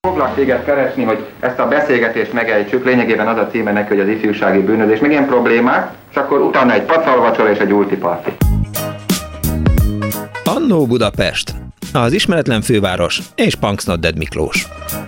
Foglak téged keresni, hogy ezt a beszélgetést megejtsük, lényegében az a címe neki, hogy az ifjúsági bűnözés, még ilyen problémák, és akkor utána egy pacalvacsora és egy ultiparti. Annó Budapest, az ismeretlen főváros és Punksnodded Miklós.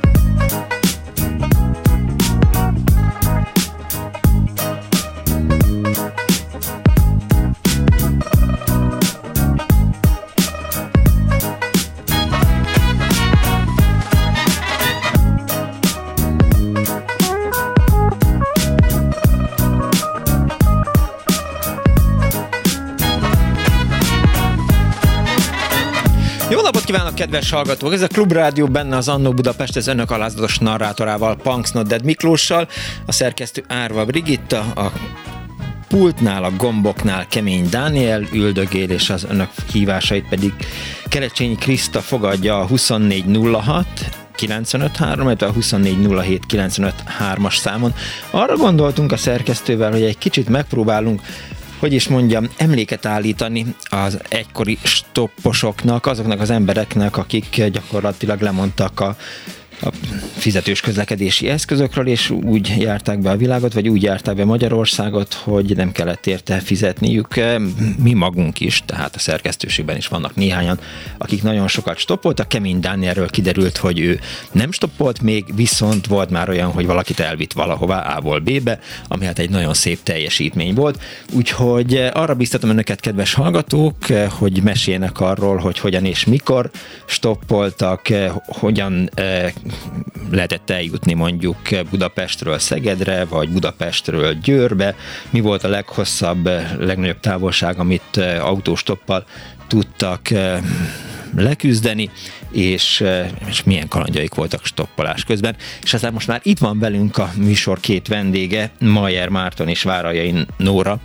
Jó napot kívánok, kedves hallgatók! Ez a Klubrádió, benne az Annó Budapest, ez önök alázatos narrátorával, Punksnodded Miklóssal, a szerkesztő Árva Brigitta, a pultnál, a gomboknál Kemény Dániel üldögél, és az önök hívásait pedig Kerecsényi Kriszta fogadja a 2406 953, illetve a 2407 953-as számon. Arra gondoltunk a szerkesztővel, hogy egy kicsit megpróbálunk, hogy is mondjam, emléket állítani az egykori stopposoknak, azoknak az embereknek, akik gyakorlatilag lemondtak a fizetős közlekedési eszközökről, és úgy járták be a világot, vagy úgy járták be Magyarországot, hogy nem kellett érte fizetniük. Mi magunk is, tehát a szerkesztőségben is vannak néhányan, akik nagyon sokat stoppoltak. Kemény Dánielről kiderült, hogy ő nem stoppolt még, viszont volt már olyan, hogy valakit elvitt valahová A-ból B-be, ami hát egy nagyon szép teljesítmény volt. Úgyhogy arra biztatom önöket, kedves hallgatók, hogy meséljenek arról, hogy hogyan és mikor stoppoltak, hogyan lehetett eljutni mondjuk Budapestről Szegedre, vagy Budapestről Győrbe, mi volt a leghosszabb, legnagyobb távolság, amit autóstoppal tudtak leküzdeni, és milyen kalandjaik voltak stoppolás közben. És aztán most már itt van velünk a műsor két vendége, Mayer Márton és Várajai Nóra,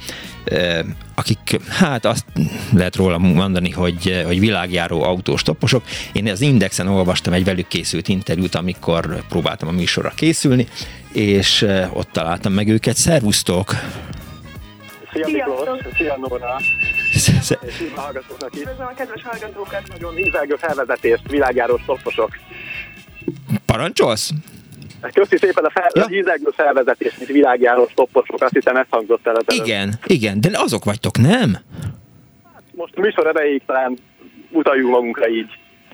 akik, hát azt lehet róla mondani, hogy világjáró autóstopposok. Én az Indexen olvastam egy velük készült interjút, amikor próbáltam a műsorra készülni, és ott találtam meg őket. Szervusztok! Szia Miklós! Szia Nóra! És hallgatóknak is. Üdvözlöm a kedves hallgatókat! Nagyon ízelgő felvezetést, világjáró stopposok. Parancsolsz? Köszi szépen az ízelgő felvezetést, mint világjáró stopposok. Azt hiszem, ezt hangzott el. Igen, de azok vagytok, nem? Hát most a műsor erejéig talán utaljunk magunkra így.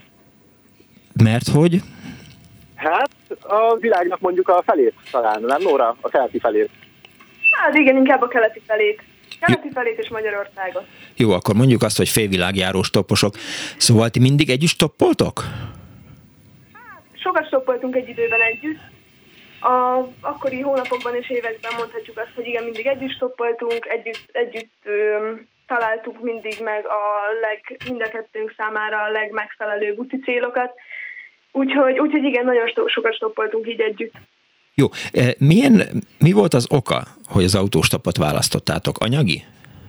Mert hogy? Hát a világnak mondjuk a felét talán, nem Nóra? A keleti felét. Hát igen, inkább a keleti felét. Keleti felét és Magyarországot. Jó, akkor mondjuk azt, hogy félvilágjáró stopposok. Szóval ti mindig együtt stoppoltok? Hát, sokat stoppoltunk egy időben együtt. Az akkori hónapokban és években mondhatjuk azt, hogy igen, mindig együtt stoppoltunk, együtt találtuk mindig meg mind a kettőnk számára a legmegfelelőbb úti célokat. Úgyhogy igen, nagyon sokat stoppoltunk így együtt. Jó, mi volt az oka, hogy az autóstoppot választottátok? Anyagi?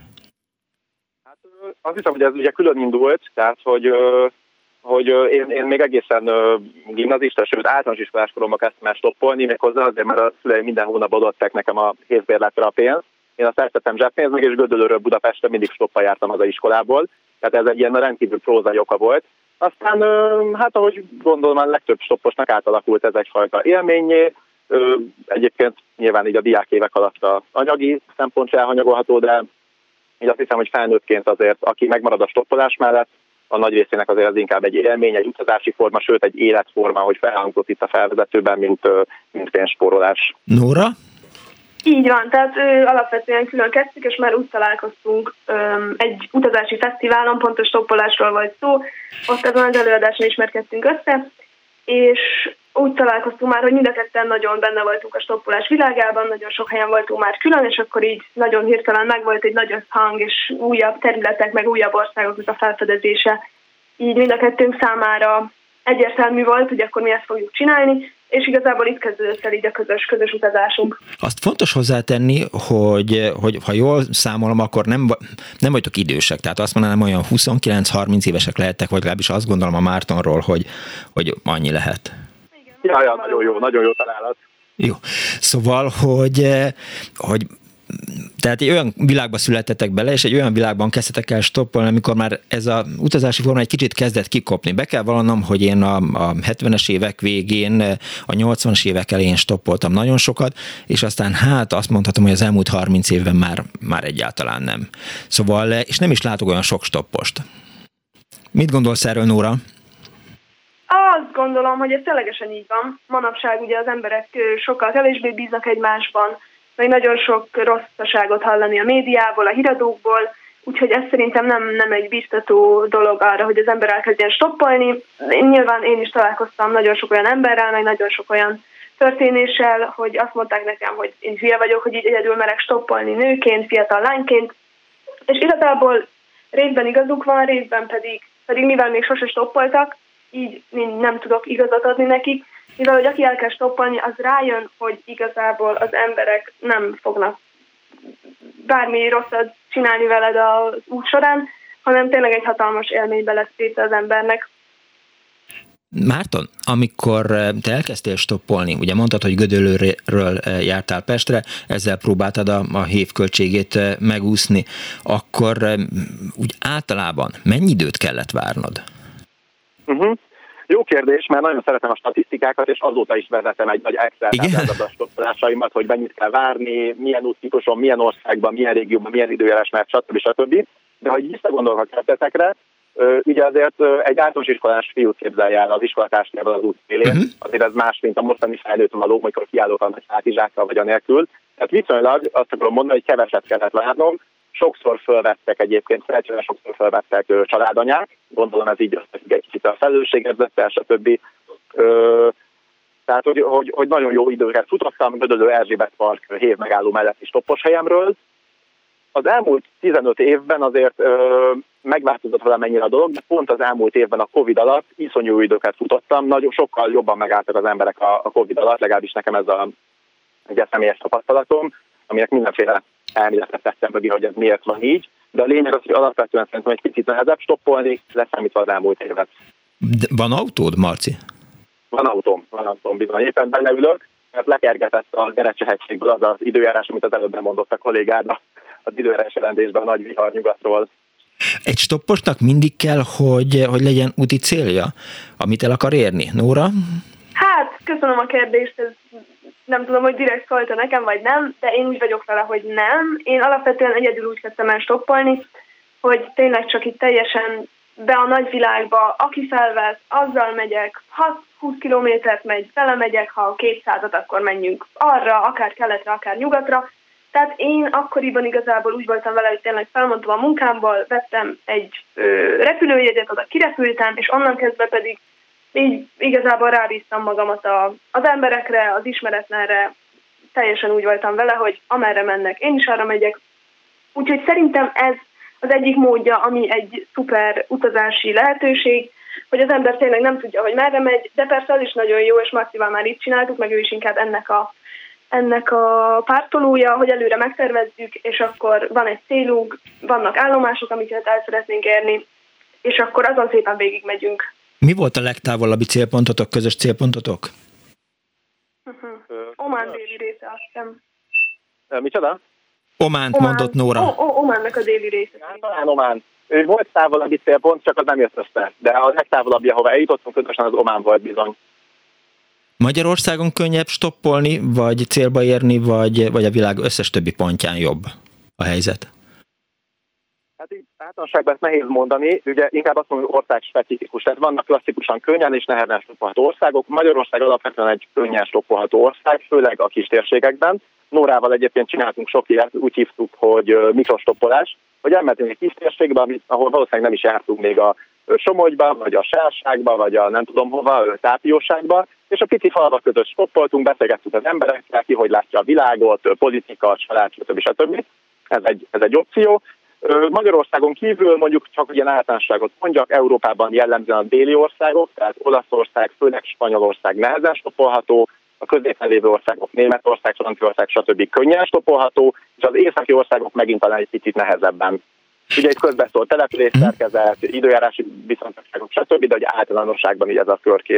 Hát azt hiszem, hogy ez ugye külön indult, tehát hogy én még egészen gimnazista, sőt általános iskolás koromban kezdtem el stoppolni, méghozzá azért, mert a szüleim minden hónapban adották nekem a hétbérletre a pénzt. Én azt eltettem zseppénznek, és Gödöllőről Budapestre mindig stoppal jártam az iskolából, tehát ez egy ilyen rendkívül prózai oka volt. Aztán, hát ahogy gondolom, a legtöbb stopposnak átalakult ez egyfajta élményé. Egyébként nyilván így a diákévek alatt az anyagi szempont se elhanyagolható, de így azt hiszem, hogy felnőttként azért, aki megmarad a stoppolás mellett, a nagy részének azért az inkább egy élmény, egy utazási forma, sőt egy életforma, hogy felhangzott itt a felvezetőben, mint pénzspórolás. Nóra? Így van, tehát alapvetően külön kezdtük, és már úgy találkoztunk egy utazási fesztiválon, pontos stoppolásról volt szó, ott ezen az előadáson ismerkedtünk össze, és úgy találkoztunk már, hogy mind a ketten nagyon benne voltunk a stoppolás világában, nagyon sok helyen voltunk már külön, és akkor így nagyon hirtelen megvolt egy nagy összhang, és újabb területek, meg újabb országoknak a felfedezése. Így mind a kettőnk számára egyértelmű volt, hogy akkor mi ezt fogjuk csinálni, és igazából itt kezdődött el így a közös utazásunk. Azt fontos hozzátenni, hogy ha jól számolom, akkor nem vagytok idősek, tehát azt mondanám, olyan 29-30 évesek lehettek, vagy legalábbis azt gondolom a Mártonról, hogy annyi lehet. Ja, nagyon jó találat. Jó. Szóval, hogy Tehát egy olyan világba születtetek bele, és egy olyan világban kezdtetek el stoppolni, amikor már ez az utazási forma egy kicsit kezdett kikopni. Be kell vallanom, hogy én a 70-es évek végén, a 80-as évek elején stoppoltam nagyon sokat, és aztán azt mondhatom, hogy az elmúlt 30 évben már egyáltalán nem. Szóval, és nem is látok olyan sok stoppost. Mit gondolsz erről, Nóra? Azt gondolom, hogy ez ténylegesen így van. Manapság ugye az emberek sokkal kevésbé bíznak egymásban, meg nagyon sok rosszaságot hallani a médiából, a híradókból, úgyhogy ez szerintem nem egy biztató dolog arra, hogy az ember elkezdjen stoppolni. Nyilván én is találkoztam nagyon sok olyan emberrel, meg nagyon sok olyan történéssel, hogy azt mondták nekem, hogy én hülye vagyok, hogy így egyedül merek stoppolni nőként, fiatal lányként, és igazából részben igazuk van, részben pedig mivel még sose stoppoltak, így nem tudok igazat adni nekik, mivel hogy aki elkezd stoppolni, az rájön, hogy igazából az emberek nem fognak bármi rosszat csinálni veled az út során, hanem tényleg egy hatalmas élménybe lesz része az embernek. Márton, amikor te elkezdtél stoppolni, ugye mondtad, hogy Gödöllőről jártál Pestre, ezzel próbáltad a hévköltségét megúszni, akkor úgy általában mennyi időt kellett várnod? Jó kérdés, mert nagyon szeretem a statisztikákat, és azóta is vezetem egy nagy Excel-táblázat a stoppolásaimat, hogy mennyit kell várni, milyen úttípuson, milyen országban, milyen régióban, milyen időjárás, mert stb. De ha visszagondolok a kezdetekre, ugye azért egy általános iskolás fiút képzelj el az iskolatársnál az út szélén, azért ez más, mint a mostani fejlőtt való, amikor kiállok a nagy hátizsákkal vagy anélkül. Tehát viszonylag azt akarom mondani, hogy keveset kellett várnom. Sokszor fölvettek egyébként, feltétlenül sokszor fölvettek családanyák, gondolom ez így összefügg egy kicsit a felelősségérzettel, stb. Tehát, hogy nagyon jó időket futottam, Gödöllő Erzsébet Park hév megálló melletti stoppos helyemről. Az elmúlt 15 évben azért megváltozott valamennyire a dolog, de pont az elmúlt évben a Covid alatt iszonyú időket futottam, nagyon sokkal jobban megálltak az emberek a Covid alatt, legalábbis nekem ez egy személyes tapasztalatom, aminek mindenféle elméletet tettem mögé, hogy ez miért van így, de a lényeg az, hogy alapvetően szerintem egy picit nehezebb stoppolni, leszámítva az elmúlt évet. Van autód, Marci? Van autóm bizony. Éppen benne ülök, mert lekergetett a Gerecse-hegységből az az időjárás, amit az előbb mondott a kollégád az időjárás jelentésben a nagy vihar nyugatról. Egy stopposnak mindig kell, hogy legyen úti célja, amit el akar érni. Nóra? Hát, köszönöm a kérdést, ez nem tudom, hogy direkt szólta nekem, vagy nem, de én úgy vagyok vele, hogy nem. Én alapvetően egyedül úgy kezdtem el stoppolni, hogy tényleg csak itt teljesen be a nagyvilágba, aki felvesz, azzal megyek, 20 kilométert megy, vele megyek, ha 200-at, akkor menjünk arra, akár keletre, akár nyugatra. Tehát én akkoriban igazából úgy voltam vele, hogy tényleg felmondtam a munkámból, vettem egy repülőjegyet, oda kirepültem, és onnan kezdve pedig így igazából rábíztam magamat az emberekre, az ismeretlenre, teljesen úgy voltam vele, hogy amerre mennek, én is arra megyek. Úgyhogy szerintem ez az egyik módja, ami egy szuper utazási lehetőség, hogy az ember tényleg nem tudja, hogy merre megy, de persze az is nagyon jó, és Marcival már így csináltuk, meg ő is inkább ennek a pártolója, hogy előre megtervezzük, és akkor van egy célunk, vannak állomások, amiket el szeretnénk érni, és akkor azon szépen végigmegyünk. Mi volt a legtávolabbi célpontotok, közös célpontotok? Omán déli része, azt hiszem. Micsoda? Ománt mondott Nóra. Ománnak a déli része. Talán Omán. Volt távolabbi célpont, csak az nem jött össze. De a legtávolabbi, ahova eljutottunk, közösen az Omán volt bizony. Magyarországon könnyebb stoppolni, vagy célba érni, vagy a világ összes többi pontján jobb a helyzet? Hát így általánosságban ezt nehéz mondani, ugye inkább azt mondom, hogy országspecifikus. Tehát vannak klasszikusan könnyen és nehezen stoppolható országok. Magyarország alapvetően egy könnyen stoppolható ország, főleg a kis térségekben. Nórával egyébként csináltunk sok ilyet, úgy hívtuk, hogy mikrostoppolás, hogy elmentünk egy kis térségbe, ahol valószínűleg nem is jártunk még a Somogyba, vagy a Sárságba, vagy a nem tudom hova, a Tápióságba, és a pici falvak között stoppoltunk, beszélgettünk az emberekkel, ki hogy látja a világot, politika, család, stb. Ez egy opció. Magyarországon kívül mondjuk csak ilyen általánosságot mondjak, Európában jellemzően a déli országok, tehát Olaszország, főleg Spanyolország nehezen stoppolható, a középen lévő országok, Németország, Franciaország, stb. Könnyen stoppolható, és az északi országok megint talán egy picit nehezebben. Ugye itt közbeszól településszerkezet, időjárási biztonságok, stb., de hogy általánosságban így ez a körkép.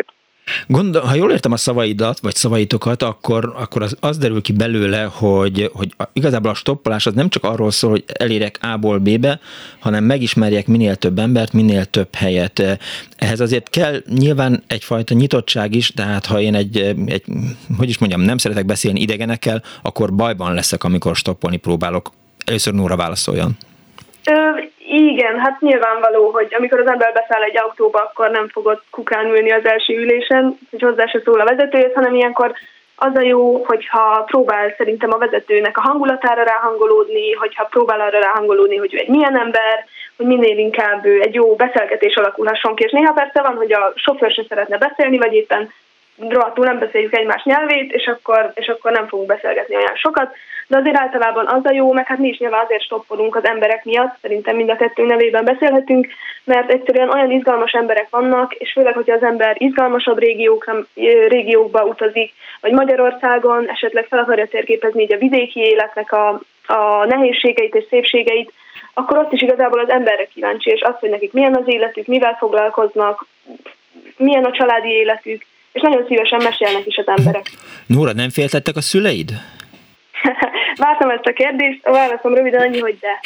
Ha jól értem a szavaidat, vagy szavaitokat, akkor az derül ki belőle, hogy igazából a stoppolás az nem csak arról szól, hogy elérek A-ból B-be, hanem megismerjek minél több embert, minél több helyet. Ehhez azért kell nyilván egyfajta nyitottság is, tehát ha én nem szeretek beszélni idegenekkel, akkor bajban leszek, amikor stoppolni próbálok. Először Nóra válaszoljon. Igen, hát nyilvánvaló, hogy amikor az ember beszáll egy autóba, akkor nem fogod kukán ülni az első ülésen, hogy hozzá se szól a vezetőhez, hanem ilyenkor az a jó, hogyha próbál szerintem a vezetőnek a hangulatára ráhangolódni, hogyha próbál arra ráhangolódni, hogy ő egy milyen ember, hogy minél inkább egy jó beszélgetés alakulhasson ki. És néha persze van, hogy a sofőr se szeretne beszélni, vagy éppen rohadtul nem beszéljük egymás nyelvét, és akkor nem fogunk beszélgetni olyan sokat. De azért általában az a jó, meg hát mi is nyilván azért stoppolunk az emberek miatt, szerintem mind a kettőnk nevében beszélhetünk, mert egyszerűen olyan izgalmas emberek vannak, és főleg, hogyha az ember izgalmasabb régiókba utazik, vagy Magyarországon esetleg fel akarja térképezni így a vidéki életnek a nehézségeit és szépségeit, akkor ott is igazából az emberre kíváncsi, és az, hogy nekik milyen az életük, mivel foglalkoznak, milyen a családi életük, és nagyon szívesen mesélnek is az emberek. Nóra, nem féltettek a szüleid? Vártam ezt a kérdést, a válaszom röviden annyi, hogy de.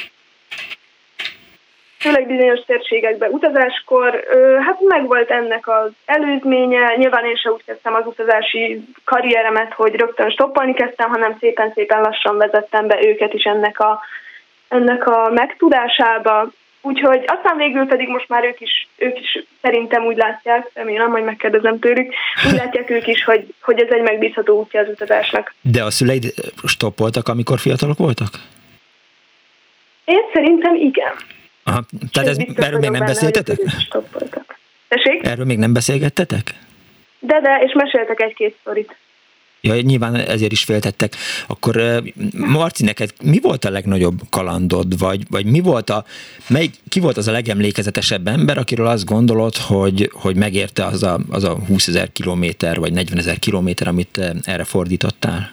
Főleg bizonyos térségekbe utazáskor, hát megvolt ennek az előzménye, nyilván én sem úgy kezdtem az utazási karrieremet, hogy rögtön stoppolni kezdtem, hanem szépen lassan vezettem be őket is ennek a megtudásába. Úgyhogy aztán végül pedig most már ők is szerintem úgy látják, remélem, majd megkérdezem tőlük, úgy látják ők is, hogy ez egy megbízható útja az utazásnak. De a szüleid stoppoltak, amikor fiatalok voltak? Én szerintem igen. Aha, tehát erről még nem beszéltetek? Tessék? Erről még nem beszélgettetek? De, és meséltek egy-két sztorit. Ja, nyilván ezért is féltettek. Akkor Marci, neked mi volt a legnagyobb kalandod, vagy ki volt az a legemlékezetesebb ember, akiről azt gondolod, hogy megérte az a 20 000 kilométer, vagy 40 000 kilométer, amit erre fordítottál?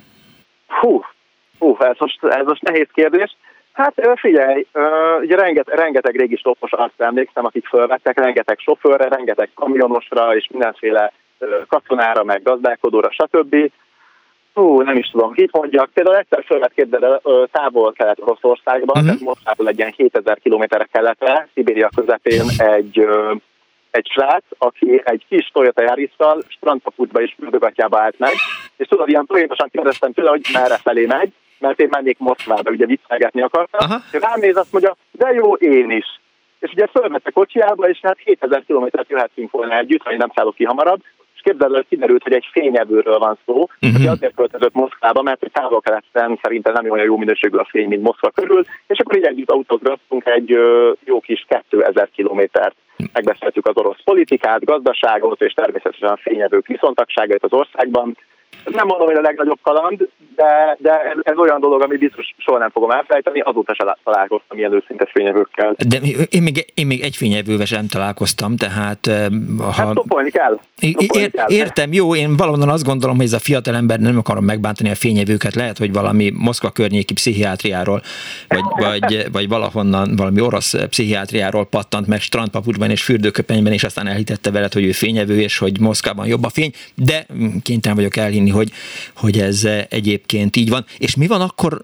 Ez most nehéz kérdés. Hát figyelj, ugye rengeteg régi stoppos arcra emlékszem, akik fölvettek, rengeteg sofőrre, rengeteg kamionosra, és mindenféle katonára, meg gazdálkodóra, stb. Nem is tudom, mit mondjak. Például egyszer fölvett képzeld Távol-Kelet-Oroszországban, tehát Moszkvából egy ilyen 7000 kilométerre keletre, Szibéria közepén egy srác, aki egy kis Toyota Yaris-szal strandpapucsba és fürdőgatjába állt meg, és tudod, ilyen folyamatosan kérdeztem tőle, hogy merre felé megy, mert én mennék Moszkvába, ugye viccelgetni akartam, és rám néz, azt mondja, de jó, én is. És ugye fölvette kocsiába, és hát 7000 kilométert jöhetünk volna együtt, vagy nem szállok ki hamarabb, és képzeld el, kiderült, hogy egy fényevőről van szó, aki azért költözött Moszkvába, mert hogy Távol-Keleten szerintem nem olyan jó minőségű a fény, mint Moszkva körül, és akkor így együtt autózgattunk egy jó kis 2000 kilométert. Megbeszéltük az orosz politikát, gazdaságot, és természetesen a fényevők viszontagságait az országban. Nem mondom, hogy a legnagyobb kaland, de ez olyan dolog, ami biztos soha nem fogom elfelejteni, azóta sem találkoztam ilyen őszintes fényevőkkel. De én még egy fényevővel sem találkoztam, tehát... Hát stoppolni kell. Értem, jó, én valahonnan azt gondolom, hogy ez a fiatalember, nem akarom megbántani a fényevőket, lehet, hogy valami Moszkva környéki pszichiátriáról, vagy valahonnan valami orosz pszichiátriáról pattant meg strandpapucsban és fürdőköpenyben, és aztán elhitette veled, hogy ő fényevő, és hogy Moszkvában jobb a fény, de kénytelen vagyok elhinni, hogy ez egyébként így van. És mi van akkor,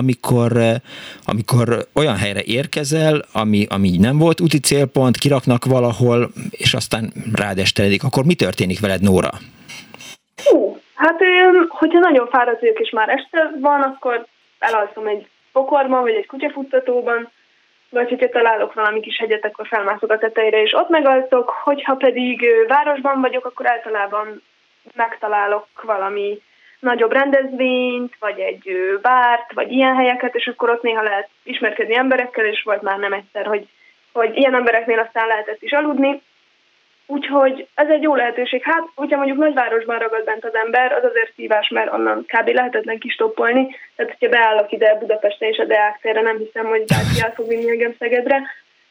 amikor olyan helyre érkezel, ami nem volt úti célpont, kiraknak valahol, és aztán rád esteledik, akkor mi történik veled, Nóra? Hát, hogyha nagyon fáradt vagyok, és már este van, akkor elalszom egy pokorban, vagy egy kutyafuttatóban, vagy hogyha találok valami kis hegyet, akkor felmászok a tetejére, és ott megalszok. Hogyha pedig városban vagyok, akkor általában megtalálok valami nagyobb rendezvényt, vagy egy bárt, vagy ilyen helyeket, és akkor ott néha lehet ismerkedni emberekkel, és volt már nem egyszer, hogy ilyen embereknél aztán lehetett is aludni. Úgyhogy ez egy jó lehetőség. Hát, hogyha mondjuk nagyvárosban ragad bent az ember, az azért szívás, mert onnan kb. Lehetetlen kistoppolni. Tehát, hogyha beállok ide Budapesten és a Deák térre, nem hiszem, hogy bárki el fog vinni engem Szegedre.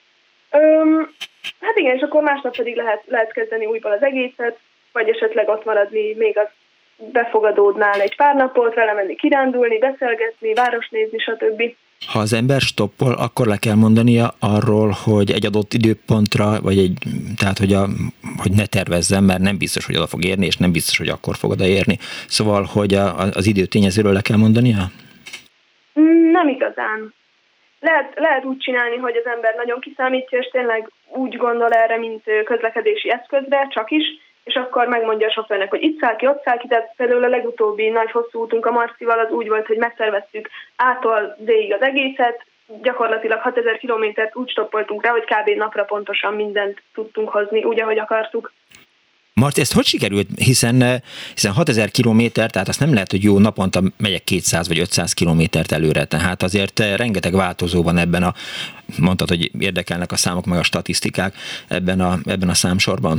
Hát igen, és akkor másnap pedig lehet kezdeni újból az egészet, vagy esetleg ott maradni még az befogadódnál egy pár napot, vele menni kirándulni, beszélgetni, város nézni, stb. Ha az ember stoppol, akkor le kell mondania arról, hogy egy adott időpontra, vagy tehát hogy ne tervezzen, mert nem biztos, hogy oda fog érni, és nem biztos, hogy akkor fog odaérni. Szóval, hogy az időtényezőről le kell mondania? Nem igazán. Lehet úgy csinálni, hogy az ember nagyon kiszámítja, és tényleg úgy gondol erre, mint közlekedési eszközre, csak is, és akkor megmondja a sofőrnek, hogy itt száll ki, ott száll ki, tehát például a legutóbbi nagy hosszú útunk a Marcival az úgy volt, hogy megszerveztük A-tól Z-ig az egészet, gyakorlatilag 6000 kilométert úgy stoppoltunk rá, hogy kb. Napra pontosan mindent tudtunk hozni, úgy, ahogy akartuk. Marci, ezt hogy sikerült? Hiszen 6000 kilométer, tehát azt nem lehet, hogy jó, naponta megyek 200 vagy 500 kilométert előre, tehát azért rengeteg változó van ebben mondtad, hogy érdekelnek a számok meg a statisztikák ebben a számsorban.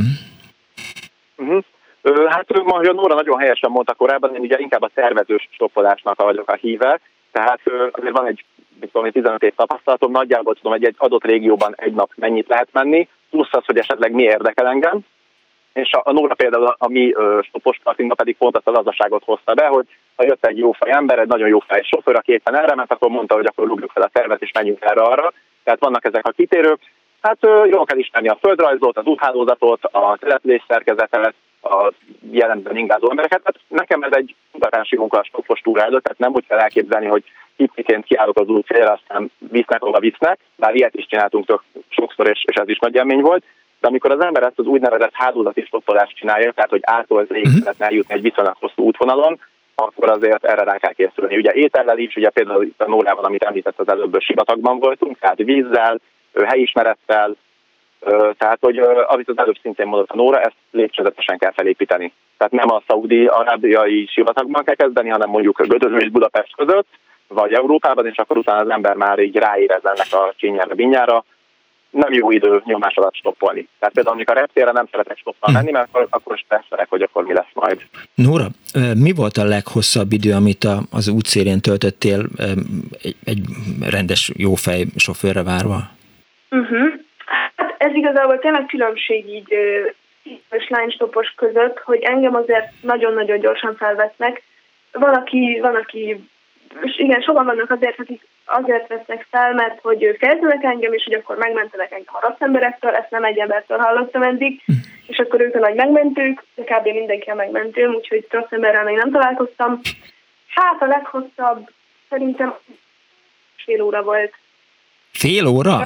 Hát a Nóra nagyon helyesen mondta korábban, én ugye inkább a szervezős stoppolásnak vagyok a híve, tehát azért van egy 15 év tapasztalatom, nagyjából tudom, hogy egy adott régióban egy nap mennyit lehet menni, plusz az, hogy esetleg mi érdekel engem, és a Nóra például a mi stoppos partinkba pedig pont azt a lazaságot hozta be, hogy ha jött egy jófej ember, egy nagyon jófej sofőr, aki éppen erre ment, akkor mondta, hogy akkor rúgjuk fel a tervet, és menjünk erre-arra. Tehát vannak ezek a kitérők. Hát jól kell ismerni a földrajzot, az úthálózatot, a település szerkezetet, a jelenben ingázó embereket. Hát nekem ez egy utazási munka a stoppos túra előtt, tehát nem úgy kell elképzelni, hogy hippiként kiállok az út célra, aztán visznek, hova visznek, bár ilyet is csináltunk tök sokszor, és ez is nagy élmény volt. De amikor az ember ezt az úgynevezett hálózati stoppolást csinálja, tehát hogy A-tól Z-ig szeretne eljutni egy viszonylag hosszú útvonalon, akkor azért erre rá kell készülni. Ugye étellel is, ugye például itt a Nórában, amit említett az előbb, sivatagban voltunk, tehát vízzel, helyismerettel, tehát hogy amit az előbb szintén mondott a Nóra, ezt lépcsőzetesen kell felépíteni. Tehát nem a szaudi-arábiai sivatagban kell kezdeni, hanem mondjuk Gödöllő és Budapest között, vagy Európában, és akkor utána az ember már így ráérez ennek a csínyára, binyára, nem jó idő nyomás alatt stoppolni. Tehát például, amikor a reptérre nem szeretek stoppolni menni, mert akkor stresszelek, hogy akkor mi lesz majd. Nóra, mi volt a leghosszabb idő, amit az útszélén töltöttél egy rendes jófej sofőrre várva? Hát ez igazából tényleg különbség így és lánystoppos között, hogy engem azért nagyon-nagyon gyorsan felvesznek. Van, aki és igen, sokan vannak akik azért vesznek fel, mert hogy feltűnek engem, és hogy akkor megmentenek engem a rossz emberektől, ezt nem egy embertől hallottam eddig, és akkor ők a nagy megmentők, de kb. Mindenki a megmentőm, úgyhogy rossz emberrel még nem találkoztam. Hát a leghosszabb szerintem fél óra volt. Fél óra?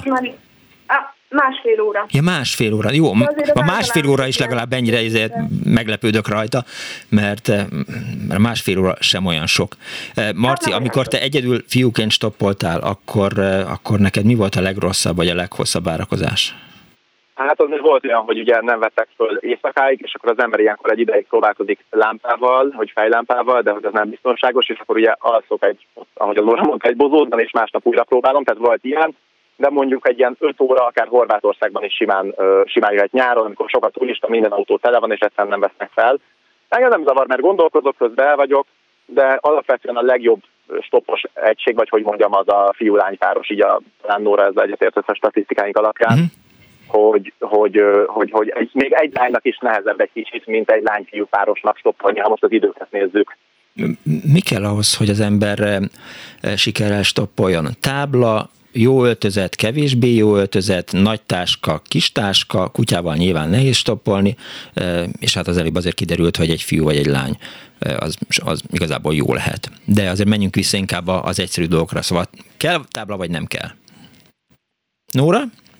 Másfél óra. Ja, másfél óra. Jó, a másfél óra is legalább ennyire meglepődök rajta, mert másfél óra sem olyan sok. Marci, amikor te egyedül fiúként stoppoltál, akkor neked mi volt a legrosszabb, vagy a leghosszabb várakozás? Hát azért volt olyan, hogy ugye nem vettek föl éjszakáig, és akkor az ember ilyenkor egy ideig próbálkozik lámpával, hogy fejlámpával, de hogy az nem biztonságos, és akkor ugye alszok ahogy az Nóra mondta, egy bozótban, és másnap újra próbálom, tehát volt ilyen. De mondjuk egy ilyen 5 óra, akár Horvátországban is simán jöhet nyáron, amikor sokat turista, minden autó tele van, és egyszerűen nem vesznek fel. Engem nem zavar, mert gondolkozok, közben el vagyok, de alapvetően a legjobb stoppos egység, vagy hogy mondjam, az a fiú-lány páros, így talán Nóra ezzel egyetért a statisztikáink alapján, hogy még egy lánynak is nehezebb egy kicsit, mint egy lány-fiú párosnak stoppolni, ha most az időket nézzük. Mi kell ahhoz, hogy az ember sikerrel stoppoljon? Tábla, jó öltözet, kevésbé jó öltözet, nagy táska, kis táska, kutyával nyilván nehéz stoppolni, és hát az előbb azért kiderült, hogy egy fiú vagy egy lány az igazából jó lehet. De azért menjünk vissza inkább az egyszerű dolgokra. Szóval kell tábla, vagy nem kell? Nóra?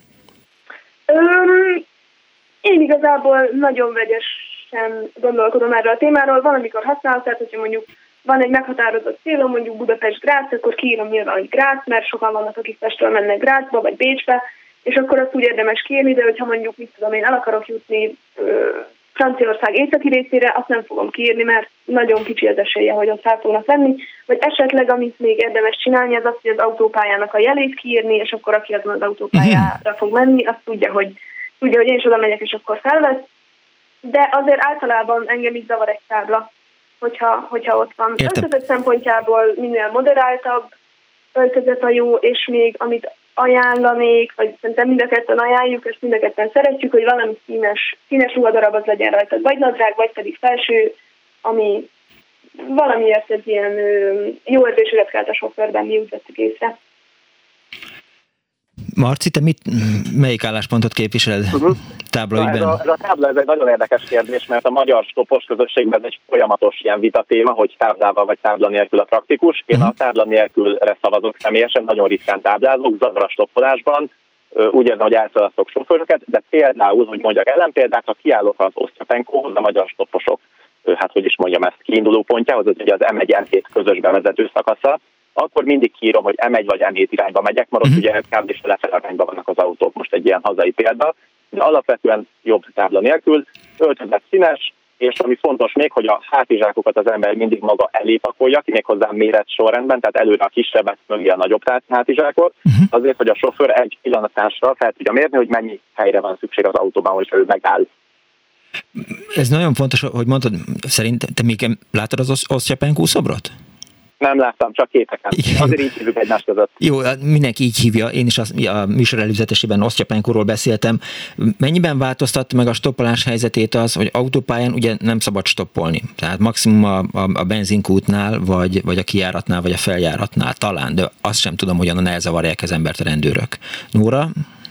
Én igazából nagyon vegyesen gondolkodom erről a témáról. Van, amikor használom, tehát hogyha mondjuk van egy meghatározott célom, mondjuk Budapest-Grác, akkor kiírom nyilván, hogy Grác, mert sokan vannak, akik Pestről mennek Grácsba, vagy Bécsbe, és akkor azt úgy érdemes kiírni, de hogyha mondjuk, mit tudom én, el akarok jutni Franciaország északi részére, azt nem fogom kiírni, mert nagyon kicsi az esélye, hogy ott fel fognak venni, vagy esetleg, amit még érdemes csinálni, az azt, hogy az autópályának a jelét kiírni, és akkor aki azon az autópályára fog menni, azt tudja, hogy én is oda megyek, és akkor felvesz. De azért általában engem is zavar egy tábla, hogyha ott van. Öltözet szempontjából minél moderáltabb öltözet a jó, és még amit ajánlanék, vagy szerintem mind a ketten ajánljuk, és mind a ketten szeretjük, hogy valami színes ruhadarab az legyen rajtad, vagy nadrág, vagy pedig felső, ami valamiért egy ilyen jó érzésület kelt a sofőrben, mi úgy vettük észre. Marci, te melyik álláspontot képviseled táblaügyben? Ez a tábla ez egy nagyon érdekes kérdés, mert a magyar stoppos közösségben egy folyamatos ilyen vitatéma, hogy táblával vagy tábla nélkül a praktikus. Én a tábla nélkülre szavazok személyesen, nagyon ritkán táblázok, zavar a stoppolásban. Úgy érzem, hogy elszalasztok sofőröket, de például, hogy mondjak ellenpéldát, ha kiállok az Osztyapenkóhoz, a magyar stopposok, hát hogy is mondjam ezt, kiinduló pontjához, ugye az M1-M7 közös bevezető szakasza, akkor mindig kiírom, hogy M1 vagy M7 irányba megyek, mert ott ugye kb. Lefele irányba vannak az autók, most egy ilyen hazai példa, de alapvetően jobb tábla nélkül, öltözet színes, és ami fontos még, hogy a hátizsákokat az ember mindig maga elé pakolja, méghozzá méret sorrendben, tehát előre a kisebbet, mögé a nagyobb hátizsákot, azért, hogy a sofőr egy pillanatásra fel tudja mérni, hogy mennyi helyre van szükség az autóban, hogyha ő megáll. Ez nagyon fontos, hogy mondtad, szerint te még látod az Osztyapenkó szobrot? Nem láttam, csak képeken. Azért így hívjuk egymás között. Jó, mindenki így hívja, én is a műsor előzetesében Osztyapenkóról beszéltem. Mennyiben változtat meg a stoppolás helyzetét az, hogy autópályán ugye nem szabad stoppolni? Tehát maximum a benzinkútnál, vagy a kijáratnál, vagy a feljáratnál talán, de azt sem tudom, hogyan elzavarják az embert a rendőrök. Nóra?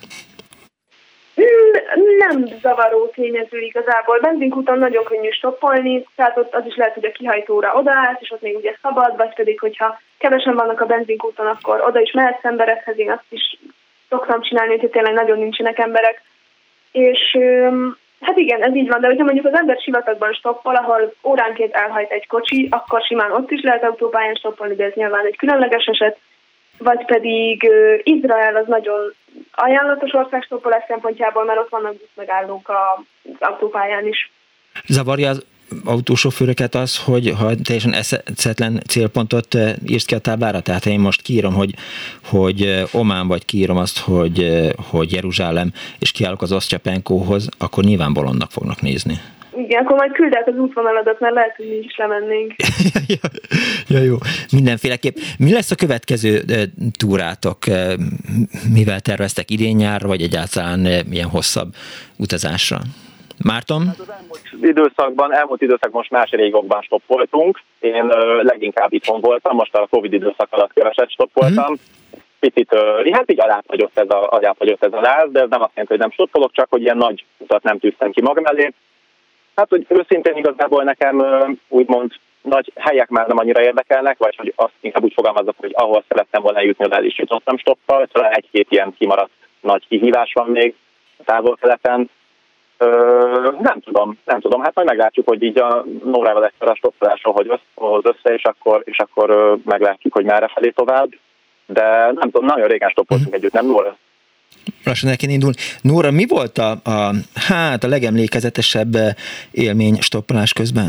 Nem zavaró tényező igazából. Benzinkúton nagyon könnyű stoppolni, tehát ott az is lehet, hogy a kihajtóra odaállsz, és ott még ugye szabad, vagy pedig, hogyha kevesen vannak a benzinkúton, akkor oda is mehetsz emberekhez, én azt is szoktam csinálni, hogyha tényleg nagyon nincsenek emberek. És hát igen, ez így van, de hogyha mondjuk az ember sivatagban stoppol, ahol óránként elhajt egy kocsi, akkor simán ott is lehet autópályán stoppolni, de ez nyilván egy különleges eset. Vagy pedig Izrael az nagyon ajánlatos ország stoppolás szempontjából, mert ott vannak buszmegállók az autópályán is. Zavarja az autósofőröket az, hogy ha teljesen eszetlen célpontot írsz ki a táblára? Tehát ha én most kiírom, hogy Omán, vagy kiírom azt, hogy Jeruzsálem, és kiállok az Osztyapenkóhoz, akkor nyilván bolondnak fognak nézni. Igen, akkor majd küld át az útvonaladat, mert lehet, hogy mi is lemennénk. Ja, jó, mindenféleképp. Mi lesz a következő túrátok? Mivel terveztek idén nyárra, vagy egyáltalán milyen hosszabb utazásra? Márton? Hát az elmúlt időszakban most más régokban stoppoltunk. Én leginkább itthon voltam, most a Covid időszak alatt keveset stoppoltam. Picit, hát így alábbhagyott ez a láz, de ez nem azt jelenti, hogy nem stoppolok, csak hogy ilyen nagy utat nem tűztem ki magam elé. Hát, hogy őszintén igazából nekem úgymond nagy helyek már nem annyira érdekelnek, vagy hogy azt inkább úgy fogalmazok, hogy ahol szerettem volna jutni, oda el is jutottam stoppal, talán egy-két ilyen kimaradt nagy kihívás van még a távol-keleten. Nem tudom, hát majd meglátjuk, hogy így a Nórával egyszer a stoppoláson hogy hoz össze, és akkor meglátjuk, hogy merre felé tovább. De nem tudom, nagyon régen stoppoltunk együtt, nem Nóra? Lassan el kéne indulni. Nóra, mi volt a legemlékezetesebb élmény stoppolás közben?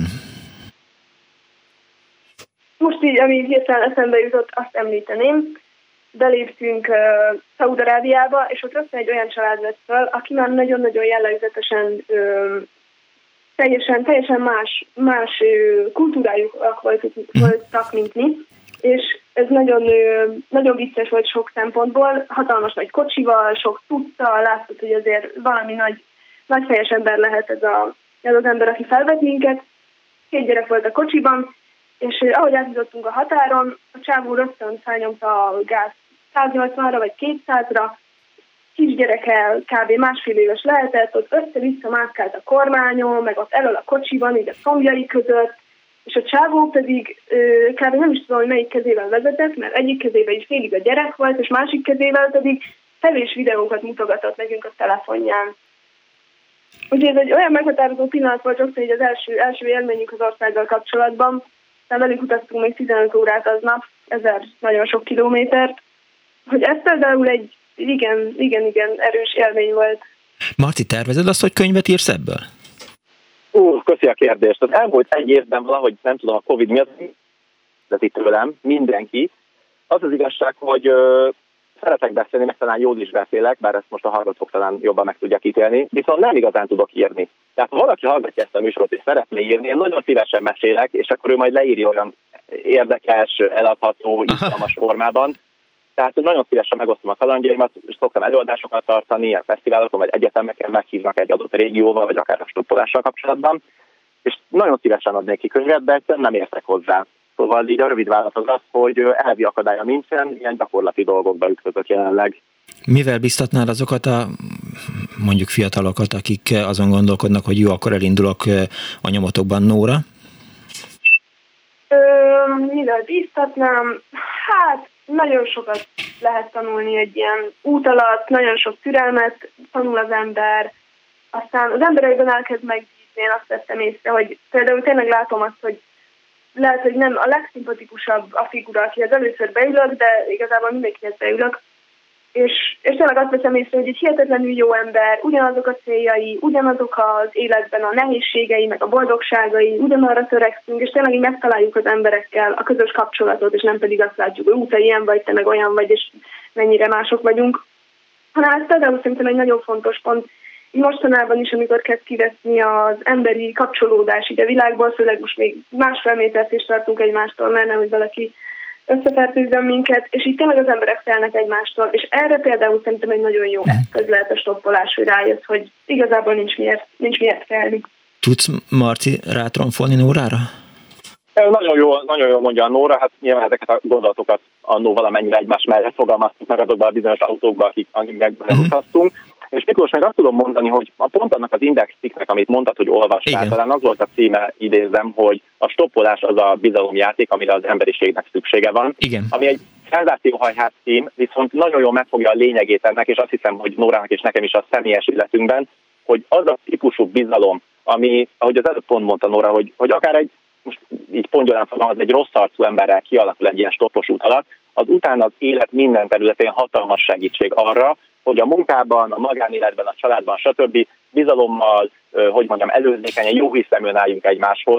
Most így, ami hirtelen eszembe jutott, azt említeném. Beléptünk Szaúd-Arábiába, és ott rögtön egy olyan család vett fel, aki már nagyon-nagyon jellegzetesen teljesen más kultúrájuk voltak, mint mi. És ez nagyon, nagyon vicces volt sok szempontból, hatalmas nagy kocsival, sok tudta, látszott, hogy azért valami nagy fejes ember lehet ez az ember, aki felvett minket. 2 gyerek volt a kocsiban, és ahogy átjutottunk a határon, a csávó rögtön felnyomta a gáz 180-ra vagy 200-ra, kisgyerekkel kb. 1,5 éves lehetett, ott össze-vissza mászkált a kormányon, meg ott elől a kocsiban, így a combjai között, és a csávó pedig kb. Nem is tudom, hogy melyik kezével vezetett, mert egyik kezében is félig a gyerek volt, és másik kezével pedig felés videókat mutogatott nekünk a telefonján. Úgyhogy ez egy olyan meghatározó pillanat volt, hogy az első élményünk az országgal kapcsolatban. Tehát velünk utaztunk még 15 órát aznap, 1000 nagyon sok kilométert, hogy ez például egy igen erős élmény volt. Marci, tervezed azt, hogy könyvet írsz ebből? Köszi a kérdést. Az elmúlt egy évben valahogy, nem tudom, a Covid miatt vezeti tőlem mindenki. Az az igazság, hogy szeretek beszélni, meg talán jól is beszélek, bár ezt most a hallgatók talán jobban meg tudják ítélni, viszont nem igazán tudok írni. Tehát ha valaki hallgatja ezt a műsorot és szeretne írni, én nagyon szívesen mesélek, és akkor ő majd leírja olyan érdekes, eladható, izgalmas formában. Tehát nagyon szívesen megosztom a kalandjaimat, és szoktam előadásokat tartani, ilyen fesztiválokon vagy egyetemeken meghívnak egy adott régióval, vagy akár a stoppolással kapcsolatban, és nagyon szívesen adnék ki könyvet, de egyszerűen nem értek hozzá. Szóval így a rövid válasz az, hogy elvi akadálya nincsen, ilyen gyakorlati dolgokba ütközök jelenleg. Mivel biztatnád azokat a mondjuk fiatalokat, akik azon gondolkodnak, hogy jó, akkor elindulok a nyomotokban, Nóra? Mivel biztatnám? Hát nagyon sokat lehet tanulni egy ilyen út alatt, nagyon sok türelmet tanul az ember, aztán az emberekben elkezd megbízni, én azt vettem észre, hogy például tényleg látom azt, hogy lehet, hogy nem a legszimpatikusabb a figura, akihez először beülök, de igazából mindenkihez beülök, és tényleg azt veszem észre, hogy egy hihetetlenül jó ember, ugyanazok a céljai, ugyanazok az életben a nehézségei, meg a boldogságai, ugyanarra törekszünk, és tényleg így megtaláljuk az emberekkel a közös kapcsolatot, és nem pedig azt látjuk, hogy te ilyen vagy, te meg olyan vagy, és mennyire mások vagyunk. Hanem ez például szerintem egy nagyon fontos pont, így mostanában is, amikor kezd kiveszni az emberi kapcsolódás így a világból, főleg most még 1,5 métert is tartunk egymástól, mert nem, hogy valaki összefertőzzön minket, és így tényleg az emberek félnek egymástól, és erre például szerintem egy nagyon jó eszköz lehet a stoppolás, hogy rájössz, hogy igazából nincs miért félni. Tudsz, Marci, rátronfolni Nórára? Nagyon jól mondja a Nóra, hát nyilván ezeket a gondolatokat annó valamennyire egymás mellett fogalmaztuk meg azokban a bizonyos autókban, akik megutaztunk. És Miklós, meg azt tudom mondani, hogy pont annak az indexcikknek, amit mondtad, hogy olvastál, talán az volt a címe, idézem, hogy a stoppolás az a bizalomjáték, amire az emberiségnek szüksége van. Igen. Ami egy szenzációhajház cím, viszont nagyon jól megfogja a lényegét ennek, és azt hiszem, hogy Nórának és nekem is a személyes életünkben, hogy az a típusú bizalom, ami, ahogy az előbb pont mondta Nóra, hogy akár egy, most így pongyolán fogalmaz, egy rossz arcú emberrel kialakul egy ilyen stoppos út alatt, az utána az élet minden területén hatalmas segítség arra, hogy a munkában, a magánéletben, a családban, stb. Bizalommal, előzékenyen, jó hiszeműen álljunk egymáshoz,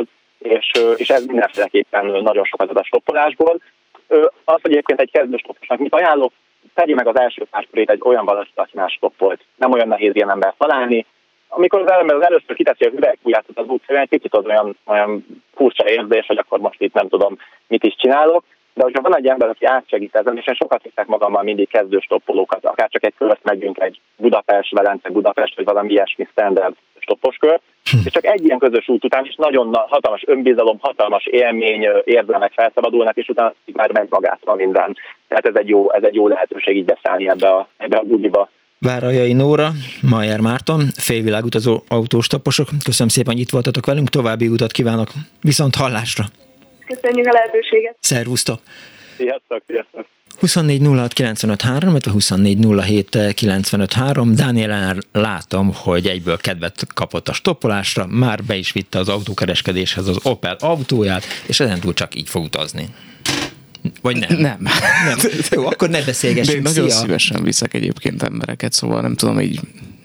és ez mindenféleképpen nagyon sokat ad a stoppolásból. Azt, hogy egyébként egy kezdő stopposnak mit ajánlok, tegye meg az első párkörét egy olyan valakit, aki már stoppolt. Nem olyan nehéz ilyen ember találni. Amikor az ember az először kiteszi a üvegkúját az útszerűen, egy kicsit az olyan furcsa érzés, hogy akkor most itt nem tudom, mit is csinálok. De hogyha van egy ember, aki átsegít ezen, és én sokat hiszek magammal mindig kezdő stoppolókat, akár csak egy kört megyünk, egy Budapest, Velence, Budapest, vagy valami ilyesmi standard stoppos kör, és csak egy ilyen közös út után is nagyon hatalmas önbizalom, hatalmas élmény, érzelmek felszabadulnak, és utána már megy magától minden. Tehát ez egy jó lehetőség így beszállni ebbe a buliba. Várajai Nóra, Mayer Márton, félvilágutazó autóstopposok. Köszönöm szépen, hogy itt voltatok velünk, további utat kívánok, viszont hallásra! Köszönjük a lehetőséget! Szervusztok! Sziasztok! 24 06 95 3, illetve 24 07 95 3. Dániel, látom, hogy egyből kedvet kapott a stoppolásra, már be is vitte az autókereskedéshez az Opel autóját, és ezentúl csak így fog utazni. Vagy nem? Nem. Jó, akkor ne beszélgessünk. De nagyon szívesen viszek egyébként embereket, szóval nem tudom, így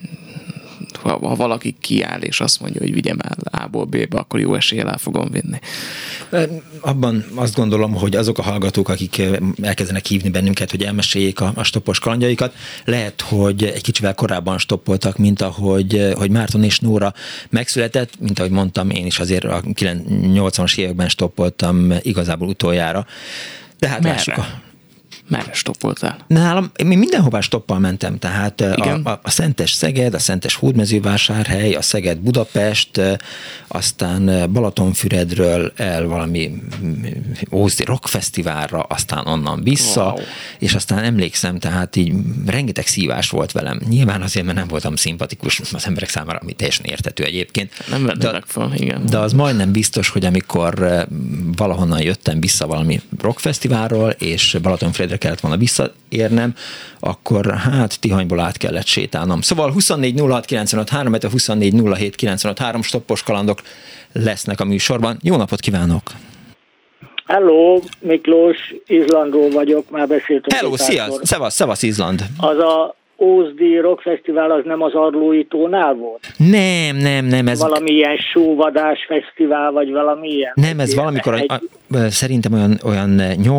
ha valaki kiáll és azt mondja, hogy vigyem el A-ból B-be, akkor jó eséllyel el fogom vinni. Abban azt gondolom, hogy azok a hallgatók, akik elkezdenek hívni bennünket, hogy elmeséljék a stoppos kalandjaikat, lehet, hogy egy kicsivel korábban stoppoltak, mint ahogy Márton és Nóra megszületett, mint ahogy mondtam, én is azért a 80-as években stoppoltam igazából utoljára. De hát lássuk Merre stoppoltál? Nálam, én mindenhová stoppal mentem, tehát a Szentes Szeged, a Szentes Hódmezővásárhely, a Szeged Budapest, aztán Balatonfüredről el valami Ózdi Rockfesztiválra, aztán onnan vissza, wow. És aztán emlékszem, tehát így rengeteg szívás volt velem. Nyilván azért, mert nem voltam szimpatikus az emberek számára, ami teljesen érthető egyébként. Nem vettek fel, igen. De az majdnem biztos, hogy amikor valahonnan jöttem vissza valami rockfesztiválról, és Balatonfüredre kellett volna visszaérnem, akkor Tihanyból át kellett sétálnom. Szóval 24 06 95 3, 24 07 95 3 stoppos kalandok lesznek a műsorban. Jó napot kívánok! Hello, Miklós, Izlandról vagyok, már beszéltünk. Hello, szia! Szevasz Izland! Az a Ózdi Rockfesztivál az nem az Arlói tónál volt? Nem. Ez valami ilyen sóvadás fesztivál, vagy valami ilyen? Nem, ez valamikor, szerintem olyan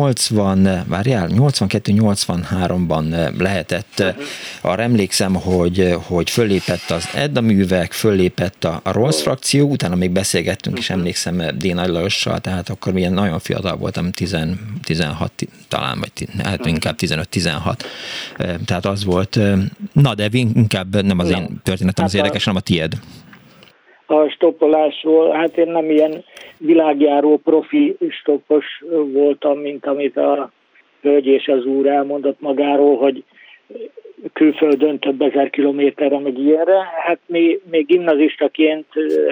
82-83-ban lehetett. Arra emlékszem, hogy föllépett az Edda művek, föllépett a Rolls frakció, utána még beszélgettünk, és emlékszem D. Nagy Lajossal, tehát akkor ilyen nagyon fiatal voltam, 16 talán, vagy inkább 15-16. Tehát az volt. Na, de inkább nem az én történetem az érdekes, hanem a tiéd. A stoppolásról, hát én nem ilyen világjáró profi stoppos voltam, mint amit a hölgy és az úr elmondott magáról, hogy külföldön több ezer kilométerre, meg ilyenre. Hát mi még gimnazistaként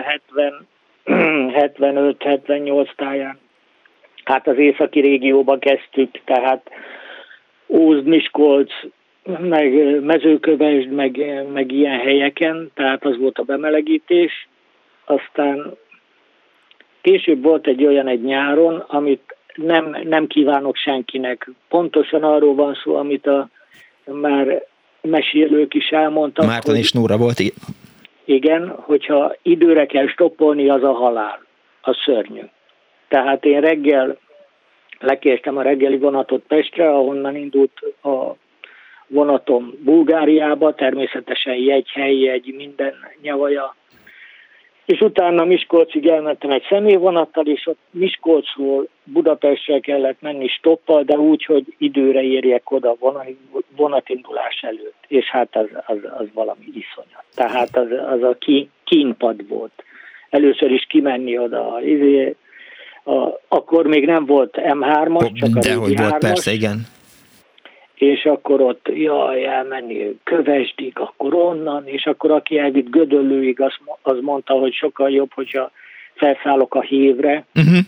75-78 táján, hát az északi régióban kezdtük, tehát Ózd, Miskolc, meg Mezőkövesd, meg ilyen helyeken, tehát az volt a bemelegítés. Aztán később volt egy nyáron, amit nem kívánok senkinek. Pontosan arról van szó, amit már mesélők is elmondtak. Márton és Nóra volt, igen. Igen, hogyha időre kell stoppolni, az a halál. Az szörnyű. Tehát én reggel lekéstem a reggeli vonatot Pestre, ahonnan indult a vonatom Bulgáriába, természetesen jegy, minden nyavaja. És utána Miskolcig elmentem egy személyvonattal, és ott Miskolcról Budapestre kellett menni stoppal, de úgy, hogy időre érjek oda vonatindulás előtt. És hát az valami iszonyat. Tehát az a kínpad volt. Először is kimenni oda. Akkor még nem volt M3-as, csak a de hogy volt, persze, igen. És akkor ott elmenni Kövesdig, akkor onnan, és akkor aki elvitt Gödöllőig, az mondta, hogy sokkal jobb, hogyha felszállok a Hévre,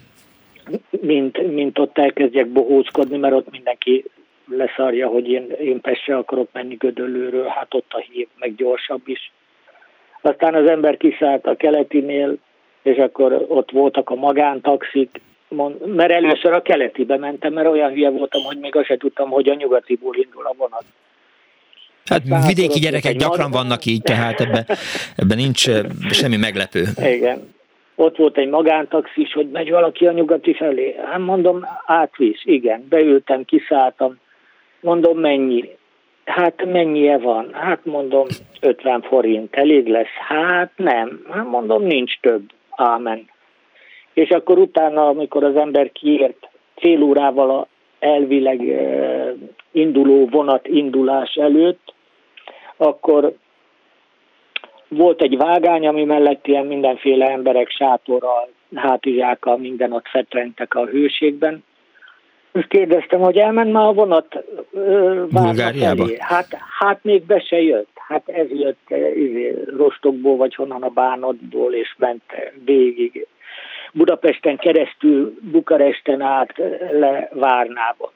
mint ott elkezdjek bohóckodni, mert ott mindenki leszarja, hogy én Pestre akarok menni Gödöllőről, hát ott a Hév, meg gyorsabb is. Aztán az ember kiszállt a Keletinél, és akkor ott voltak a magántaxik, mert először a Keletibe mentem, mert olyan hülye voltam, hogy még azt sem tudtam, hogy a nyugatiból indul a vonat. Hát vidéki gyerekek gyakran vannak így, tehát ebben nincs semmi meglepő. Igen. Ott volt egy magántaxis, hogy megy valaki a nyugati felé. Hát mondom, átvisz. Igen, beültem, kiszálltam. Mondom, mennyi? Hát mennyie van? Hát mondom, 50 forint. Elég lesz? Hát nem. Hát mondom, nincs több. Ámen. És akkor utána, amikor az ember kiért fél órával a elvileg induló vonat indulás előtt, akkor volt egy vágány, ami mellett ilyen mindenféle emberek sátorral, hátizsákkal, minden ott fetrengtek a hőségben. És kérdeztem, hogy elment már a vonat Bulgáriába? Hát még be se jött. Hát ez jött Rostokból, vagy honnan a Bánatból, és ment végig. Budapesten keresztül, Bukaresten át le Várnába.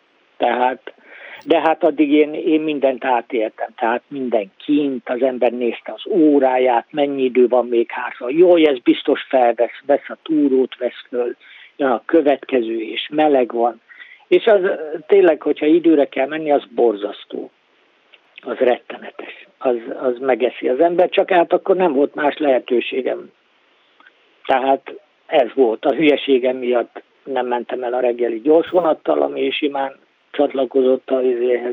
De hát addig én mindent átéltem. Tehát minden kint, az ember nézte az óráját, mennyi idő van még hátra. Jaj, ez biztos vesz a túrót, vesz föl, jön a következő, és meleg van. És az tényleg, hogyha időre kell menni, az borzasztó. Az rettenetes. Az megeszi az ember, csak hát akkor nem volt más lehetőségem. Tehát ez volt. A hülyeségem miatt nem mentem el a reggeli gyorsvonattal, ami simán csatlakozott az izéhez.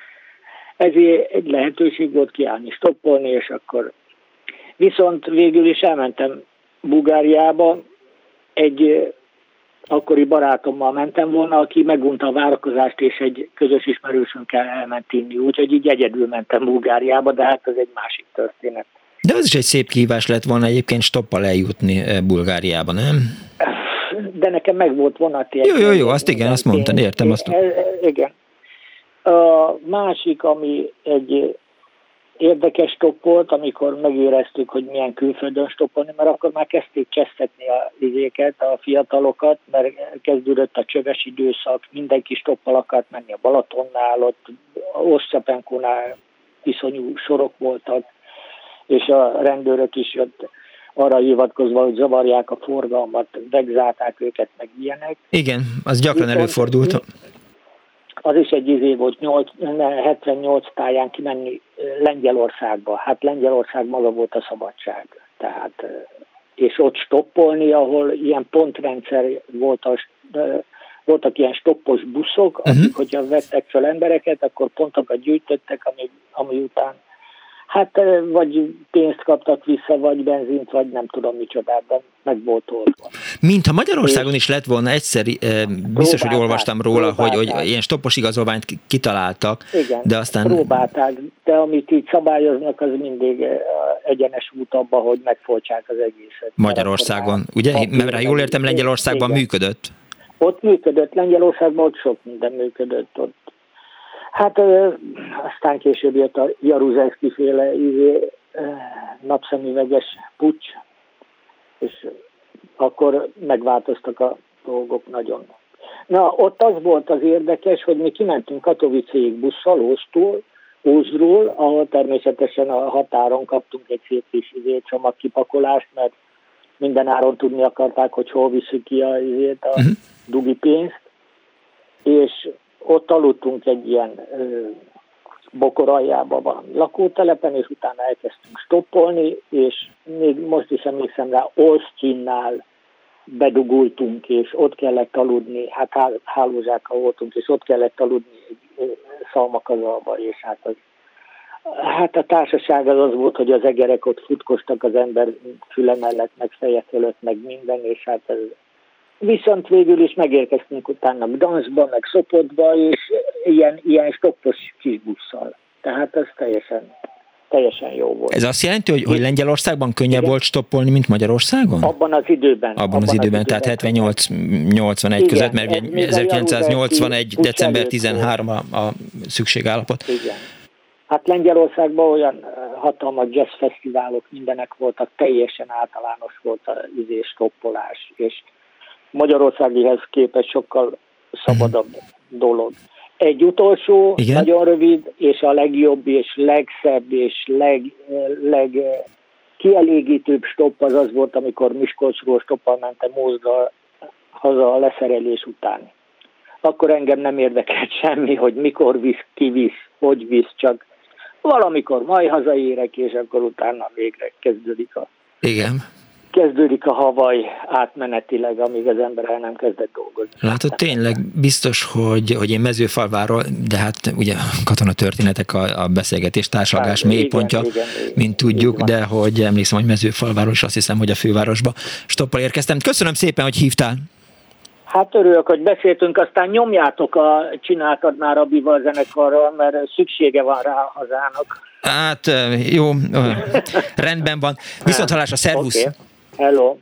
Ezért egy lehetőség volt kiállni, stoppolni, és akkor viszont végül is elmentem Bulgáriába, egy akkori barátommal mentem volna, aki megunta a várakozást, és egy közös ismerősünkkel elment inni, úgyhogy így egyedül mentem Bulgáriába, de hát ez egy másik történet. De az is egy szép kihívás lett volna egyébként stoppal eljutni Bulgáriába, nem? De nekem meg volt vonati. Jó, azt igen, azt mondtad, értem. Azt. Igen. A másik, ami egy érdekes stopp volt, amikor megéreztük, hogy milyen külföldön stoppolni, mert akkor már kezdték csesztetni a izéket, a fiatalokat, mert kezdődött a csöves időszak, mindenki stoppal akart menni a Balatonnál, ott Osztyapenkónál iszonyú sorok voltak, és a rendőrök is jött arra hivatkozva, hogy zavarják a forgalmat, vegzálták őket, meg ilyenek. Igen, az gyakran előfordult. Az is egy izé volt, 78 táján kimenni Lengyelországba. Hát Lengyelország maga volt a szabadság. Tehát, és ott stoppolni, ahol ilyen pontrendszer volt, voltak ilyen stoppos buszok, akik, hogyha vettek fel embereket, akkor pontokat gyűjtöttek, ami után hát vagy pénzt kaptak vissza, vagy benzint, vagy nem tudom micsodában, meg volt oldva. Mintha Magyarországon is lett volna egyszer, biztos, hogy olvastam róla, hogy ilyen stoppos igazolványt kitaláltak. Igen, de aztán próbálták, de amit így szabályoznak, az mindig egyenes út abba, hogy megfoltsák az egészet. Magyarországon, ugye? Mert jól értem, Lengyelországban igen. Működött. Ott működött, Lengyelországban ott sok minden működött ott. Hát aztán később jött a Jaruzelszky féle napszemüveges puccs, és akkor megváltoztak a dolgok nagyon. Na, ott az volt az érdekes, hogy mi kimentünk Katowiceig busszal, Ózdról, ahol természetesen a határon kaptunk egy szép kis csomagkipakolást, mert minden áron tudni akarták, hogy hol viszik ki a dugi pénzt, és ott aludtunk egy ilyen bokor aljában valami lakótelepen, és utána elkezdtünk stoppolni, és még most is emlékszem rá, Olsztyinnál bedugultunk, és ott kellett aludni, hát hálózsákkal voltunk, és ott kellett aludni egy szalmakazalba, és hát a társaság az volt, hogy az egerek ott futkostak az ember füle mellett, meg feje fölött, meg minden, és hát ez... Viszont végül is megérkeztünk utána Gdanskba, meg Sopotba, és ilyen stoppos kis busszal. Tehát ez teljesen jó volt. Ez azt jelenti, hogy Lengyelországban könnyebb volt stoppolni, mint Magyarországon? Abban az időben. Abban az időben, tehát 78-81 között, mert 1981. december 13 a szükségállapot. Igen. Hát Lengyelországban olyan hatalmas jazzfesztiválok, mindenek voltak, teljesen általános volt az stoppolás, és Magyarországihez képest sokkal szabadabb dolog. Egy utolsó, igen? Nagyon rövid, és a legjobb, és legszebb, és legkielégítőbb stopp az volt, amikor Miskolcról stoppal mentem Ózdra haza a leszerelés után. Akkor engem nem érdekelt semmi, hogy mikor visz, ki visz, hogy visz, csak valamikor majd hazaérek, és akkor utána végre kezdődik a havaj átmenetileg, amíg az ember el nem kezdett dolgozni. Látod, tényleg biztos, hogy én Mezőfalváról, de hát ugye katonatörténetek a beszélgetés, társalgás mélypontja, mint tudjuk, de hogy emlékszem, hogy Mezőfalváról is azt hiszem, hogy a fővárosba stoppal érkeztem. Köszönöm szépen, hogy hívtál. Hát örülök, hogy beszéltünk, aztán nyomjátok csináltad már a Bival zenekarral, mert szüksége van rá a hazának. Hát jó, rendben van. Viszonthallásra, szervusz! Okay. Hello.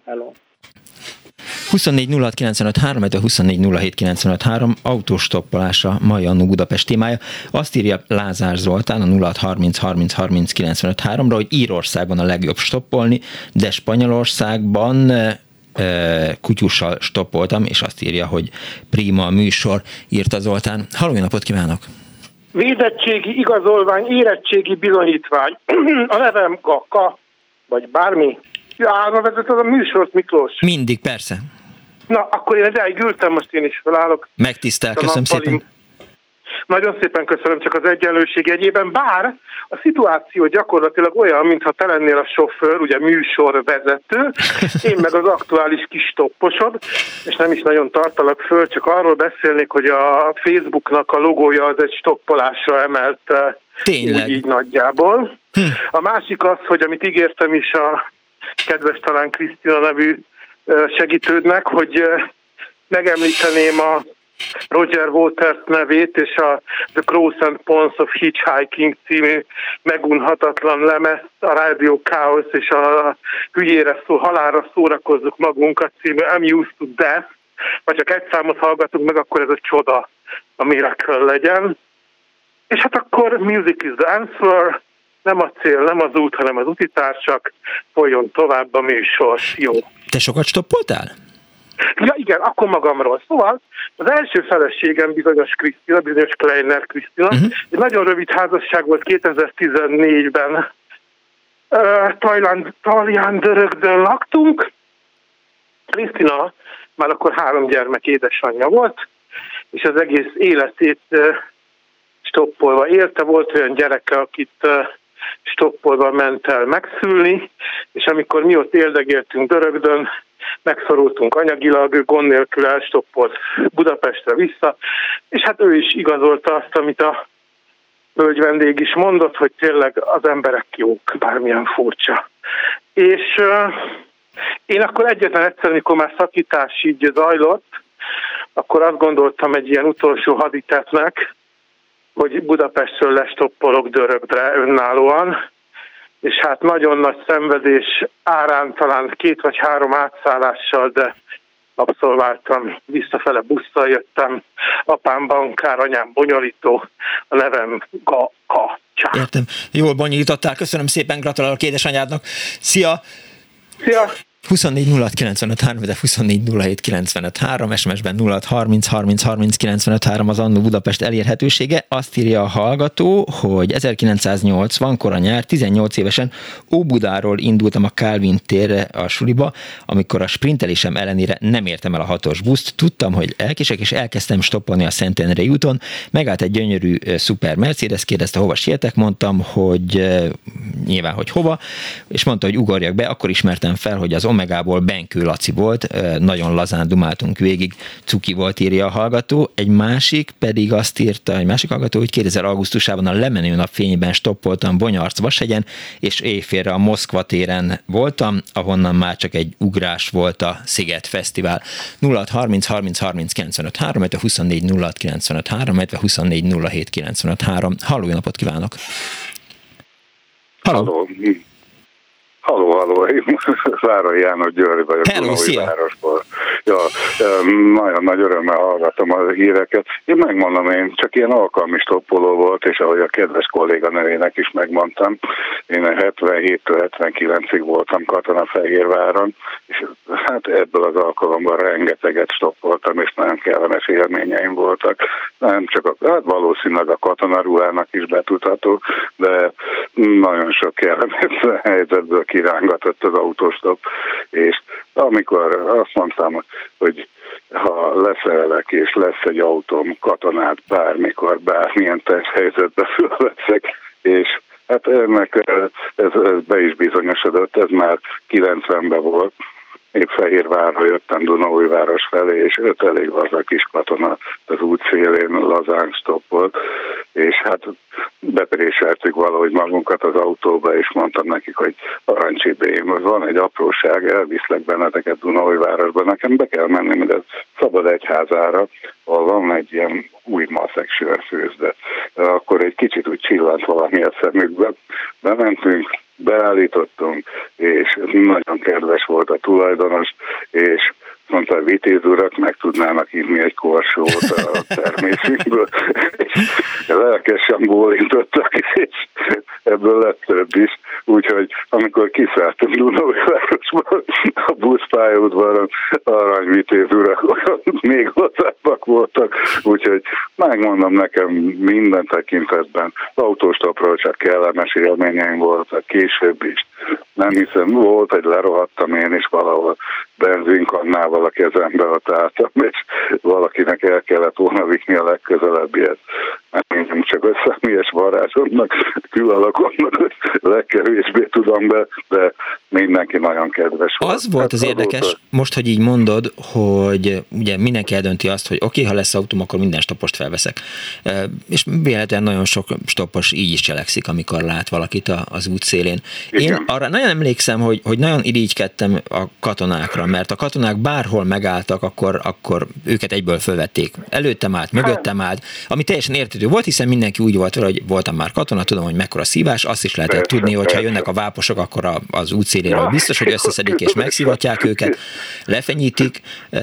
24 06 95 3, 24 07 95 3 autóstoppolása mai Annó Budapest témája. Azt írja Lázár Zoltán a 06 30 30 30 95 3-ra, hogy Írországban a legjobb stoppolni, de Spanyolországban kutyussal stoppoltam, és azt írja, hogy prima a műsor, írta Zoltán. Halló, jó napot kívánok! Védettségi igazolvány, érettségi bizonyítvány. A nevem Gaka, vagy bármi. Állva vezeted a műsort, Miklós? Mindig, persze. Na, akkor én ideig ültem, most én is felállok. Megtisztel, köszönöm szépen. Nagyon szépen köszönöm, csak az egyenlőség jegyében, bár a szituáció gyakorlatilag olyan, mintha te lennél a sofőr, ugye műsorvezető, én meg az aktuális kis stopposod, és nem is nagyon tartalak föl, csak arról beszélnék, hogy a Facebooknak a logója az egy stoppolásra emelt. Tényleg? Így nagyjából. A másik az, hogy amit ígértem is a kedves talán Krisztina nevű segítődnek, hogy megemlíteném a Roger Waters nevét, és a The Crows and Pawns of Hitchhiking című megunhatatlan lemez, a Radio Chaos és a halálra szórakozzuk magunkat című I'm Used to Death, vagy csak egy számot hallgatunk meg, akkor ez a csoda, a miracle legyen. És hát akkor Music is the Answer, nem a cél, nem az út, hanem az utitársak, folyjon tovább a műsor. Jó. Te sokat stoppoltál? Ja igen, akkor magamról. Szóval az első feleségem bizonyos Kleiner Krisztina, egy nagyon rövid házasság volt 2014-ben. Talján-Dörögdön laktunk. Krisztina már akkor 3 gyermek édesanyja volt, és az egész életét stoppolva élte. Volt olyan gyereke, akit stoppolva ment el megszülni, és amikor mi ott éldegéltünk Dörögdön, megszorultunk anyagilag, ő gond nélkül elstoppolt Budapestre vissza, és hát ő is igazolta azt, amit a hölgy vendég is mondott, hogy tényleg az emberek jók, bármilyen furcsa. És én akkor egyetlen egyszer, amikor már szakítás így zajlott, akkor azt gondoltam egy ilyen utolsó haditetnek, hogy Budapestről lestoppolok Dörögdre önállóan, és hát nagyon nagy szenvedés árán talán 2 vagy 3 átszállással, de abszolváltam, visszafele busszal jöttem, apám bankár, anyám bonyolító, a nevem Gakacsa. Értem. Jól bonyolítottál, köszönöm szépen, gratulálok édesanyádnak. Szia! Szia! 24 06 95 3, de 24 07 95 3, SMS-ben 06 30 30 30 95 3 az Annó Budapest elérhetősége. Azt írja a hallgató, hogy 1980 kora nyár, 18 évesen Óbudáról indultam a Kálvin térre a suliba, amikor a sprintelésem ellenére nem értem el a 6-os buszt. Tudtam, hogy elkések, és elkezdtem stoppolni a Szentendrei úton. Megállt egy gyönyörű szuper Mercedes, kérdezte, hova sietek, mondtam, hogy nyilván, hogy hova, és mondta, hogy ugorjak be, akkor ismertem fel, hogy az Omegából Benkő Laci volt, nagyon lazán dumáltunk végig, cuki volt, írja a hallgató. Egy másik pedig azt írta, egy másik hallgató, hogy 2000 augusztusában a lemenő nap fényében stoppoltam Bonyarc-Vashegyen, és éjfélre a Moszkva téren voltam, ahonnan már csak egy ugrás volt a Sziget Fesztivál. 06 30 30 30 95 3, 24 06 95 3, 24 07 95 3. Halló, jó napot kívánok! Halló! Halló, én Zárai János György vagyok, Dunaújvárosból. Nagyon nagy örömmel hallgatom a híreket. Én megmondom, én csak ilyen alkalmi stoppoló volt, és ahogy a kedves kolléganőjének is megmondtam, én 77-től 79-ig voltam Katonafehérváron, és hát ebből az alkalomban rengeteget stoppoltam, és nagyon kellemes élményeim voltak. Nem csak valószínűleg a katonaruhának is betudható, de nagyon sok kellemes helyzetből kirángatott az autóstop, és amikor azt mondtam, hogy ha leszerelek és lesz egy autóm, katonát bármikor, bármilyen helyzetbe fölveszek, és hát ennek ez be is bizonyosodott, ez már 90-ben volt. Épp Fehérvárra jöttem Dunaújváros felé, és 5 elég laza kis katona az út szélén lazán stoppolt, és hát bepréseltük valahogy magunkat az autóba, és mondtam nekik, hogy Arancsidém, van egy apróság, elviszlek benneteket Dunaújvárosba, nekem be kell menni, de Szabad Egyházára, ahol van egy ilyen új maszek sörfőzde. Akkor egy kicsit úgy csillant valami a szemükbe. Bementünk, beállítottunk, és nagyon kedves volt a tulajdonos, és mondta, hogy Vitéz urak meg tudnának inni egy korsót a természünkből, és lelkesen bólintottak, és ebből lett több is. Úgyhogy amikor kiszálltunk Dunaújvárosból, a buszpályaudvaron Arany Vitéz urak még hozzábbak voltak, úgyhogy megmondom nekem minden tekintetben, autóstopról csak kellemes élményeim voltak, később is. Nem hiszem, volt, hogy lerohadtam én is valahol benzinkannával a kezembe ott álltam, és valakinek el kellett volna vinni a legközelebbihez. Nem csak a személyes varázsomnak, külalakomnak, hogy legkevésbé tudom be, de mindenki nagyon kedves volt. Az volt az érdekes, most, hogy így mondod, hogy ugye mindenki eldönti azt, hogy oké, ha lesz autóm, akkor minden stoppost felveszek. És véletlenül nagyon sok stoppos így is cselekszik, amikor lát valakit az út szélén. Én arra nagyon emlékszem, hogy nagyon irigykedtem a katonákra, mert a katonák bárhol megálltak, akkor őket egyből fölvették. Előttem állt, mögöttem állt, ami teljesen érthető volt, hiszen mindenki úgy volt, hogy voltam már katona, tudom, hogy mekkora szívás, azt is lehetett tudni, hogy ha jönnek a váposok, akkor az útszéléről biztos, hogy összeszedik és megszivatják őket, lefenyítik,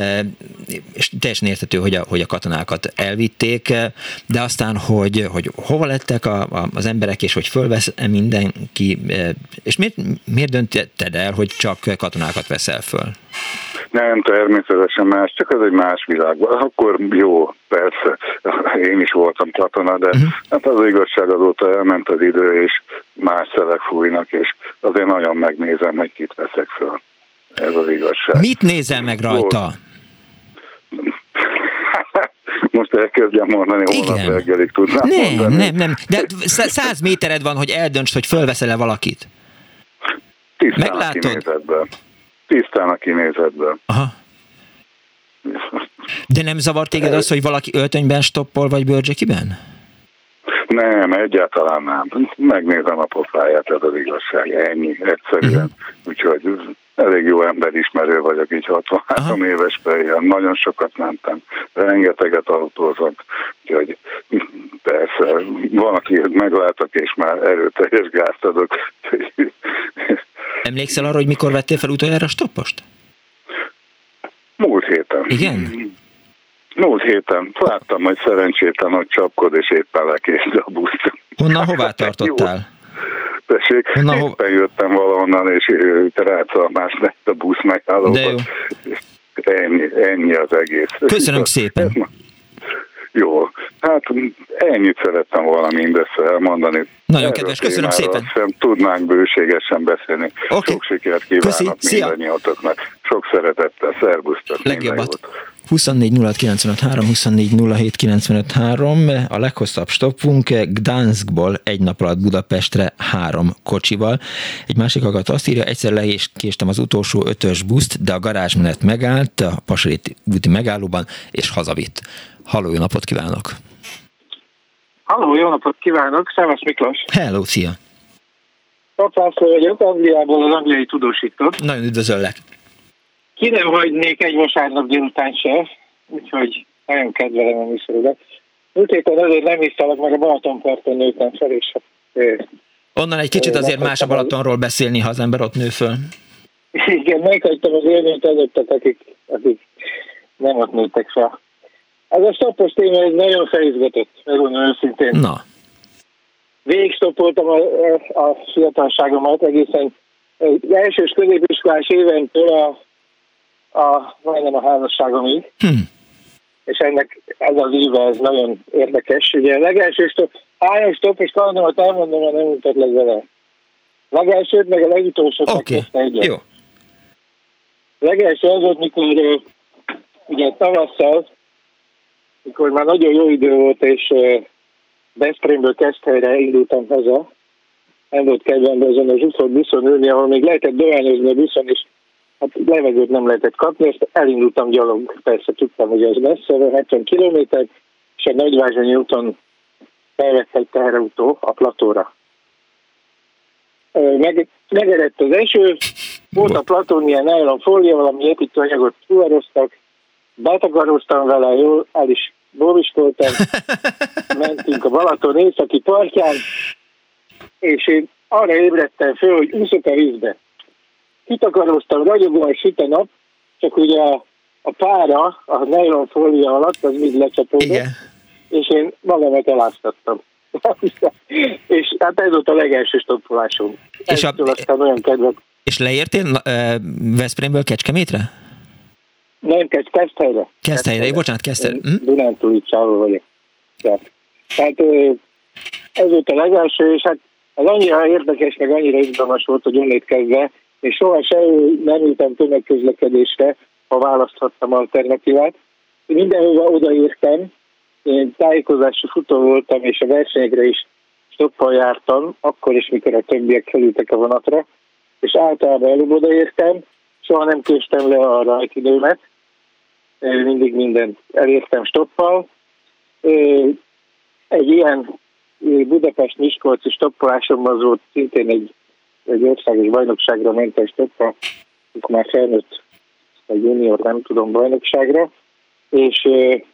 és teljesen érthető, hogy a katonákat elvitték, de aztán, hogy hova lettek az emberek, és hogy fölvesz mindenki, és miért döntötted el, hogy csak katonákat veszel föl? Nem, természetesen más, csak ez egy más világban. Akkor jó, persze, én is voltam katona, de hát az igazság, azóta elment az idő, és más szelek fújnak, és azért nagyon megnézem, hogy kit veszek föl. Ez az igazság. Mit nézel meg rajta? Most elkezdjem mondani, holnap reggelig tudnám mondani. Nem. De 100 métered van, hogy eldöntsd, hogy fölveszel-e valakit. Tisztán a kinézetben. Aha. De nem zavar téged az, hogy valaki öltönyben stoppol, vagy bőrcsekiben? Nem, egyáltalán nem. Megnézem a pofáját, ez az igazság. Ennyi, egyszerűen. Úgyhogy elég jó emberismerő vagyok, így 63 éves fejjel. Nagyon sokat mentem. Rengeteget autózom. Úgyhogy persze, van, aki meglátok, és már erőteljes gázt adok. Emlékszel arra, hogy mikor vettél fel utoljára a stoppost? Múlt héten. Igen? Múlt héten. Láttam, hogy szerencsétlen, hogy csapkod, és éppen lekésd a buszt. Honnan, hová tartottál? Tessék, éppen jöttem valahonnan, és rácalmás lett a busz megállóban. Ennyi az egész. Köszönöm szépen. Jó, hát ennyit szerettem volna mindössze elmondani. Nagyon kedves, köszönöm szépen. Tudnánk bőségesen beszélni. Okay. Sok sikert kívánok mindannyiatoknak. Sok szeretettel, szervusztok. Legjobbat. 24 06 953, 24 07 953, a leghosszabb stoppunk Gdanskból egy nap alatt Budapestre 3 kocsival. Egy másik hallgató azt írja, egyszer lekéstem az utolsó 5-ös buszt, de a garázsmenet megállt a Pasari úti megállóban, és hazavitt. Halló, jó napot kívánok! Halló, jó napot kívánok! Szervusz Miklós! Hello, szia! Papászló vagyok, Angliából, az angliai tudósító. Nagyon üdvözöllek! Ki nem hagynék egy vasárnap délután se, úgyhogy nagyon kedvelem a műsorodat. Múlt héten azért nem hisztalak, meg a Balatonparton nőttem fel, és onnan egy kicsit azért más a Balatonról beszélni, ha az ember ott nő föl. Igen, meghagytam az élményt azoknak, akik nem ott nőttek fel. Ez a stoppos téma, ez nagyon felizgatott, megmondom őszintén. Na. Végig stoppoltam a fiatalságomat egészen az elsős középiskolás éventől majdnem a házasságomig. És ennek ez az íve, ez nagyon érdekes. Ugye a legelső három stoppos kalandómat elmondom, ha nem mutatlak vele. Legelsőt, meg a legutolsót megkezdte egyet. Jó. Legelső az volt, mikor ugye tavasszal, mikor már nagyon jó idő volt, és Veszprémből Keszthelyre indultam haza. Nem volt kedvemben azon az UFO buszon ülni, ahol még lehetett dohányozni a buszon, és hát levegőt nem lehetett kapni, és elindultam gyalog. Persze tudtam, hogy ez messze, 70 kilométer, és egy Nagyvázsonyi úton felvett egy teherautó a platóra. Megerett az eső, volt a platón ilyen nylonfólia, valami építőanyagot fuvaroztak, betakaróztam vele, jól el is bóviskoltam, mentünk a Balaton északi partján, és én arra ébredtem föl, hogy úszok a vízbe. Kitakaróztam, ragyogóan süt a nap, csak ugye a pára, a nylonfólia alatt, az mind lecsapódott, igen. És én magamat eláztattam. És hát ez volt a legelső stoppolásom. Aztán olyan kedvet. És leértél Veszprémből Kecskemétre? Nem, Keszthelyre. Keszthelyre, bocsánat, Keszthelyre. Dunántúli csávó vagyok. Tehát ez volt a legelső, és hát az annyira érdekes, meg annyira izgalmas volt, hogy onnét kezdve, és soha nem ültem tömegközlekedésre, ha választhattam alternatívát. Mindenhova odaértem, én tájékozási futó voltam, és a versenyekre is stoppal jártam, akkor is, mikor a többiek felültek a vonatra, és általában előbb odaértem, soha nem késtem le a rajtidőmet, mindig mindent elértem stoppal. Egy ilyen Budapest-Miskolci stoppolásomban volt szintén egy országos bajnokságra mentem stoppal, akkor már felnőtt egy junior, nem tudom, bajnokságra, és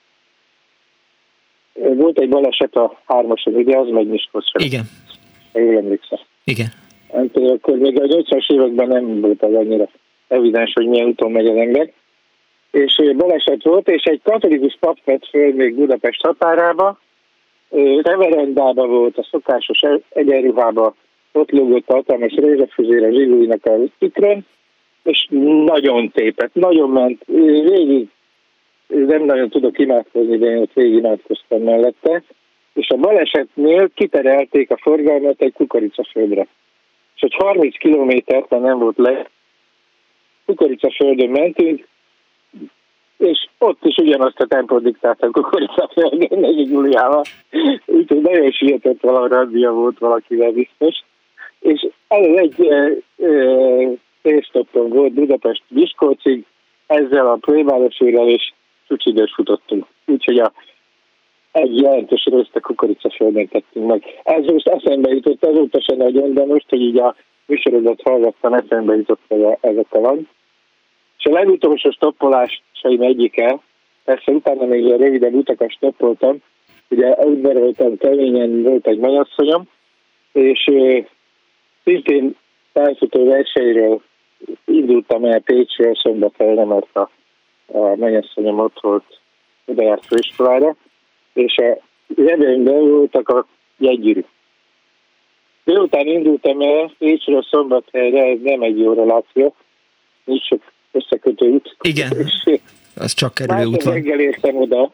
volt egy baleset a 3-ason, ugye az megy Miskolcra. Igen. Jól emlékszem. Igen. Akkor még a 80-as években nem volt az annyira evidens, hogy milyen úton megy az ember. És baleset volt, és egy katolikus pap vett föl még Budapest határába, reverendába volt a szokásos egyenruhába, ott lógott a hatalmas rózsafüzér a zsigújnak a tükrön, és nagyon tépett, nagyon ment, végig nem nagyon tudok imádkozni, de én ott végig imádkoztam mellette, és a balesetnél kiterelték a forgalmat egy kukoricaföldre. És egy 30 kilométert nem volt le, kukoricaföldön mentünk, és ott is ugyanazt a tempót diktálta a kukoricaföldön, neki Juliával, úgyhogy nagyon sietett valahol radia volt valakivel biztos. És ez egy térstoppon volt Budapest-Miskolcig, ezzel a plébálosőrrel és csúcsidőt futottunk. Úgyhogy egy jelentős részt a kukoricaföldön tettünk meg. Ez most eszembe jutott, azóta se nagyon, de most, hogy így a műsorodat hallgattam, eszembe jutott ezek a van. És a legutolsó stoppolásaim egyike, persze utána még ilyen röviden utakat stoppoltam, ugye udvaroltam keményen, volt egy mennyasszonyom, és szintén pályafutó versenyről indultam el Pécsről Szombathelyre, mert a a mennyasszonyom ott volt, oda járt főiskolára, és a zsebeinkben voltak a jegygyűrű. Délután indultam el Pécsről Szombathelyre, ez nem egy jó reláció, nincs sok összekötő út. Igen, az csak kerülő út van. Reggel értem oda,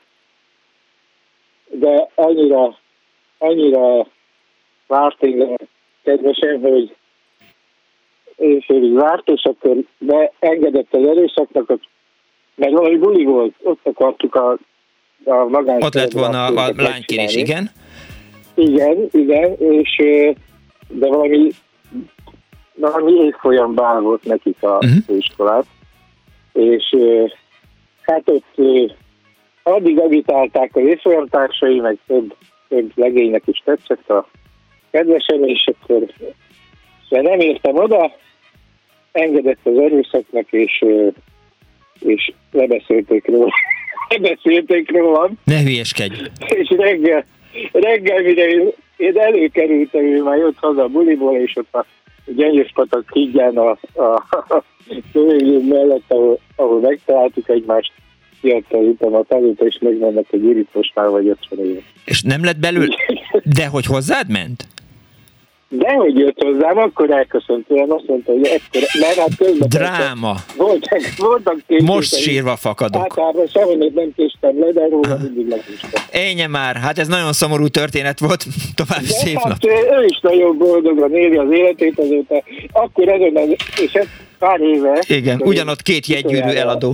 de annyira várt engem kedvesen, hogy én félig várt, és akkor beengedett az erőszaknak, mert valami buli volt, ott akartuk a magány. Ott lett volna a lánykérés, igen? Igen, és de valami évfolyam bál volt nekik a főiskolát, és hát ott addig agitálták az évfolyamtársai, meg több legénynek is tetszett a kedvesem, és akkor nem értem oda, engedett az erőszaknak, és lebeszélték rólam. Ne hülyeskedj! És reggel mire én előkerültem, ő már jött haza a buliból, és ott a Gyöngyös-patak hídján a szövőjük mellett, ahol megtaláltuk egymást, kiadta az utamat előtt, és megmennek, hogy Gyurit most már vagy 50 éve. És nem lett belőle? De hogy hozzád ment? Dehogy jött hozzám, akkor elköszönt olyan, azt mondta, hogy ekkor, mert hát közben... Dráma! Voltak most sírva fakadok. Általában sehonnét nem késtem le, de róla mindig lekéstem. Énye már, hát ez nagyon szomorú történet volt, további szép nap. Hát ő is nagyon boldogan éli az életét azóta, akkor ezen, és ez pár éve... Igen, ugyanott 2 jegygyűrű eladó.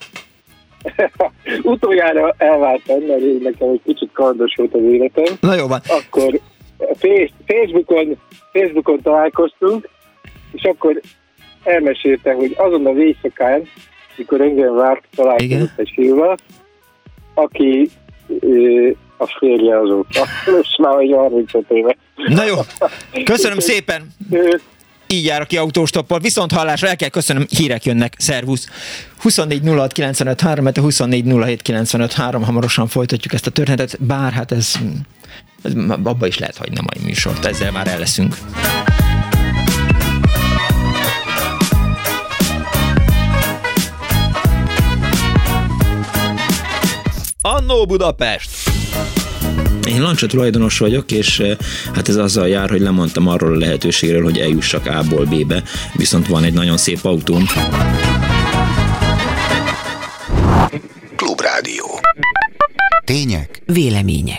Utoljára elváltam, mert nekem egy kicsit kardos volt az életem. Na jó van. Akkor Facebookon találkoztunk, és akkor elmeséltem, hogy azon az éjszakán, mikor engem várt, találkozott egy fiúval, aki a férje azóta. Most már egy 35 éve. Na jó, köszönöm szépen! Így jár, aki autóstoppal. Viszont hallásra el kell köszönöm, hírek jönnek. Szervusz! 24 06 95 3, 24 07 95 3, hamarosan folytatjuk ezt a történetet, bár hát ez abba is lehet hagyni a mai műsort, ezzel már el leszünk. Annó Budapest! Én Lancsa tulajdonos vagyok, és hát ez azzal jár, hogy lemondtam arról a lehetőségről, hogy eljussak A-ból B-be, viszont van egy nagyon szép autóm. Klubrádió. Tények, vélemények.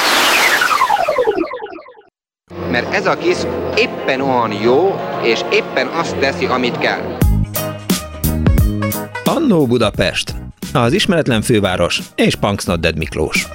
Mert ez a kis éppen olyan jó, és éppen azt teszi, amit kell. Annó Budapest, az ismeretlen főváros és Punksnodded Miklós.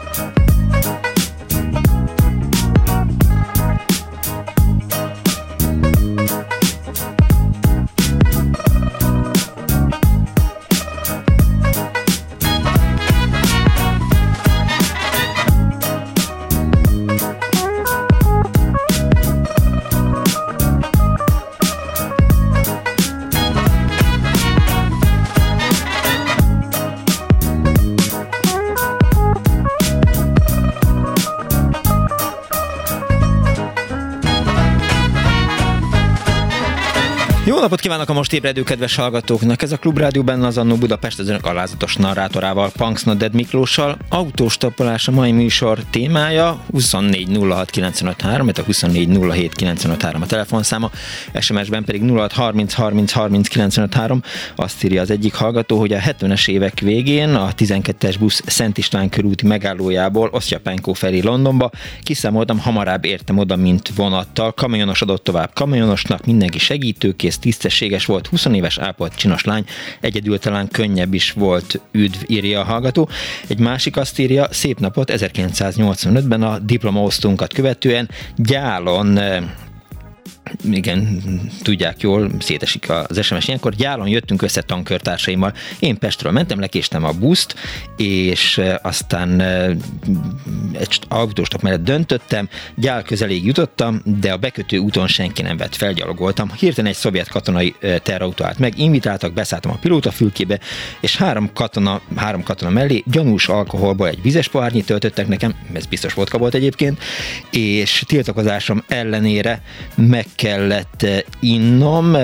Jó napot kívánok a most ébredő kedves hallgatóknak! Ez a Klubrádió, benne az Annó Budapest, az önök alázatos narrátorával, Punksnodded Miklóssal. Autóstoppolás a mai műsor témája, 24 06 95 3, a 24 07 95 3 a telefonszáma, SMS-ben pedig 06 30 30 30 95 3. Azt írja az egyik hallgató, hogy a 70-es évek végén a 12-es busz Szent István körúti megállójából Osztyapenkó felé Londonba kiszámoltam, hamarabb értem oda, mint vonattal. Kamionos adott tovább kamionosnak, mindenki segítőkész, tisztességes volt, 20 éves ápolt csinos lány, egyedül talán könnyebb is volt, üdv, írja a hallgató. Egy másik azt írja, szép napot, 1985-ben a diplomaosztunkat követően Gyálon, igen, tudják jól, szétesik az SMS ilyenkor, Gyálon jöttünk össze tankörtársaimmal. Én Pestről mentem, lekéstem a buszt, és aztán egy autóstop mellett döntöttem, Gyál közeléig jutottam, de a bekötő úton senki nem vett fel, gyalogoltam. Hirtelen egy szovjet katonai terrautó állt meg, invitáltak, beszálltam a pilótafülkébe, és három katona mellé gyanús alkoholból egy vizes pohárnyit töltöttek nekem, ez biztos vodka volt egyébként, és tiltakozásom ellenére meg kellett innom,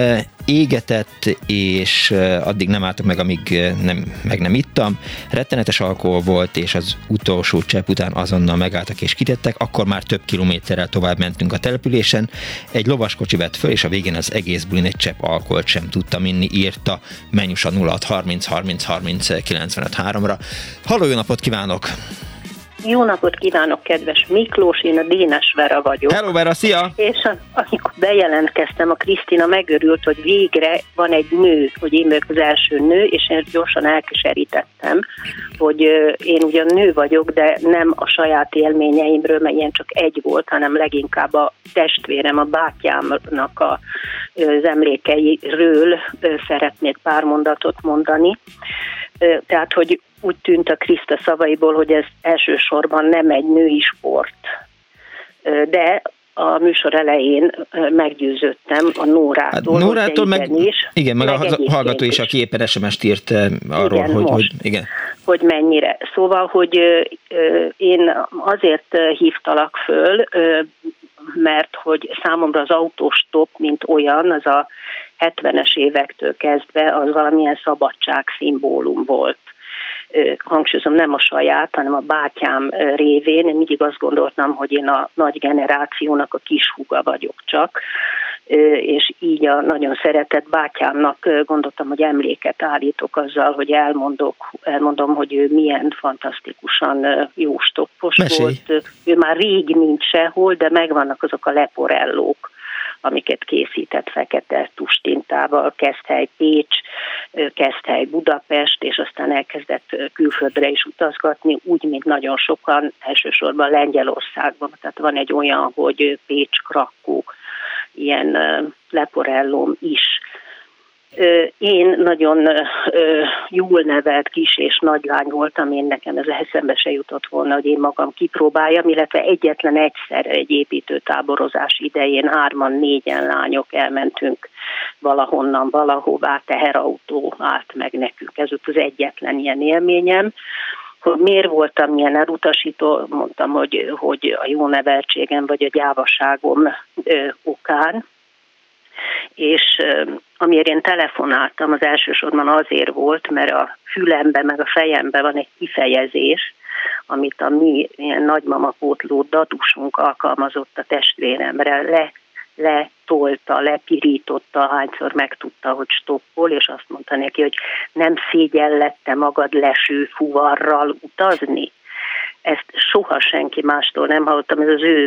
égetett, és addig nem álltak meg, amíg nem ittam. Rettenetes alkohol volt, és az utolsó csepp után azonnal megálltak és kitettek, akkor már több kilométerrel tovább mentünk a településen. Egy lovaskocsi vett föl, és a végén az egész bulin egy csepp alkoholt sem tudtam inni, írta Menyusa 0630 30 30 95 3-ra. Halló, jó napot kívánok! Jó napot kívánok, kedves Miklós, én a Dénes Vera vagyok. Hello Vera, szia! És amikor bejelentkeztem, a Krisztina megörült, hogy végre van egy nő, hogy én vagyok az első nő, és én gyorsan elkeserítettem, hogy én ugyan nő vagyok, de nem a saját élményeimről, mert ilyen csak egy volt, hanem leginkább a testvérem, a bátyámnak az emlékeiről szeretnék pár mondatot mondani. Tehát, hogy úgy tűnt a Kriszta szavaiból, hogy ez elsősorban nem egy női sport. De a műsor elején meggyőződtem a Nórától, Nórától meg is. Igen, meg a hallgató is, aki éppen SMS-t írt arról, igen, hogy mennyire. Szóval, hogy én azért hívtalak föl, mert hogy számomra az autostop, mint olyan, az a 70-es évektől kezdve az valamilyen szabadság szimbólum volt. Hangsúlyozom, nem a saját, hanem a bátyám révén. Én mindig azt gondoltam, hogy én a nagy generációnak a kishúga vagyok csak, és így a nagyon szeretett bátyámnak gondoltam, hogy emléket állítok azzal, hogy elmondom, hogy ő milyen fantasztikusan jó stoppos volt. Ő már rég nincs sehol, de megvannak azok a leporellók, amiket készített fekete tustintával, Keszthely Pécs, Keszthely Budapest, és aztán elkezdett külföldre is utazgatni, úgy, mint nagyon sokan, elsősorban Lengyelországban. Tehát van egy olyan, hogy Pécs-Krakó, ilyen leporellóm is. Én nagyon jól nevelt kis és nagylány voltam, én nekem ez eszembe se jutott volna, hogy én magam kipróbáljam, illetve egyetlen egyszer egy építőtáborozás idején 3-4 lányok elmentünk valahonnan, valahová, teherautó állt meg nekünk. Ez volt az egyetlen ilyen élményem. Hogy miért voltam ilyen elutasító, mondtam, hogy a jó neveltségem vagy a gyávaságom okán. És amiért én telefonáltam, az elsősorban azért volt, mert a fülemben meg a fejemben van egy kifejezés, amit a mi ilyen nagymamapótló dadusunk alkalmazott a testvéremre, letolta, lepirította, hányszor megtudta, hogy stoppol, és azt mondta neki, hogy nem szégyellette magad lesőfuvarral utazni. Ezt soha senki mástól nem hallottam, ez az ő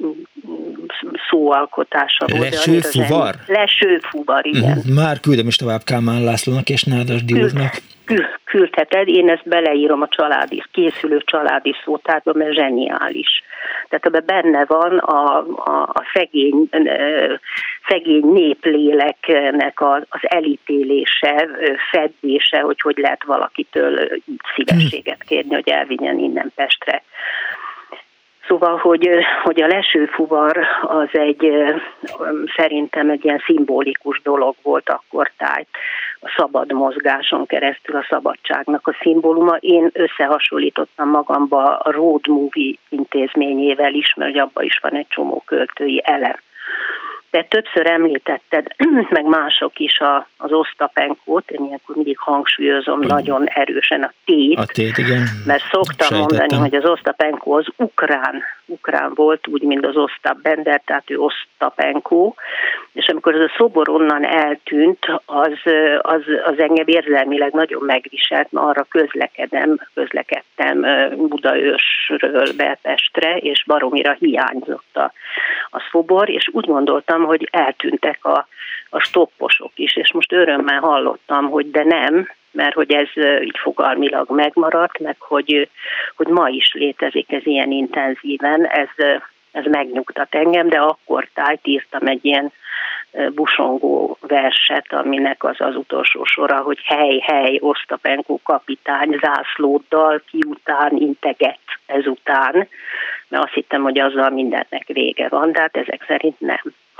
szóalkotása volt. Lesőfuvar? Lesőfuvar, igen. Már küldöm is tovább Kálmán Lászlónak és Nádas Diósnak. Küldheted, én ezt beleírom a készülő családi szótárba, mert zseniális. Tehát ebben benne van a szegény népléleknek az elítélése, feddése, hogy lehet valakitől így szívességet kérni, hogy elvigyen innen Pestre. Szóval, hogy a lesőfuvar az szerintem egy ilyen szimbolikus dolog volt akkortájt, a szabad mozgáson keresztül a szabadságnak a szimbóluma. Én összehasonlítottam magamba a Road Movie intézményével is, mert abban is van egy csomó költői elem. De többször említetted, meg mások is az Osztapenkót, én ilyenkor mindig hangsúlyozom nagyon erősen a tét. A tét, igen. Mert szoktam mondani, hogy az Osztapenkó az ukrán volt, úgy, mint az Ostap Bender, tehát ő Osztapenkó, és amikor ez a szobor onnan eltűnt, az engem érzelmileg nagyon megviselt, mert arra közlekedtem Budaörsről Belpestre, és baromira hiányzott a szobor, és úgy gondoltam, hogy eltűntek a stopposok is, és most örömmel hallottam, hogy de nem, mert hogy ez így fogalmilag megmaradt, meg hogy ma is létezik ez ilyen intenzíven, ez megnyugtat engem, de akkor írtam egy ilyen busongó verset, aminek az utolsó sora, hogy hely, Osztapenkó kapitány, zászlóddal ki után integet ezután, mert azt hittem, hogy azzal mindennek vége van, de hát ezek szerint nem.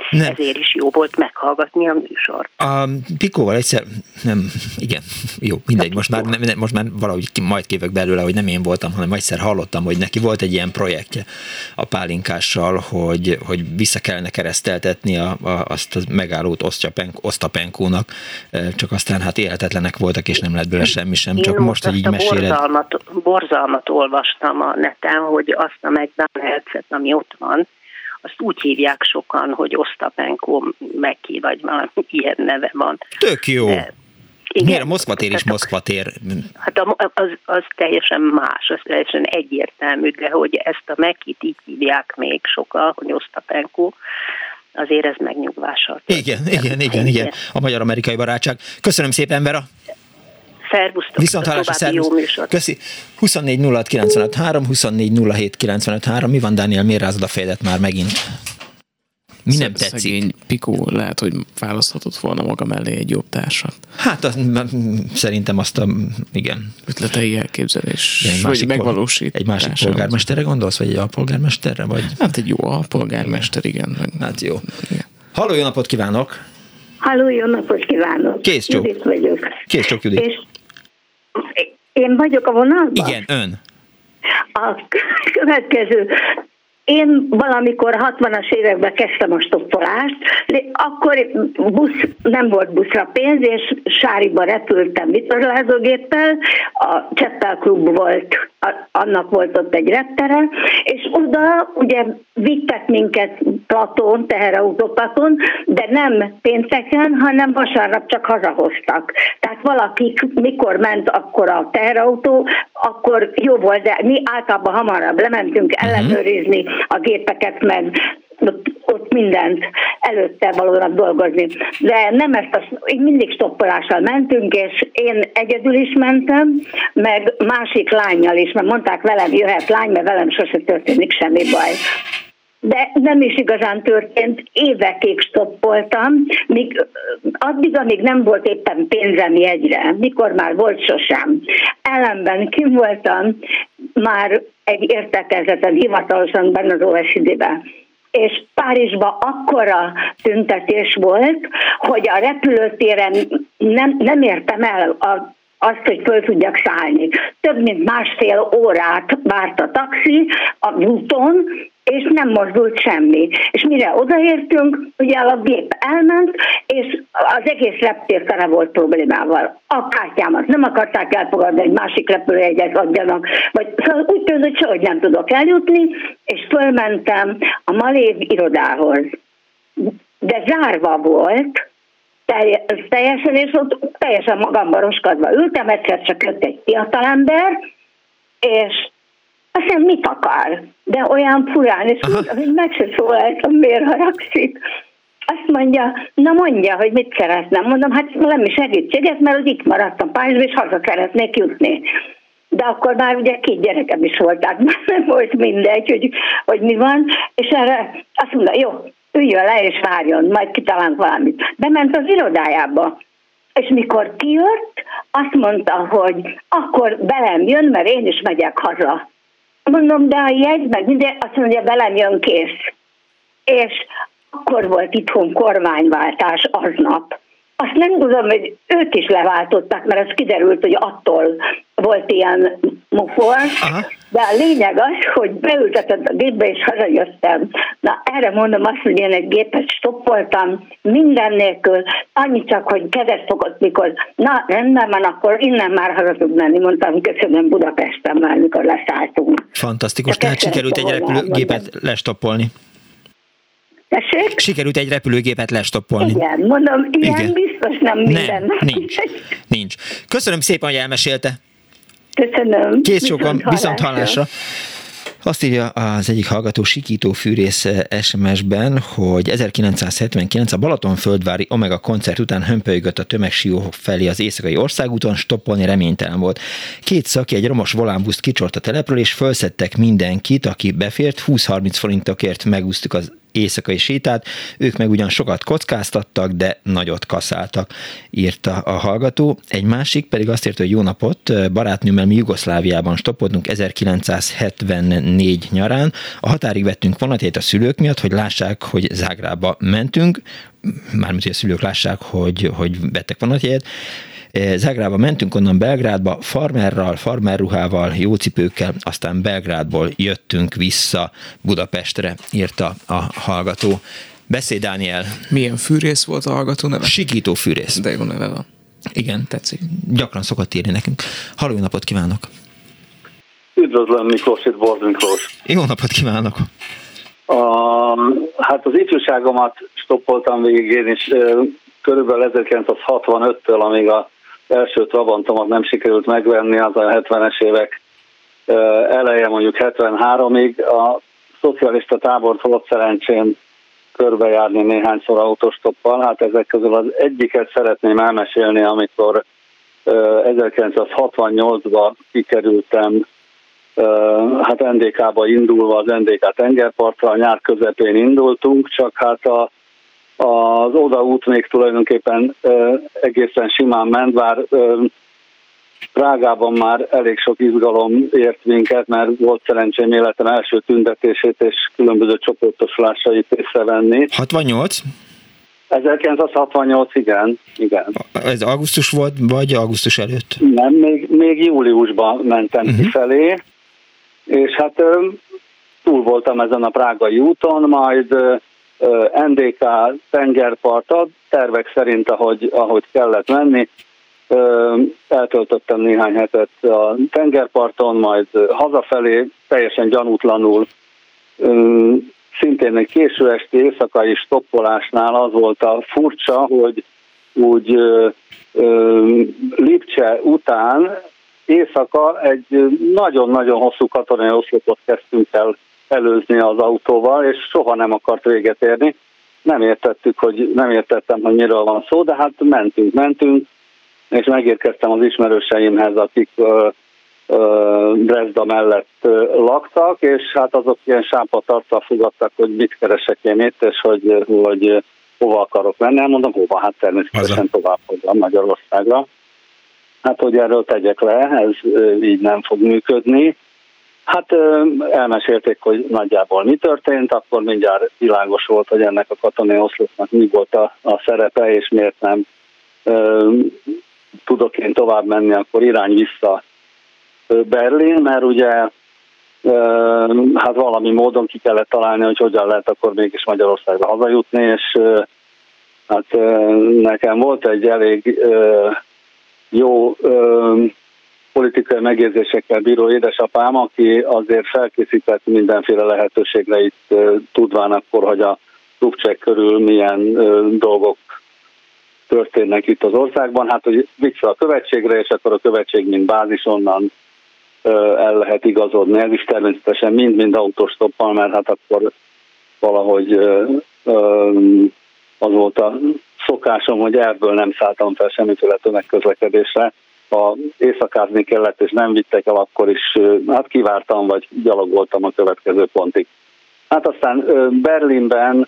ezért is jó volt meghallgatni a műsort. A Pikóval egyszer, nem, igen, jó, mindegy, most már valahogy majd kívök belőle, hogy nem én voltam, hanem egyszer hallottam, hogy neki volt egy ilyen projektje a pálinkással, hogy vissza kellene kereszteltetni azt a megállót Osztapenkónak, csak aztán hát élhetetlenek voltak, és nem lett belőle semmi sem, csak most, hogy így meséled. Borzalmat olvastam a neten, hogy azt a McDonald's-et, ami ott van, azt úgy hívják sokan, hogy Osztapenkó Meki, vagy valami ilyen neve van. Tök jó. Miért a Moszkva tér is Moszkva tér? Hát az teljesen más, az teljesen egyértelmű, de hogy ezt a Mekit így hívják még sokan, hogy Osztapenkó, azért ez megnyugvással. Igen. A magyar-amerikai barátság. Köszönöm szépen, Vera. Szervusztok. Viszonthallásra, szervusz. Köszi. 24 06 95 3, 24 07 95 3. Mi van, Dániel, miért rázod a fejedet már megint? Mi nem tetszik? Szegény Pikó lehet, hogy választhatott volna maga mellé egy jobb társat. Hát szerintem igen. Ötletei elképzelés, vagy megvalósít. Egy másik polgármesterre gondolsz, vagy egy alpolgármesterre? Vagy? Hát egy jó alpolgármester, igen. Hát jó. Igen. Halló, jó napot kívánok! Halló, jó napot kívánok! Kész csók. Judit vagyok. Kész csók, Judit. És én vagyok a vonalban? Igen, ön. A következő. Én valamikor 60-as években kezdtem a stoppolást, akkor nem volt buszra pénz, és Sáriba repültem vitorlázógéppel, a Cseppel Klub volt, annak volt ott egy reptere, és oda ugye vittek minket platón, teherautóplatón, de nem pénteken, hanem vasárnap csak hazahoztak. Tehát valaki mikor ment akkor a teherautó, akkor jó volt, de mi általában hamarabb lementünk ellenőrizni a gépeket, meg ott mindent előtte valónak dolgozni. De nem így mindig stoppolással mentünk, és én egyedül is mentem, meg másik lánnyal is, mert mondták velem jöhet lány, mert velem sose történik semmi baj. De nem is igazán történt, évekig stoppoltam, addig, amíg nem volt éppen pénzem jegyre, mikor már volt sosem. Ellenben kim voltam már egy értekezleten, hivatalosan benne az OSZD-ben. És Párizsban akkora tüntetés volt, hogy a repülőtéren nem értem el azt, hogy föl tudjak szállni. Több mint másfél órát várt a taxi a úton, és nem mozdult semmi. És mire odaértünk, ugye a gép elment, és az egész reptér tele volt problémával. A kártyámat nem akarták elfogadni, egy másik repülőjegyet adjanak, vagy szóval úgy tűnt, hogy sehogy nem tudok eljutni, és fölmentem a Malév irodához. De zárva volt, teljesen, és ott teljesen magamban roskadva ültem, egyszer csak jött egy fiatalember, és azt mondja, mit akar? De olyan furán, és hogy meg se szólaltam, miért haragszik. Azt mondja, na mondja, hogy mit szeretném. Mondom, hát valami segítséget, mert itt maradtam Párizsba, és haza szeretnék jutni. De akkor már ugye 2 gyerekem is voltak, nem volt mindegy, hogy mi van, és erre azt mondta, jó, üljön le és várjon, majd kitalálunk valamit. Bement az irodájába, és mikor kijött, azt mondta, hogy akkor velem jön, mert én is megyek haza. Mondom, de a jegy, meg minden, azt mondja, velem jön, kész. És akkor volt itthon kormányváltás aznap. Azt nem tudom, hogy őt is leváltották, mert az kiderült, hogy attól volt ilyen mufor. De a lényeg az, hogy beültetett a gépbe, és hazajöttem. Na, erre mondom azt, hogy én egy gépet stoppoltam, minden nélkül, annyi csak, hogy kezet fogott, mikor, na, rendben van, akkor innen már haza tud menni, mondtam, köszönöm Budapesten már, mikor leszálltunk. Fantasztikus, tehát sikerült egy repülőgépet lestoppolni. Tessék? Sikerült egy repülőgépet lestoppolni. Igen, mondom, ilyen biztos nem minden. Nincs. Köszönöm szépen, hogy elmesélte. Köszönöm. Kész sokan, viszont hallásra. Azt írja az egyik hallgató Sikító Fűrész SMS-ben, hogy 1979 a Balatonföldvári Omega koncert után hömpölygött a tömegsió felé az éjszakai országúton, stoppolni reménytelen volt. 2 szaki egy romos volánbuszt kicsort a telepről, és fölszedtek mindenkit, aki befért, 20-30 forintokért megúsztuk az éjszakai sétát, ők meg ugyan sokat kockáztattak, de nagyot kaszáltak, írta a hallgató. Egy másik pedig azt írta, hogy jó napot, barátnőmmel mi Jugoszláviában stoppoltunk 1974 nyarán. A határig vettünk vonatjegyet a szülők miatt, hogy lássák, hogy Zágrába mentünk, mármint, hogy a szülők lássák, hogy vettek vonatjegyet. Zágrába mentünk, onnan Belgrádba, farmerral, farmerruhával, jó cipőkkel, aztán Belgrádból jöttünk vissza Budapestre, írta a hallgató. Beszélj, Dániel. Milyen fűrész volt a hallgató neve? Sikító fűrész. De jó neve van. Igen, tetszik. Gyakran szokott írni nekünk. Halló, jó napot kívánok! Üdvözlöm, Miklós, itt Borz Miklós. Jó napot kívánok! Hát az ifjúságomat stoppoltam végig én is, körülbelül 1965-től, amíg az első Trabantomat nem sikerült megvenni, az a 70-es évek eleje, mondjuk 73-ig. A szocialista tábort volt szerencsém körbejárni néhányszor autostoppal. Hát ezek közül az egyiket szeretném elmesélni, amikor 1968-ban kikerültem, hát NDK-ba indulva, az NDK tengerpartra, a nyár közepén indultunk, csak hát az odaút még tulajdonképpen egészen simán ment, bár Prágában már elég sok izgalom ért minket, mert volt szerencsém életem első tüntetését és különböző csoportosulásait észrevenni. 68? 1968, igen. Ez augusztus volt, vagy augusztus előtt? Nem, még júliusban mentem kifelé, és hát túl voltam ezen a prágai úton, majd NDK tengerpartad, tervek szerint, ahogy kellett menni. Eltöltöttem néhány hetet a tengerparton, majd hazafelé, teljesen gyanútlanul, szintén egy késő esti éjszakai stoppolásnál az volt a furcsa, hogy úgy Lipcse után éjszaka egy nagyon-nagyon hosszú katonai oszlopot kezdtünk el előzni az autóval, és soha nem akart véget érni. Nem értettem, hogy miről van szó, de hát mentünk, és megérkeztem az ismerőseimhez, akik Dresda mellett laktak, és hát azok ilyen sápat arccal fogadtak, hogy mit keresek én itt, és hogy hova akarok menni. Mondom, hova? Hát természetesen tovább hozzám Magyarországra. Hát, hogy erről tegyek le, ez így nem fog működni. Hát elmesélték, hogy nagyjából mi történt, akkor mindjárt világos volt, hogy ennek a katonai oszlopnak mi volt a szerepe, és miért nem tudok én tovább menni, akkor irány vissza Berlin, mert ugye hát valami módon ki kellett találni, hogy hogyan lehet akkor mégis Magyarországra hazajutni, és hát nekem volt egy elég jó politikai megérzésekkel bíró édesapám, aki azért felkészített mindenféle lehetőségre itt tudván akkor, hogy a Lipcsek körül milyen dolgok történnek itt az országban. Hát, hogy vissza a követségre, és akkor a követség mint bázis onnan el lehet igazodni. Ez is természetesen mind autostoppal, mert hát akkor valahogy az volt a szokásom, hogy ebből nem szálltam fel semmiféle tömegközlekedésre. Ha éjszakázni kellett, és nem vittek el, akkor is hát kivártam, vagy gyalogoltam a következő pontig. Hát aztán Berlinben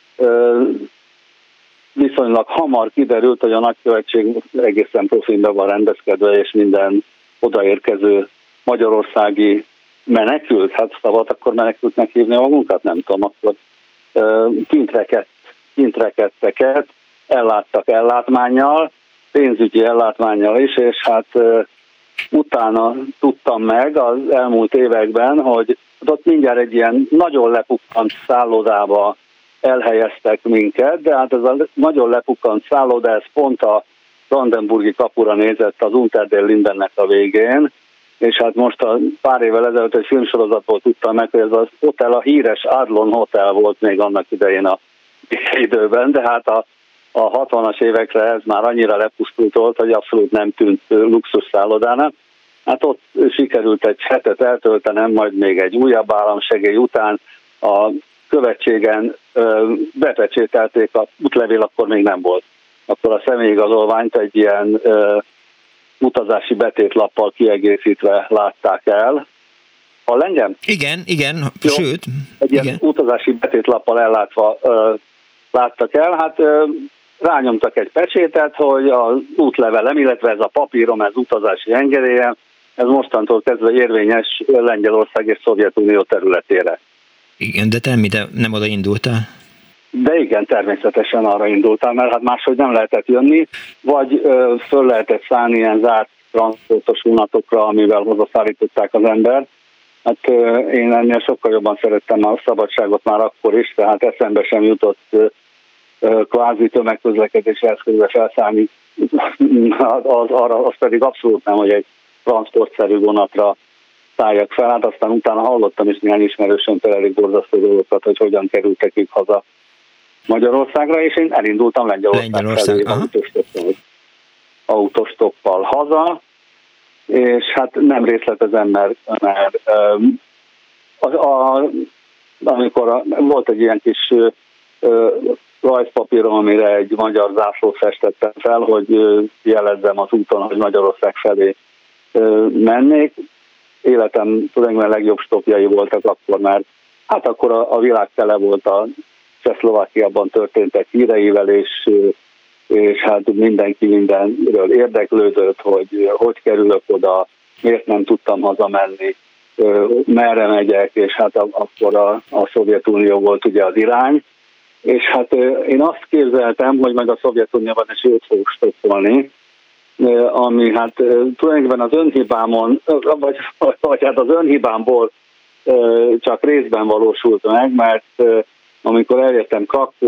viszonylag hamar kiderült, hogy a nagykövetség egészen profin be van rendezkedve, és minden odaérkező magyarországi menekült, hát szabad akkor menekültnek hívni magunkat, nem tudom, akkor kintrekedteket elláttak ellátmánnyal, pénzügyi ellátmánnyal is, és hát utána tudtam meg az elmúlt években, hogy ott mindjárt egy ilyen nagyon lepukkant szállodába elhelyeztek minket, de hát ez a nagyon lepukkant szálloda, ez pont a Brandenburgi kapura nézett az Unter den Lindennek a végén, és hát most a pár évvel ezelőtt egy filmsorozatból tudtam meg, hogy ez az hotel, a híres Adlon Hotel volt még annak idején a időben, de hát a 60-as évekre ez már annyira lepusztult volt, hogy abszolút nem tűnt luxus szállodának. Hát ott sikerült egy hetet eltöltenem, majd még egy újabb államsegély után a követségen bepecsételték, a útlevél akkor még nem volt. Akkor a személyigazolványt egy ilyen utazási betétlappal kiegészítve látták el, Hall engem? Igen, jó. Sőt. Egy ilyen utazási betétlappal ellátva láttak el, hát rányomtak egy pecsétet, hogy az útlevelem, illetve ez a papírom, ez utazási engedélyem, ez mostantól kezdve érvényes Lengyelország és Szovjetunió területére. Igen, de te nem oda indultál? De igen, természetesen arra indultam, mert hát máshogy nem lehetett jönni, vagy föl lehetett szállni ilyen zárt transzportos vonatokra, amivel hazaszállították az embert. Hát én ennél sokkal jobban szerettem a szabadságot már akkor is, tehát eszembe sem jutott kvázi tömegközlekedési eszközbe felszállni, az pedig abszolút nem, hogy egy transportszerű vonatra szálljak fel. Hát aztán utána hallottam is néhány ismerősömtől elég borzasztó dolgokat, hogy hogyan kerültek ők haza Magyarországra, és én elindultam Lengyelország felé autostoppal haza, és hát nem részletezem, mert amikor volt egy ilyen kis rajzpapírom, amire egy magyar zászlót festettem fel, hogy jelezzem az úton, hogy Magyarország felé mennék. Életem tulajdonképpen legjobb stopjai voltak akkor, mert hát akkor a világ tele volt a Csehszlovákiában történtek híreivel, és hát mindenki mindenről érdeklődött, hogy kerülök oda, miért nem tudtam hazamenni, merre megyek, és hát akkor a Szovjetunió volt ugye az irány, és hát én azt képzeltem, hogy majd a Szovjetunióban is őt fogok stoppolni, ami hát tulajdonképpen az önhibámon, vagy hát az önhibámból csak részben valósult meg, mert amikor eljöttem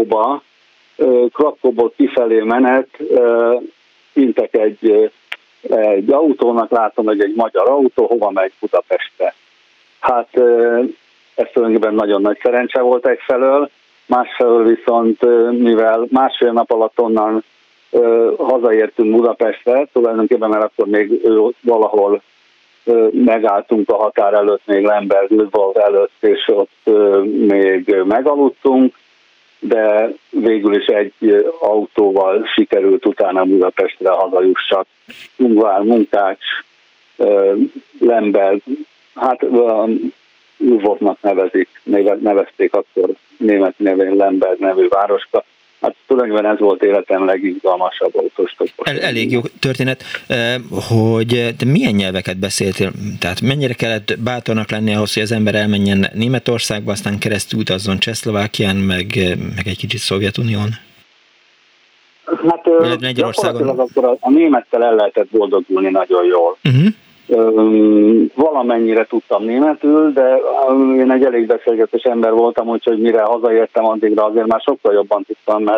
Krakóból kifelé menet, intek egy autónak, látom, hogy egy magyar autó, hova megy Budapestre. Hát ez tulajdonképpen nagyon nagy szerencse volt egyfelől, másfelől viszont, mivel másfél nap alatt onnan hazaértünk Budapestre, tulajdonképpen mert akkor még valahol megálltunk a határ előtt, még Lemberg Lvov előtt, és ott még megaludtunk, de végül is egy autóval sikerült utána Budapestre hazajussak. Ungvár, Munkács, Lemberg, hát Lvovnak nevezték akkor német nevén Lemberg nevű városka. Hát tulajdonképpen ez volt életem legizgalmasabb autostoppos. Elég jó történet, hogy te milyen nyelveket beszéltél? Tehát mennyire kellett bátornak lenni ahhoz, hogy az ember elmenjen Németországba, aztán keresztül utazzon Csehszlovákián, meg egy kicsit Szovjetunión? Hát gyakorlatilag akkor a némettel el lehetett boldogulni nagyon jól. Uh-huh. Valamennyire tudtam németül, de én egy elég beszélgetős ember voltam, úgyhogy mire hazaértem, addigra azért már sokkal jobban tudtam, mert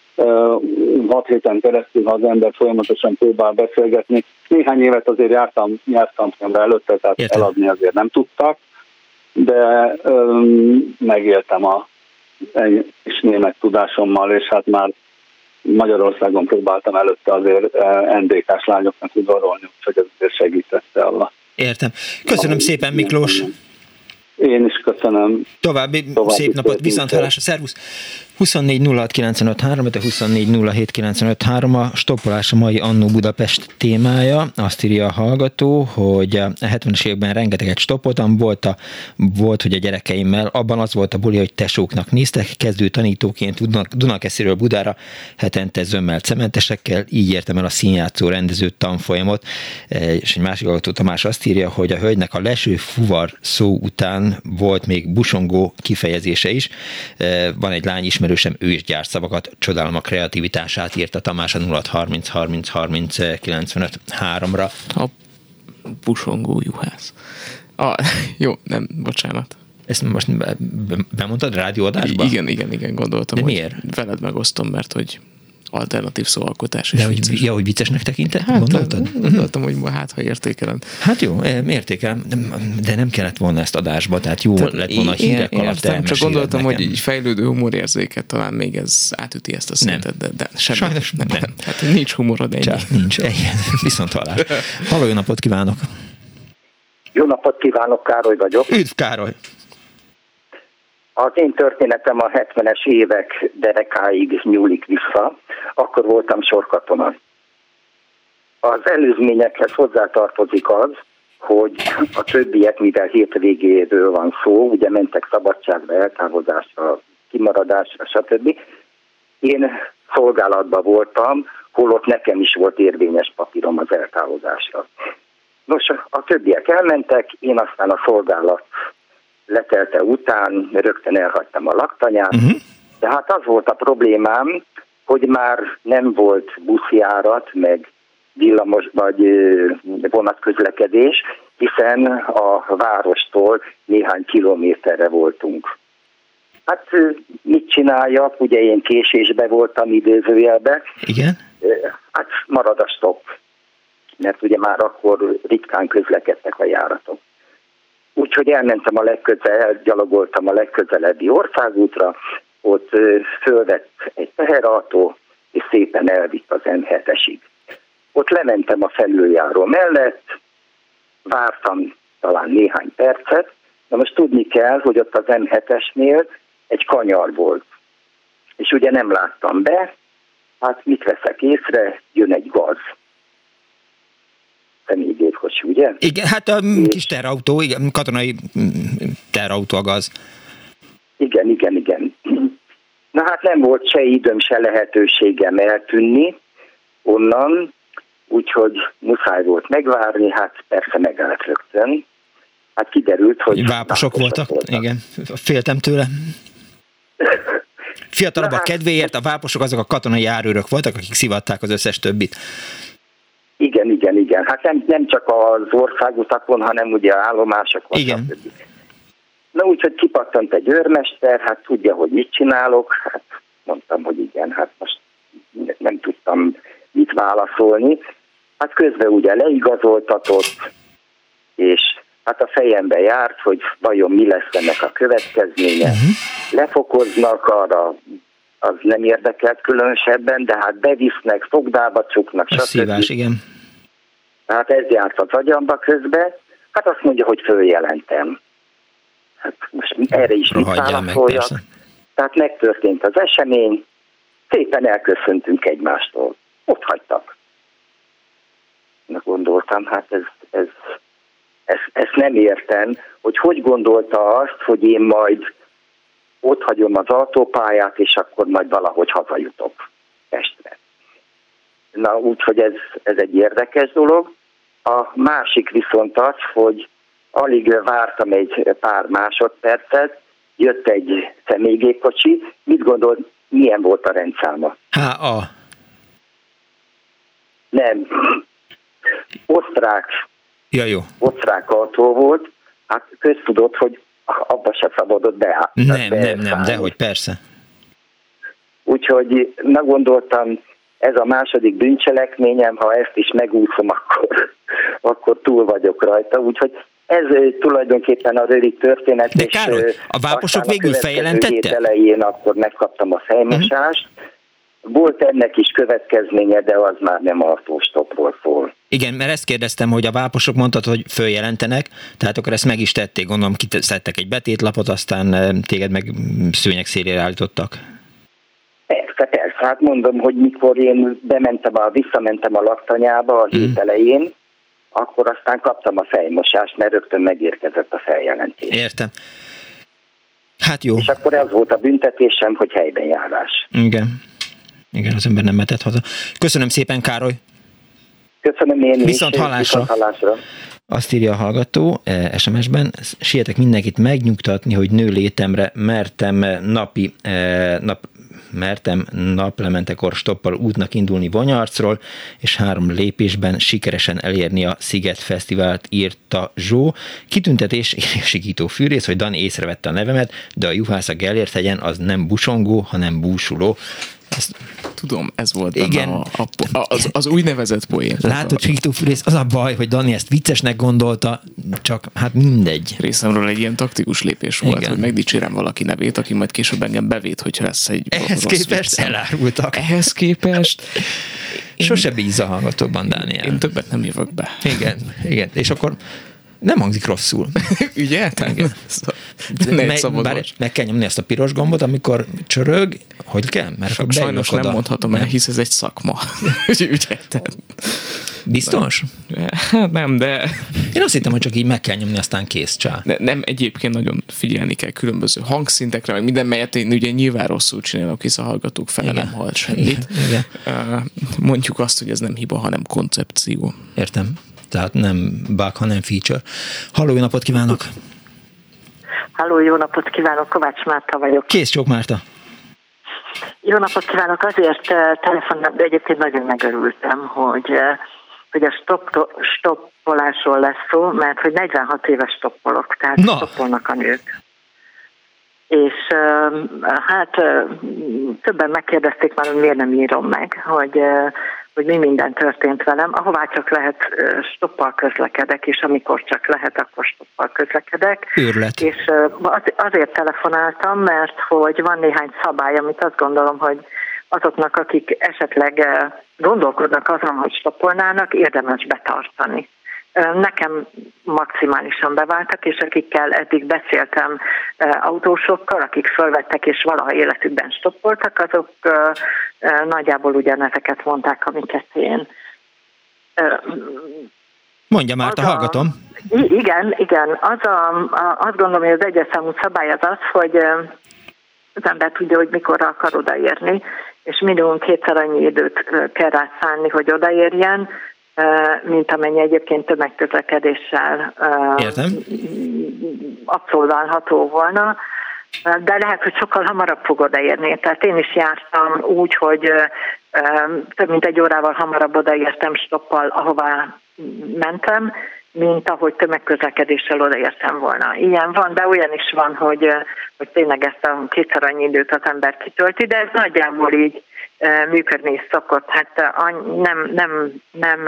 6 héten keresztül, ha az ember folyamatosan próbál beszélgetni. Néhány évet azért jártam nyelvtanfolyamra előtte, tehát eladni azért nem tudtak, de megéltem egy kis német tudásommal, és hát már Magyarországon próbáltam előtte azért NDK-s lányoknak udvarolni, úgyhogy ez azért segítette Allah. Értem. Köszönöm szépen, Miklós. Én is köszönöm. További szép napot, viszonthallásra, szervusz! 24 06 95 3, de 24 07 95 3 a stoppolás a mai Annó Budapest témája. Azt írja a hallgató, hogy a 70-es években rengeteget stoppoltam, volt, hogy a gyerekeimmel, abban az volt a buli, hogy tesóknak néztek, kezdő tanítóként Dunakesziről Budára hetente zömmel cementesekkel, így értem el a színjátszó rendező tanfolyamot. És egy másik hallgató, Tamás azt írja, hogy a hölgynek a leső fuvar szó után volt még busongó kifejezése is. Van egy lány ismerősem, ő is gyárt szavakat, csodálom a kreativitását, írta Tamás a 0630 30 30 95 3-ra. A busongó juhász. Jó, nem, bocsánat. Ezt most bemondtad rádióadásban? Igen, gondoltam. De miért? Veled megosztom, mert hogy alternatív szóalkotás. De hogy viccesnek tekinted? Hát, gondoltam, hogy ha értékelem. Hát jó, értékelem, de nem kellett volna ezt adásba, tehát jó lett volna a hírek alatt elmeséled. Csak gondoltam, nekem. Hogy így fejlődő humorérzéket talán még ez átüti ezt a szintet, de semmi. Sajnos nem. Hát nincs humorod, ennyi. Nincs, viszont hallás. Halló, jó napot kívánok! Jó napot kívánok, Károly vagyok. Üdv, Károly! Az én történetem a 70-es évek derekáig nyúlik vissza, akkor voltam sorkatona. Az előzményekhez hozzátartozik az, hogy a többiek, mivel hétvégéről van szó, ugye mentek szabadságra, eltávozásra, kimaradásra, stb. Én szolgálatban voltam, holott nekem is volt érvényes papírom az eltávozásra. Nos, a többiek elmentek, én aztán a szolgálat letelte után rögtön elhagytam a laktanyát, de hát az volt a problémám, hogy már nem volt buszjárat, meg villamos vagy vonatközlekedés, hiszen a várostól néhány kilométerre voltunk. Hát mit csináljak, ugye én késésbe voltam idézőjelbe. Igen? Hát marad a stopp, mert ugye már akkor ritkán közlekedtek a járatok. Úgyhogy elmentem elgyalogoltam a legközelebbi országútra, ott fölvett egy teherautó, és szépen elvitt az M7-esig. Ott lementem a felüljáró mellett, vártam talán néhány percet, de most tudni kell, hogy ott az M7-esnél egy kanyar volt. És ugye nem láttam be, hát mit veszek észre, jön egy gaz. Személygépkocsi, ugye? Igen, hát a kis teherautó, igen, katonai teherautó a gaz. Igen. Na hát nem volt se időm, se lehetőségem eltűnni onnan, úgyhogy muszáj volt megvárni, hát persze megállt rögtön. Hát kiderült, hogy... Váposok voltak, igen. Féltem tőle. Fiatalabbak kedvéért a váposok azok a katonai járőrök voltak, akik szivatták az összes többit. Igen. Hát nem csak az országutakon, hanem ugye állomásokon. Igen. Na úgyhogy kipattant egy őrmester, hát tudja, hogy mit csinálok. Hát mondtam, hogy igen, hát most nem tudtam mit válaszolni. Hát közben ugye leigazoltatott, és hát a fejembe járt, hogy vajon mi lesz ennek a következménye. Lefokoznak arra, az nem érdekelt különösebben, de hát bevisznek, fogdába csuknak, stb. Szívás, igen. Hát ez járt az agyamba közben. Hát azt mondja, hogy följelentem. Hát most erre is mit válaszoljak. Tehát megtörtént az esemény, szépen elköszöntünk egymástól. Ott hagytak. Na gondoltam, hát ezt nem értem, hogy gondolta azt, hogy én majd ott hagyom az autópályát, és akkor majd valahogy hazajutok Pestre. Na úgyhogy ez egy érdekes dolog. A másik viszont az, hogy alig vártam egy pár másodpercet, jött egy személygépkocsi. Mit gondol, milyen volt a rendszáma? HA. Nem. Osztrák. Ja, jó. Osztrák autó volt. Hát köztudott, hogy abba se szabadott beállni. Nem, dehogy persze. Úgyhogy gondoltam, ez a második bűncselekményem, ha ezt is megúszom, akkor túl vagyok rajta. Úgyhogy ez tulajdonképpen a rövid történet. De Károly, a váposok végül feljelentette? Hét elején akkor megkaptam a fejmosást. Volt ennek is következménye, de az már nem autóstopról szól. Igen, mert ezt kérdeztem, hogy a váposok mondtad, hogy följelentenek, tehát akkor ezt meg is tették, gondolom, kiszedtek egy betétlapot, aztán téged meg szőnyeg szélére állítottak. Persze, hát mondom, hogy mikor én visszamentem a laktanyába a hét elején, akkor aztán kaptam a fejmosást, mert rögtön megérkezett a feljelentés. Értem. Hát jó. És akkor ez volt a büntetésem, hogy helyben járás. Igen, az ember nem mehetett haza. Köszönöm szépen, Károly. Köszönöm én is. Viszont hallásra. Azt írja a hallgató SMS-ben, sietek mindenkit megnyugtatni, hogy nő létemre mertem naplementekor stoppal útnak indulni Vonyarcról, és 3 lépésben sikeresen elérni a Sziget Fesztivált, írta Zsó. Kitüntetés, sikító fűrész, hogy Dani észrevette a nevemet, de a juhász a Gellért hegyen az nem busongó, hanem búsuló. Tudom, ez volt az úgynevezett poén. Látod, sikító fűrész, az a baj, hogy Dani ezt viccesnek gondolta, csak hát mindegy. Részemről egy ilyen taktikus lépés volt, hogy megdicsérem valaki nevét, aki majd később engem bevét, hogyha lesz egy ehhez képest elárultak. Ehhez képest sose bíz a hallgatókban, Dániel. Én többet nem jövök be. Igen. És akkor nem hangzik rosszul. Ugye? Bár meg kell nyomni ezt a piros gombot, amikor csörög, hogy kell? Mert sajnos nem mondhatom el, hisz ez egy szakma. Biztos? Hát nem, de... Én azt hittem, hogy csak így meg kell nyomni, aztán kész, csá. Nem, egyébként nagyon figyelni kell különböző hangszintekre, meg minden, melyet én ugye nyilván rosszul csinálok, hisz a hallgatók fele nem hall semmit. Igen. Mondjuk azt, hogy ez nem hiba, hanem koncepció. Értem. Tehát nem bug, hanem feature. Halló, jó napot kívánok! Halló, jó napot kívánok, Kovács Márta vagyok. Kész csók, Márta! Jó napot kívánok, azért telefonáltam, de egyébként nagyon megörültem, hogy a stoppolásról lesz szó, mert hogy 46 éves stoppolok, tehát stoppolnak a nők. És többen megkérdezték már, hogy miért nem írom meg, hogy mi minden történt velem. Ahová csak lehet, stoppal közlekedek, és amikor csak lehet, akkor stoppal közlekedek. Őrület. És azért telefonáltam, mert hogy van néhány szabály, amit azt gondolom, hogy azoknak, akik esetleg gondolkodnak azon, hogy stoppolnának, érdemes betartani. Nekem maximálisan beváltak, és akikkel eddig beszéltem autósokkal, akik fölvettek és valaha életükben stoppoltak, azok nagyjából ugyanezeket mondták, amiket én. Mondja Márta, hallgatom. Igen. Azt gondolom, hogy az egyes számú szabály az, hogy az ember tudja, hogy mikorra akar odaérni, és minimum 2-szer annyi időt kell rá szánni, hogy odaérjen, mint amennyi egyébként tömegközlekedéssel abszolválható volna, de lehet, hogy sokkal hamarabb fog odaérni. Tehát én is jártam úgy, hogy több mint 1 órával hamarabb odaértem stoppal, ahová mentem, mint ahogy tömegközlekedéssel odaértem volna. Ilyen van, de olyan is van, hogy tényleg ezt a 2-szer annyi időt az ember kitölti, de ez nagyjából így működni is szokott. Hát nem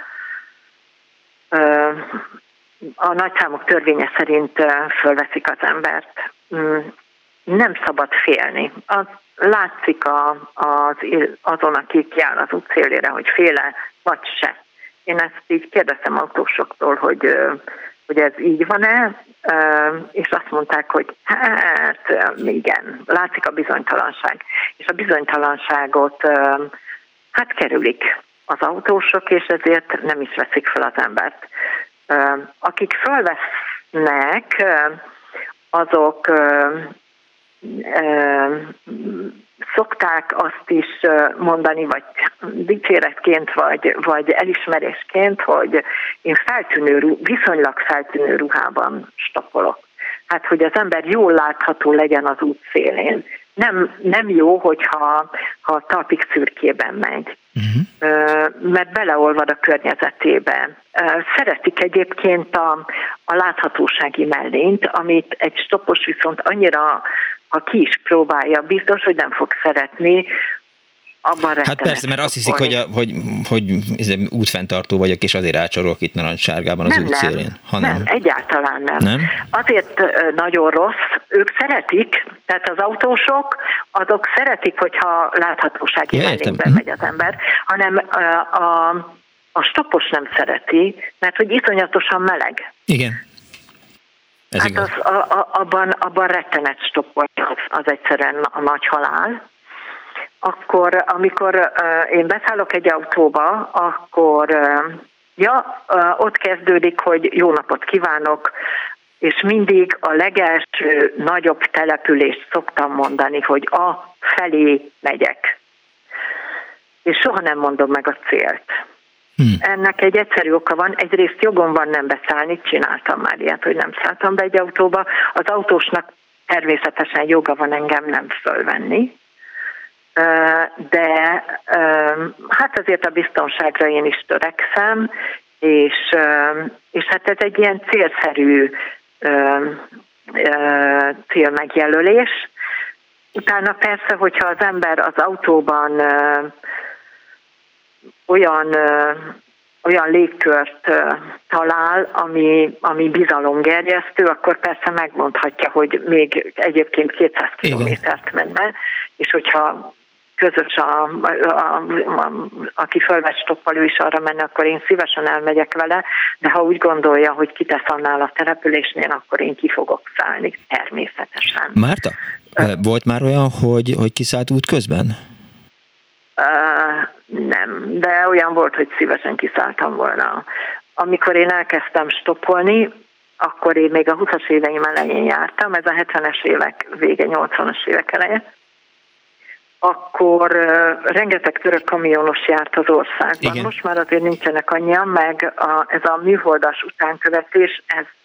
a nagyszámok törvénye szerint fölveszik az embert. Nem szabad félni. Látszik azon, aki jár az út szélére, hogy féle vagy se. Én ezt így kérdeztem autósoktól, hogy ez így van-e, és azt mondták, hogy hát igen, látszik a bizonytalanság. És a bizonytalanságot kerülik az autósok, és ezért nem is veszik fel az embert. Akik fölvesznek, azok szokták azt is mondani, vagy dicséretként, vagy elismerésként, hogy én viszonylag feltűnő ruhában stoppolok. Hát, hogy az ember jól látható legyen az út szélén. Nem jó, hogyha talpig szürkében megy, mert beleolvad a környezetébe. Szeretik egyébként a láthatósági mellényt, amit egy stoppos viszont annyira, ha ki is próbálja, biztos, hogy nem fog szeretni, abban hát persze, mert azt hiszik, hogy útfenntartó vagyok, és azért átsorolok itt narancssárgában az út szélén. Nem, egyáltalán nem. Azért nagyon rossz, ők szeretik, tehát az autósok, azok szeretik, hogyha láthatósági mellényben megy az ember, hanem a stoppos nem szereti, mert hogy iszonyatosan meleg. Igen. Ez hát abban rettenet stoppolni, az egyszerűen a nagy halál. Akkor, amikor én beszállok egy autóba, akkor ott kezdődik, hogy jó napot kívánok, és mindig a legelső nagyobb települést szoktam mondani, hogy felé megyek. És soha nem mondom meg a célt. Ennek egy egyszerű oka van, egyrészt jogom van nem beszállni, csináltam már ilyet, hogy nem szálltam be egy autóba, az autósnak természetesen joga van engem nem fölvenni, de hát azért a biztonságra én is törekszem, és hát ez egy ilyen célszerű célmegjelölés. Utána persze, hogyha az ember az autóban olyan légkört talál, ami bizalomgerjesztő, akkor persze megmondhatja, hogy még egyébként 200 kilométert menne, és hogyha közös aki fölvett stoppal, ő is arra menne, akkor én szívesen elmegyek vele, de ha úgy gondolja, hogy kitesz annál a településnél, akkor én ki fogok szállni, természetesen. Márta, volt már olyan, hogy kiszállt út közben? de olyan volt, hogy szívesen kiszálltam volna. Amikor én elkezdtem stoppolni, akkor én még a 20-as éveim elején jártam, ez a 70-es évek vége, 80-as évek eleje, akkor rengeteg török kamionos járt az országban. Igen. Most már azért nincsenek annyian, meg ez a műholdas utánkövetés,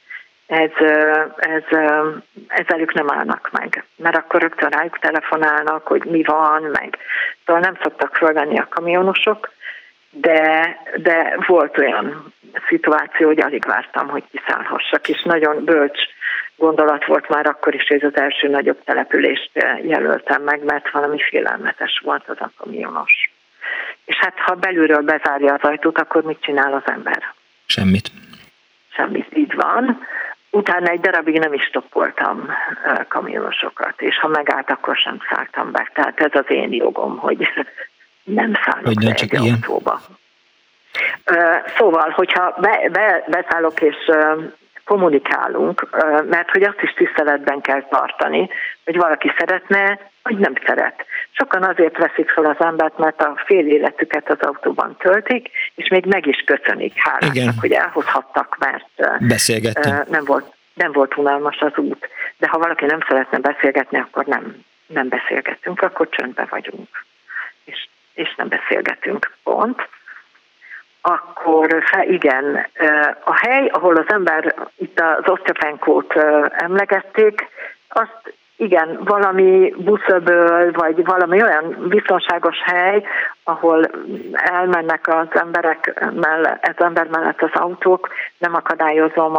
ezzel ők nem állnak meg. Mert akkor rögtön rájuk telefonálnak, hogy mi van, meg szóval nem szoktak fölvenni a kamionosok, de volt olyan szituáció, hogy alig vártam, hogy kiszállhassak, és nagyon bölcs gondolat volt már akkor is, hogy az első nagyobb települést jelöltem meg, mert valami félelmetes volt az a kamionos. És hát ha belülről bezárja az ajtót, akkor mit csinál az ember? Semmit, így van. Utána egy darabig nem is stoppoltam kamionosokat, és ha megállt, akkor sem szálltam be. Tehát ez az én jogom, hogy nem szállok be egy autóba. Szóval, hogyha beszállok és kommunikálunk, mert hogy azt is tiszteletben kell tartani, hogy valaki szeretne, vagy nem szeret. Sokan azért veszik fel az embert, mert a fél életüket az autóban töltik, és még meg is köszönik hálásnak, hogy elhozhattak, mert nem volt unalmas az út. De ha valaki nem szeretne beszélgetni, akkor nem beszélgetünk, akkor csöndbe vagyunk. És nem beszélgetünk, pont. Akkor igen, a hely, ahol az ember, itt az Osztyapenkót emlegették, azt igen, valami buszöböl, vagy valami olyan biztonságos hely, ahol elmennek az ember mellett az autók, nem akadályozom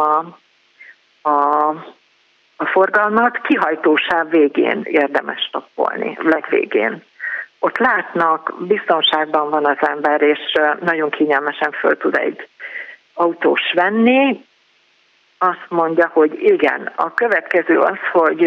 a forgalmat, kihajtósáv végén érdemes stoppolni, legvégén. Ott látnak, biztonságban van az ember, és nagyon kényelmesen föl tud egy autós venni. Azt mondja, hogy igen, a következő az, hogy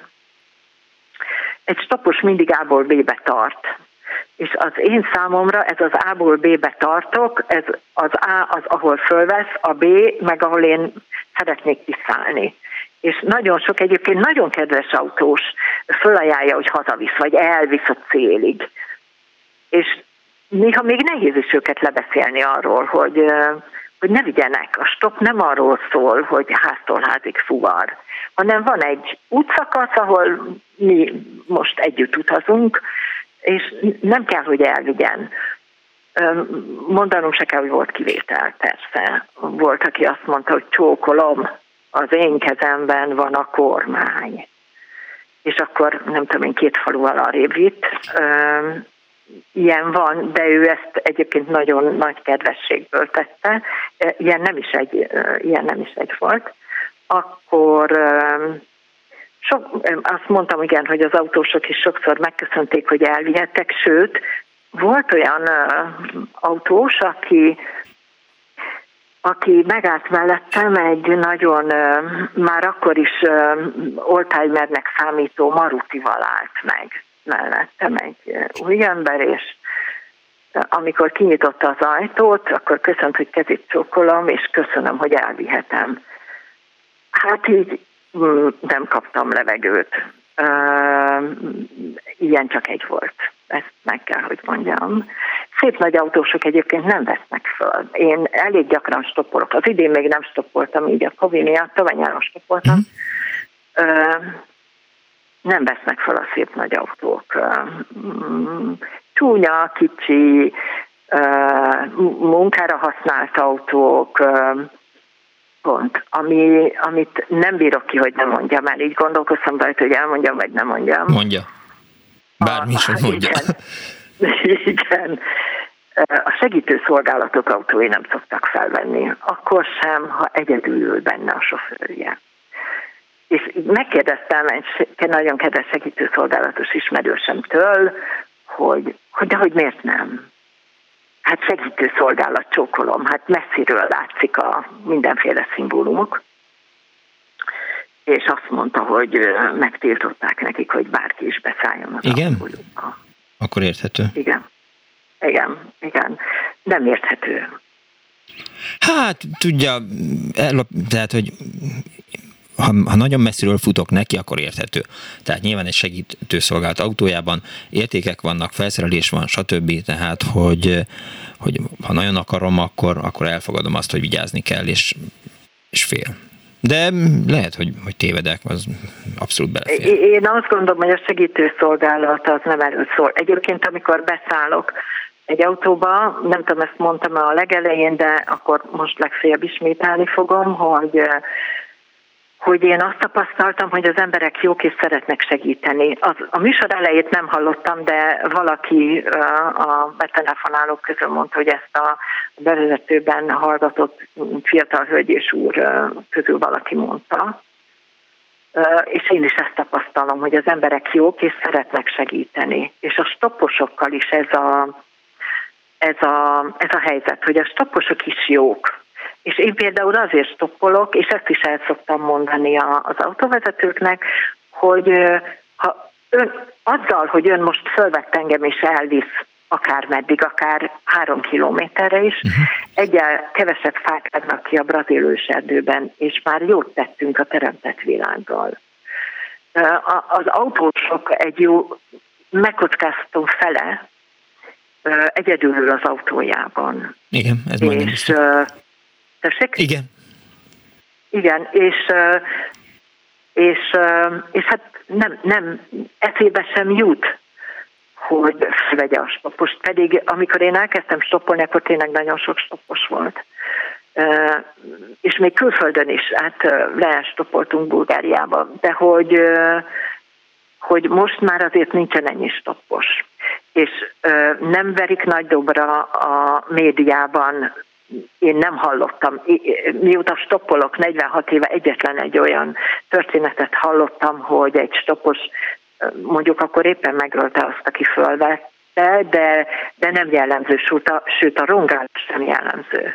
egy stoppos mindig A-ból B-be tart. És az én számomra ez az A-ból B-be tartok, ez az A az, ahol fölvesz, a B meg ahol én szeretnék kiszállni. És nagyon sok egyébként nagyon kedves autós fölajánlja, hogy hazavisz, vagy elvisz a célig. És néha még nehéz is őket lebeszélni arról, hogy ne vigyenek. A stop nem arról szól, hogy háztól házig fuvar, hanem van egy útszakasz, ahol mi most együtt utazunk, és nem kell, hogy elvigyen. Mondanom se kell, hogy volt kivétel, persze. Volt, aki azt mondta, hogy csókolom, az én kezemben van a kormány. És akkor nem tudom én 2 faluval arrébb vitt. Ilyen van, de ő ezt egyébként nagyon nagy kedvességből tette. Ilyen nem is egy volt. Akkor azt mondtam, igen, hogy az autósok is sokszor megköszönték, hogy elvihettek, sőt, volt olyan autós, aki megállt mellettem, egy nagyon, már akkor is oldtimernek számító Marutival állt meg mellettem egy új ember, és amikor kinyitotta az ajtót, akkor köszönt, hogy kezét csókolom, és köszönöm, hogy elvihetem. Hát így nem kaptam levegőt. Ilyen csak egy volt. Ezt meg kell, hogy mondjam. Szép nagy autósok egyébként nem vesznek föl. Én elég gyakran stoppolok. Az idén még nem stoppoltam, így a Covid miatt, tavaly nyáron stoppoltam. Nem vesznek föl a szép nagy autók. Csúnya, kicsi, munkára használt autók, pont, amit nem bírok ki, hogy nem mondjam el. Így gondolkoztam rajta, hogy elmondjam, vagy nem mondjam. Mondja. Bármi is, hogy mondja. Igen. A segítőszolgálatok autói nem szoktak felvenni. Akkor sem, ha egyedül ül benne a sofőrje. És megkérdeztem egy nagyon kedves segítőszolgálatos ismerősemtől, hogy miért nem? Hát segítőszolgálat, csókolom, hát messziről látszik a mindenféle szimbólumok. És azt mondta, hogy megtiltották nekik, hogy bárki is beszálljon az autójukba. Akkor érthető. Igen. Nem érthető. Hát, tudja, tehát, hogy ha nagyon messziről futok neki, akkor érthető. Tehát nyilván egy segítőszolgálat autójában értékek vannak, felszerelés van, stb. Tehát, hogy ha nagyon akarom, akkor elfogadom azt, hogy vigyázni kell, és fél. De lehet, hogy tévedek, az abszolút belefér. Én azt gondolom, hogy a segítőszolgálat az nem erről szól. Egyébként, amikor beszállok egy autóba, nem tudom, ezt mondtam a legelején, de akkor most legfeljebb ismételni fogom, hogy én azt tapasztaltam, hogy az emberek jók és szeretnek segíteni. A műsor elejét nem hallottam, de valaki a betelefonálók közül mondta, hogy ezt a bevezetőben hallgatott fiatal hölgy és úr közül valaki mondta. És én is ezt tapasztalom, hogy az emberek jók és szeretnek segíteni. És a stopposokkal is ez a helyzet, hogy a stopposok is jók. És én például azért stoppolok, és ezt is el szoktam mondani az autóvezetőknek, hogy azzal, hogy ön most fölvett engem és elvisz akármeddig, akár 3 kilométerre is, egyel kevesebb fát vágnak ki a brazil őserdőben, és már jót tettünk a teremtett világgal. Az autósok egy jó megkockáztató fele egyedül ül az autójában. Igen, ez majdnem is. Tessék? Igen. Igen, és hát nem eszébe sem jut, hogy felvegye a stoppost. Pedig amikor én elkezdtem stoppolni, akkor tényleg nagyon sok stoppos volt. És még külföldön is, lestoppoltunk Bulgáriába, de hogy most már azért nincsen ennyi stoppos. És nem verik nagy dobra a médiában. Én nem hallottam, mióta stoppolok 46 éve, egyetlen egy olyan történetet hallottam, hogy egy stoppos mondjuk akkor éppen megölte azt, aki fölvette, de nem jellemző, sőt a rongálás sem jellemző.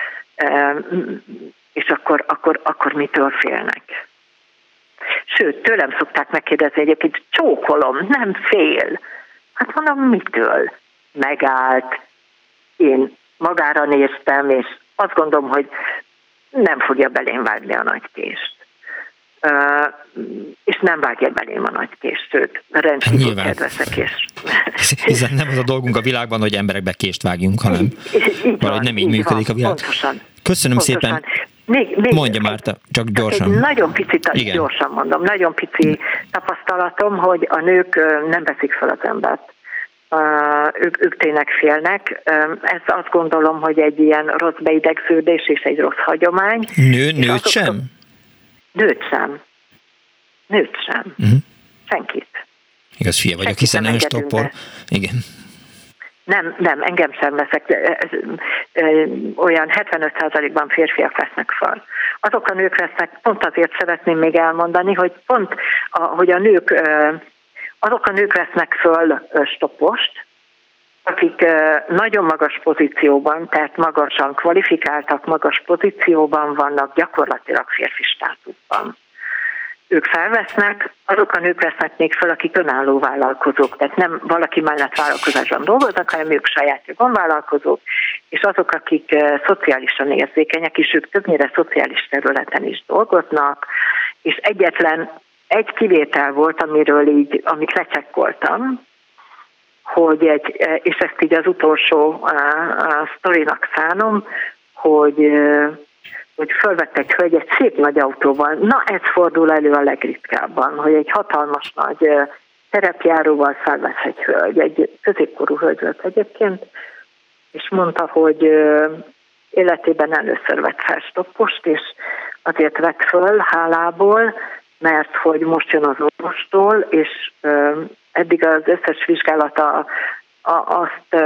És akkor mitől félnek? Sőt, tőlem szokták megkérdezni egyébként, csókolom, nem fél. Hát mondom, mitől? Megállt, én magára néztem, és azt gondolom, hogy nem fogja belém vágni a nagykést. És nem vágja belém a nagykést, sőt, rendkívül kedveszek és... Hiszen nem az a dolgunk a világban, hogy emberekbe kést vágjunk, hanem valahogy nem így működik a világ. Pontosan. Köszönöm szépen. Még mondja Márta, csak gyorsan. Nagyon picit, gyorsan mondom, nagyon pici tapasztalatom, hogy a nők nem veszik fel az embert. Ők tényleg félnek. Ez azt gondolom, hogy egy ilyen rossz beidegződés és egy rossz hagyomány. Nőt sem? Nőt sem. Senkit. Igaz, fia vagyok, hiszen nem stoppol. Igen. Nem, engem sem veszek. Olyan 75%-ban férfiak vesznek fel. Azok a nők vesznek, pont azért szeretném még elmondani, hogy hogy a nők, azok a nők vesznek föl stoppost, akik nagyon magas pozícióban, tehát magasan kvalifikáltak, magas pozícióban vannak, gyakorlatilag férfi státuszban. Ők felvesznek, azok a nők vesznek még fel, akik önálló vállalkozók, tehát nem valaki mellett vállalkozásban dolgoznak, hanem ők saját jogon vállalkozók, és azok, akik szociálisan érzékenyek, és ők többnyire szociális területen is dolgoznak, és egyetlen egy kivétel volt, amit lecsekkoltam, és ezt így az utolsó sztorinak szánom, hogy fölvett egy hölgy egy szép nagy autóval. Na, ez fordul elő a legritkábban, hogy egy hatalmas nagy terepjáróval felvesz egy hölgy, egy középkorú hölgy volt egyébként, és mondta, hogy életében először vett fel stoppost, és azért vett föl hálából, mert hogy most jön az orvostól, és eddig az összes vizsgálata azt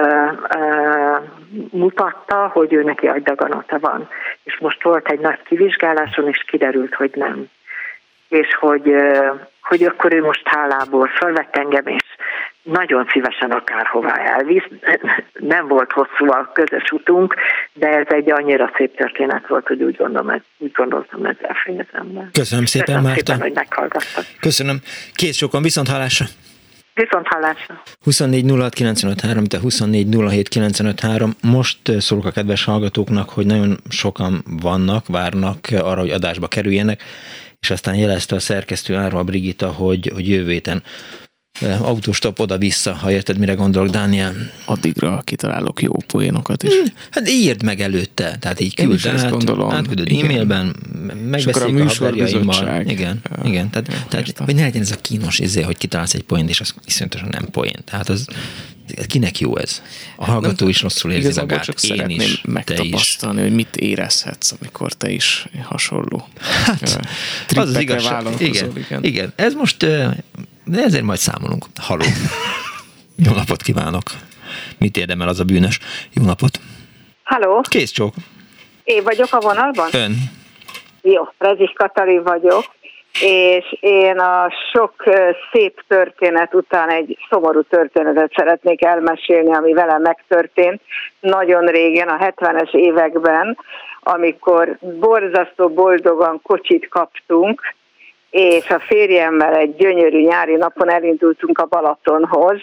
mutatta, hogy ő neki agydaganata van. És most volt egy nagy kivizsgáláson, és kiderült, hogy nem. És hogy akkor ő most hálából felvett engem, és nagyon szívesen akárhová elvisz. Nem volt hosszú a közös utunk, de ez egy annyira szép történet volt, hogy úgy gondoltam, ezzel fejezem be. Köszönöm szépen, Márta. Szépen, hogy meghallgattak. Köszönöm. Kész sokan, viszont hallásra. Viszont hallásra. 24 06 953, te 24 07 953. Most szólok a kedves hallgatóknak, hogy nagyon sokan várnak arra, hogy adásba kerüljenek, és aztán jelezte a szerkesztő Árva Brigitta, hogy jövő héten autóstop oda-vissza, ha érted, mire gondolok, Dániel. Addigra kitalálok jó poénokat is. Hát írd meg előtte, tehát így küld át, átküldöd e-mailben, megbeszéljük a haverjaimmal. Igen. Tehát hogy ne legyen ez a kínos hogy kitalálsz egy poént, és az iszonyatosan nem poén. Tehát az kinek jó ez? A hallgató is rosszul érzi magát, csak én is, megtapasztalni, hogy mit érezhetsz, amikor te is hasonló hát, az az igazság. Igen. Ez most, de ezért majd számolunk. Haló. Jó napot kívánok. Mit érdemel az a bűnös? Jó napot. Halló. Kész csók. Én vagyok a vonalban? Ön. Jó, Rezsik Katalin vagyok, és én a sok szép történet után egy szomorú történetet szeretnék elmesélni, ami velem megtörtént nagyon régen, a 70-es években, amikor borzasztó boldogan kocsit kaptunk, és a férjemmel egy gyönyörű nyári napon elindultunk a Balatonhoz,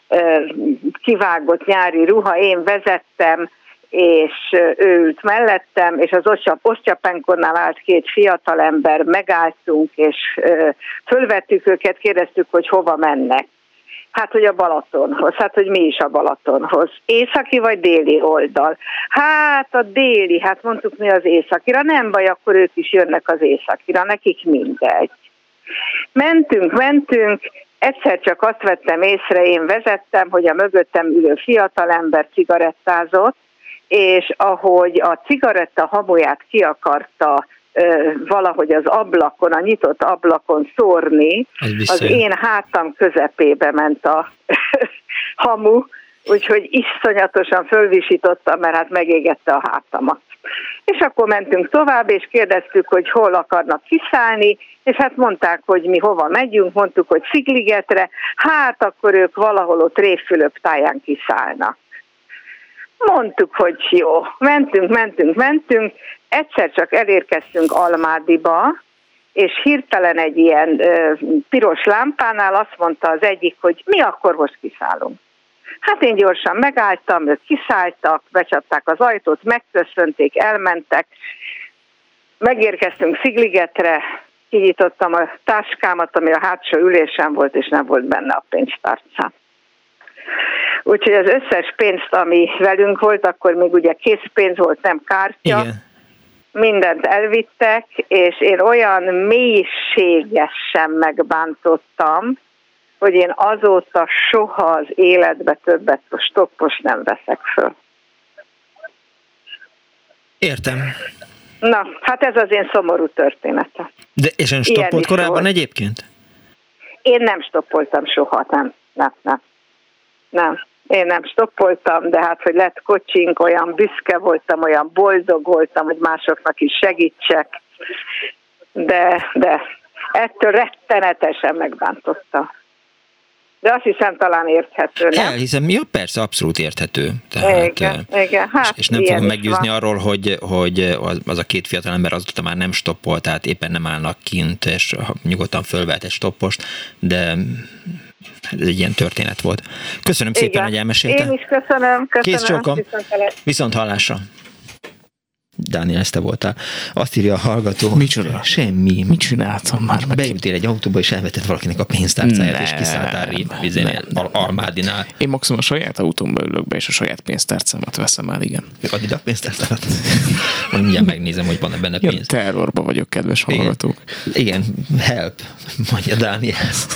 kivágott nyári ruha, én vezettem, és ő ült mellettem, és az Osztyapenkonnál állt két fiatalember, megálltunk, és fölvettük őket, kérdeztük, hogy hova mennek. Hát, hogy a Balatonhoz. Hát, hogy mi is a Balatonhoz. Északi vagy déli oldal? Hát, a déli. Hát mondtuk, mi az északira. Nem baj, akkor ők is jönnek az északira. Nekik mindegy. Mentünk. Egyszer csak azt vettem észre, én vezettem, hogy a mögöttem ülő fiatalember cigarettázott, és ahogy a cigaretta hamuját ki akarta valahogy az ablakon, a nyitott ablakon szórni, az én hátam közepébe ment a hamu, úgyhogy iszonyatosan fölvisítottam, mert hát megégette a hátamat. És akkor mentünk tovább, és kérdeztük, hogy hol akarnak kiszállni, és hát mondták, hogy mi hova megyünk, mondtuk, hogy Szigligetre, hát akkor ők valahol ott Révfülöp táján kiszállnak. Mondtuk, hogy jó. Mentünk. Egyszer csak elérkeztünk Almádiba, és hirtelen egy ilyen piros lámpánál azt mondta az egyik, hogy mi akkor most kiszállunk. Hát én gyorsan megálltam, ők kiszálltak, becsapták az ajtót, megköszönték, elmentek. Megérkeztünk Szigligetre, kinyitottam a táskámat, ami a hátsó ülésen volt, és nem volt benne a pénztárcám. Úgyhogy az összes pénzt, ami velünk volt, akkor még ugye készpénz volt, nem kártya. Igen. Mindent elvittek, és én olyan mélységesen megbántottam, hogy én azóta soha az életbe többet a stoppos nem veszek föl. Értem. Na, hát ez az én szomorú története. De és ön stoppolt korábban volt. Egyébként? Én nem stoppoltam soha, nem. Én nem stoppoltam, de hát, hogy lett kocsink, olyan büszke voltam, olyan boldog voltam, hogy másoknak is segítsek, de ettől rettenetesen megbántottam. De azt hiszem talán érthető, nem? Elhiszem, ja, persze, abszolút érthető. Tehát, igen. Hát, és nem fogom meggyőzni arról, hogy az a két fiatalember azóta már nem stoppol, tehát éppen nem állnak kint, és nyugodtan fölvehet egy stoppost, de ez egy ilyen történet volt. Köszönöm szépen, hogy elmesélte. Én is köszönöm. Kész csókom. Viszont hallásra. Dániel, ezt te voltál. Azt írja a hallgató. Micsoda? Semmi. Mit csináltam már? Beültél egy autóba, és elvetett valakinek a pénztárcáját, és kiszálltál Almádinál. Én maximum a saját autómba ülök be, és a saját pénztárcámat veszem el, igen. Add ide a pénztárcámat. Mindjárt megnézem, hogy van-e benne pénz. Terrorba vagyok, kedves hallgatók. Igen, help, mondja Dániel.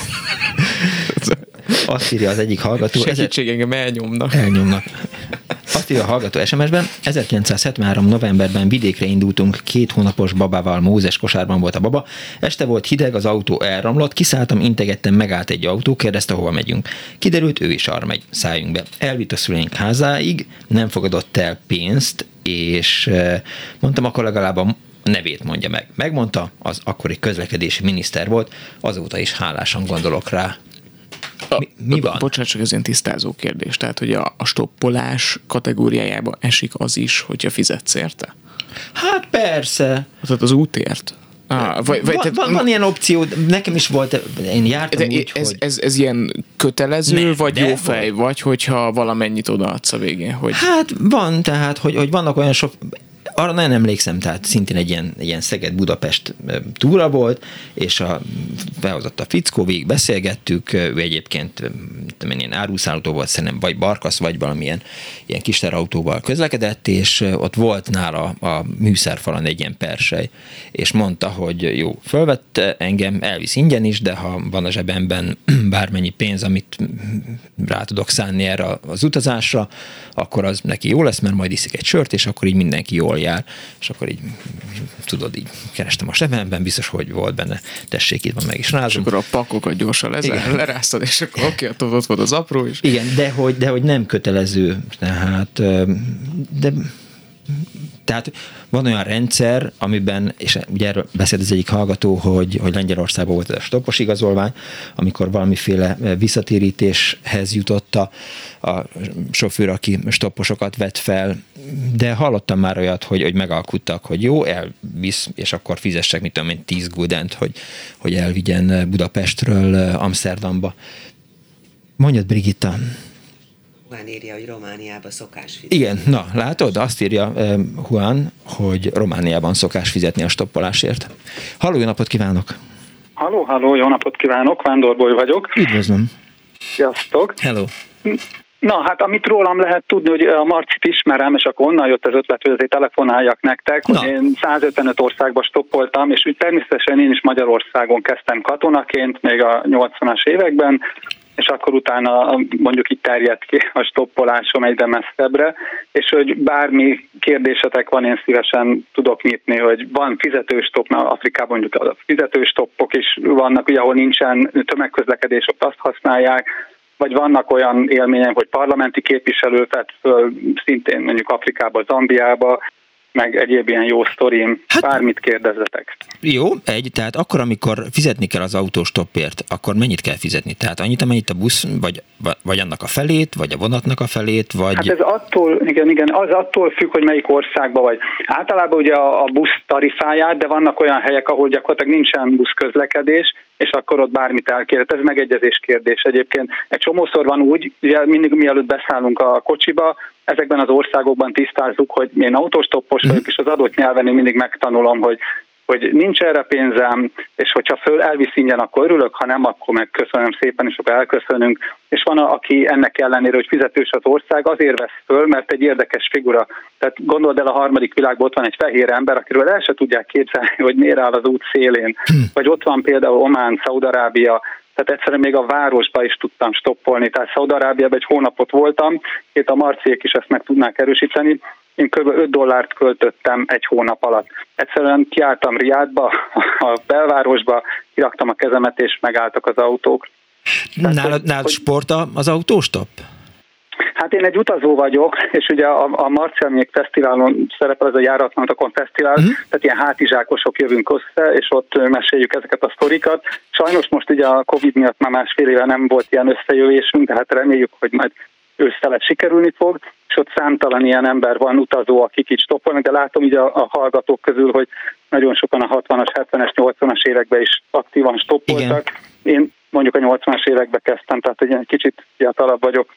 Azt írja az egyik hallgató. Segítség, engem elnyomnak. Azt írja a hallgató SMS-ben, 1973. novemberben vidékre indultunk, 2 hónapos babával, Mózes kosárban volt a baba. Este volt hideg, az autó elromlott, kiszálltam, integettem, megállt egy autó, kérdezte, hova megyünk. Kiderült, ő is arra megy, szálljunk be. Elvitt a szüleink házáig, nem fogadott el pénzt, és mondtam, akkor legalább a nevét mondja meg. Megmondta, az akkori közlekedési miniszter volt, azóta is hálásan gondolok rá. Mi van? Bocsánat, csak ez ilyen tisztázó kérdés. Tehát, hogy a stoppolás kategóriájába esik az is, hogyha fizetsz érte? Hát persze. Tehát az útért. Van ilyen opció, nekem is volt, én jártam úgy, hogy... Ez ilyen kötelező, vagy jó fej, vagy hogyha valamennyit odaadsz a végén? Hogy... Hát van, tehát, hogy vannak olyan sok... arra nagyon emlékszem, tehát szintén egy ilyen Szeged-Budapest túra volt, és behozott a fickó, végig beszélgettük, ő egyébként ilyen áruszállító volt, szerintem vagy Barkasz, vagy valamilyen ilyen kis terautóval közlekedett, és ott volt nála a műszerfalon egy ilyen persely, és mondta, hogy jó, fölvett engem, elvisz ingyen is, de ha van a zsebemben bármennyi pénz, amit rá tudok szánni erre az utazásra, akkor az neki jó lesz, mert majd iszik egy sört, és akkor így mindenki jól jár. És akkor így, tudod, így kerestem a zsebemben, biztos, hogy volt benne, tessék, itt van, meg is rázom. És akkor a pakokat gyorsan leráztad, és akkor oké, ott volt az apró is. Igen, de hogy nem kötelező, tehát van olyan rendszer, amiben, és ugye erről beszélt az egyik hallgató, hogy Lengyelországban volt ez a stoppos igazolvány, amikor valamiféle visszatérítéshez jutott a sofőr, aki stopposokat vett fel, de hallottam már olyat, hogy megalkuttak, hogy jó, elvisz, és akkor fizessek, mit tudom én, 10 guldent, hogy elvigyen Budapestről Amsterdamba. Mondjad, Brigitta. Juan írja, hogy Romániában szokás fizetni. Igen, na, látod? Azt írja Juan, hogy Romániában szokás fizetni a stoppolásért. Halló, jó napot kívánok! Halló, jó napot kívánok, Vándorboly vagyok. Üdvözlöm! Sziasztok! Hello! Na, hát amit rólam lehet tudni, hogy a Marcit ismerem, és akkor onnan jött az ötlet, hogy azért telefonáljak nektek, hogy én 155 országba stoppoltam, és úgy természetesen én is Magyarországon kezdtem katonaként, még a 80-as években, és akkor utána mondjuk itt terjedt ki a stoppolásom egyre messzebbre, és hogy bármi kérdésetek van, én szívesen tudok nyitni, hogy van fizetős stopp, mert Afrikában mondjuk a fizetős stoppok is vannak, ugye, ahol nincsen tömegközlekedés, ott azt használják, vagy vannak olyan élmények, hogy parlamenti képviselő vett föl szintén mondjuk Afrikába, Zambiába, meg egyéb ilyen jó sztorim, bármit kérdezzetek. Jó, tehát akkor, amikor fizetni kell az autóstoppért, akkor mennyit kell fizetni? Tehát annyit, amennyit a busz, vagy annak a felét, vagy a vonatnak a felét, vagy... Hát ez attól, igen, az attól függ, hogy melyik országban vagy. Általában ugye a busz tarifáját, de vannak olyan helyek, ahol gyakorlatilag nincsen buszközlekedés, és akkor ott bármit elkérhet. Ez megegyezés kérdés egyébként. Egy csomószor van úgy, ugye mindig mielőtt beszállunk a kocsiba, ezekben az országokban tisztázzuk, hogy én autóstoppos vagyok, és az adott nyelven én mindig megtanulom, hogy nincs erre pénzem, és hogyha elvisz ingyen, akkor örülök, ha nem, akkor meg köszönöm szépen, és akkor elköszönünk. És van, aki ennek ellenére, hogy fizetős az ország, azért vesz föl, mert egy érdekes figura. Tehát gondold el, a harmadik világban ott van egy fehér ember, akiről el se tudják képzelni, hogy miért áll az út szélén. Vagy ott van például Omán, Szaúd-Arábia, tehát egyszerűen még a városba is tudtam stoppolni. Tehát Szaúd-Arábiában egy hónapot voltam, itt a Marciék is ezt meg tudnák erősíteni. Én kb. $5 költöttem egy hónap alatt. Egyszerűen kiálltam Riádba, a belvárosba, kiraktam a kezemet, és megálltak az autók. Nálad sport az autóstopp? Hát én egy utazó vagyok, és ugye a Marciék Fesztiválon szerepel ez a Járatlanokon Fesztivál, tehát ilyen hátizsákosok jövünk össze, és ott meséljük ezeket a sztorikat. Sajnos most ugye a Covid miatt már 1,5 éve nem volt ilyen összejövésünk, de hát reméljük, hogy majd ősszel sikerülni fog, és ott számtalan ilyen ember van, utazó, akik így stoppolnak, de látom így a hallgatók közül, hogy nagyon sokan a 60-as, 70-es, 80-as években is aktívan stoppoltak. Igen. Én mondjuk a 80-as években kezdtem, tehát egy kicsit fiatalabb vagyok.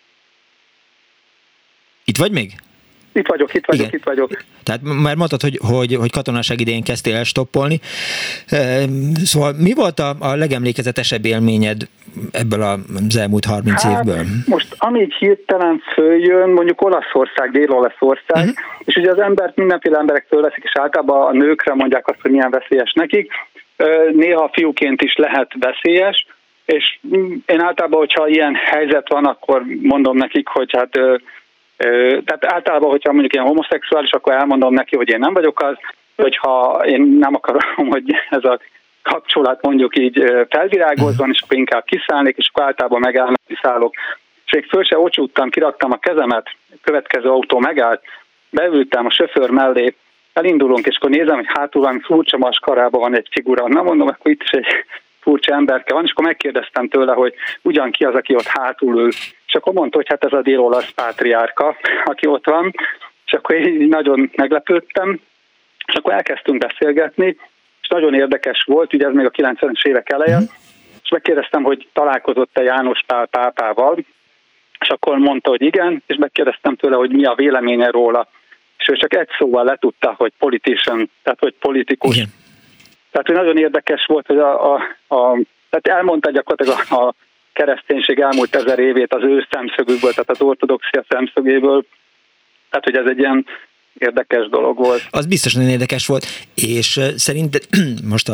Itt vagy még? Itt vagyok. Tehát már mondtad, hogy katonaság idején kezdtél el stoppolni. Szóval mi volt a legemlékezetesebb élményed ebből az elmúlt 30 évből? Most ami így hirtelen följön, mondjuk Olaszország, Dél-Olaszország, és ugye az embert mindenféle emberektől veszik, és általában a nőkre mondják azt, hogy milyen veszélyes nekik. Néha fiúként is lehet veszélyes, és én általában, hogyha ilyen helyzet van, akkor mondom nekik, hogy hát tehát általában, hogyha mondjuk ilyen homoszexuális, akkor elmondom neki, hogy én nem vagyok az, hogyha én nem akarom, hogy ez a kapcsolat mondjuk így felvirágozzon, és akkor inkább kiszállnék, és akkor általában megállnak, kiszállok. És még föl se ocsúttam, kiraktam a kezemet, a következő autó megállt, beültem a sofőr mellé, elindulunk, és akkor nézem, hogy hátul valami furcsa maskarában van egy figura. Na mondom, akkor itt is egy furcsa emberke van, és akkor megkérdeztem tőle, hogy ugyan ki az, aki ott hátul ül. És akkor mondta, hogy hát ez a dél-olasz pátriárka, aki ott van, és akkor így nagyon meglepődtem, és akkor elkezdtünk beszélgetni, és nagyon érdekes volt, ugye ez még a 90-es évek eleje, és megkérdeztem, hogy találkozott-e János Pál pápával, és akkor mondta, hogy igen, és megkérdeztem tőle, hogy mi a véleménye róla. És és ő csak egy szóval letudta, hogy politician, tehát hogy politikus. Igen. Tehát hogy nagyon érdekes volt, hogy tehát elmondta gyakorlatilag a kereszténység elmúlt 1000 évét az ő szemszögükből, tehát az ortodoxia szemszögéből. Tehát, hogy ez egy ilyen érdekes dolog volt. Az biztos nagyon érdekes volt, és szerint most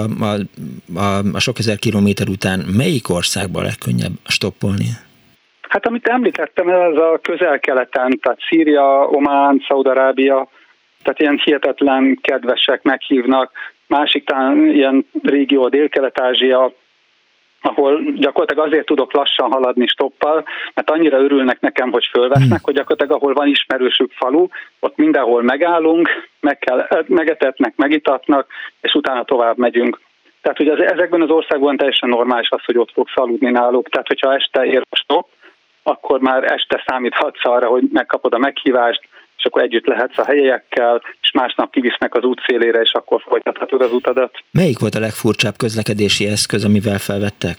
a sok ezer kilométer után melyik országban legkönnyebb stoppolni? Hát amit említettem, ez a közel-keleten, tehát Szíria, Omán, Szaúd-Arábia, tehát ilyen hihetetlen kedvesek meghívnak, másik talán ilyen régió, Dél-Kelet-Ázsia, ahol gyakorlatilag azért tudok lassan haladni stoppal, mert annyira örülnek nekem, hogy fölvesznek, hogy gyakorlatilag ahol van ismerősük falu, ott mindenhol megállunk, megetetnek, megitatnak, és utána tovább megyünk. Tehát, hogy ezekben az országban teljesen normális az, hogy ott fogsz aludni náluk. Tehát, hogyha este ér a stopp, akkor már este számíthatsz arra, hogy megkapod a meghívást, és akkor együtt lehetsz a helyiekkel, és másnap kivisznek az útszélére, és akkor folytathatod az utadat. Melyik volt a legfurcsább közlekedési eszköz, amivel felvettek?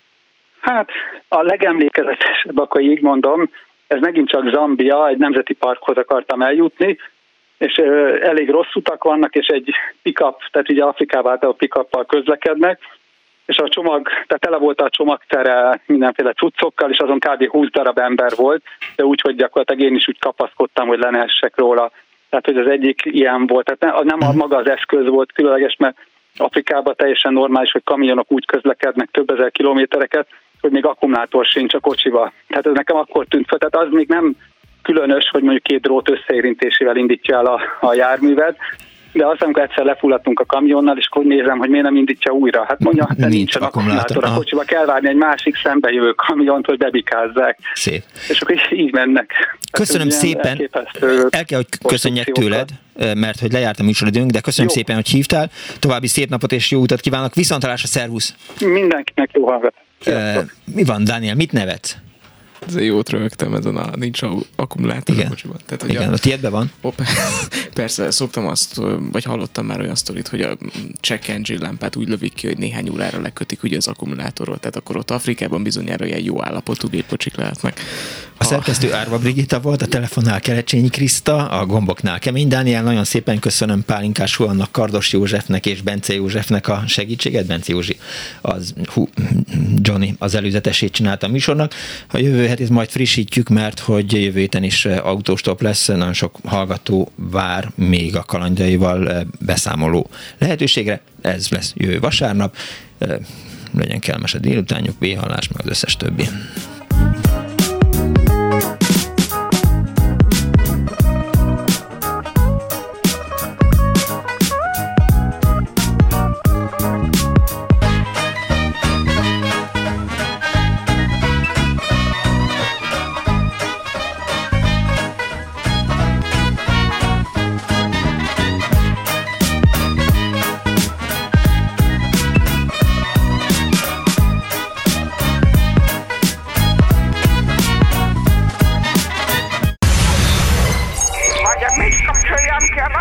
Hát a legemlékezetesebb, akkor így mondom, ez megint csak Zambia, egy nemzeti parkhoz akartam eljutni, és elég rossz utak vannak, és egy pick-up, tehát ugye Afrikában általában pick-uppal közlekednek, és a csomag, tehát tele volt a csomagtere mindenféle cuccokkal, és azon kb. 20 darab ember volt, de úgy, hogy gyakorlatilag én is úgy kapaszkodtam, hogy le ne essek róla. Tehát, hogy az egyik ilyen volt. Tehát nem maga az eszköz volt különleges, mert Afrikában teljesen normális, hogy kamionok úgy közlekednek több ezer kilométereket, hogy még akkumulátor sincs a kocsiba. Tehát ez nekem akkor tűnt fel. Tehát az még nem különös, hogy mondjuk 2 drót összeérintésével indítja el a járművet, de azt, amikor egyszer lefulladtunk a kamionnal, és akkor nézem, hogy miért nem indítja újra. Hát mondja, de nincsen akkumulátor a kocsiba, kell várni egy másik szembe jövő kamiont, hogy bebikázzák. Szép. És akkor így mennek. Köszönöm szépen. El kell, hogy köszönjek tőled, mert hogy lejárt a műsoridőnk, de köszönöm szépen, hogy hívtál. További szép napot és jó utat kívánok. Viszontlátásra, szervusz! Mindenkinek jó hallgatást. Mi van, Dániel, mit nevetsz? Ezzel jót rögtem, ezen nincs akkumulátor a kocsiban. Tehát, igen, a tiédben van? Persze, szoktam azt, vagy hallottam már olyan sztorit, hogy a check engine lámpát úgy lövik ki, hogy néhány órára lekötik ugye az akkumulátorról, tehát akkor ott Afrikában bizonyára ilyen jó állapotú gépkocsik lehetnek. A szerkesztő Árva Brigitta volt, a telefonnál Kerecsényi Kriszta, a gomboknál Kemény Dániel. Nagyon szépen köszönöm Pálinkás Huannak, Kardos Józsefnek és Bence Józsefnek a segítséget. Bence Józsi, Johnny az előzetesét csinálta a műsornak. A jövő hetét majd frissítjük, mert hogy jövő héten is autóstop lesz, nagyon sok hallgató vár még a kalandjaival beszámoló lehetőségre. Ez lesz jövő vasárnap. Legyen kellemes a délutánjuk, B-hallás, meg az összes többi.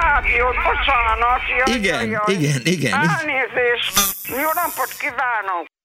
Igen. Elnézést! Jó napot kívánok!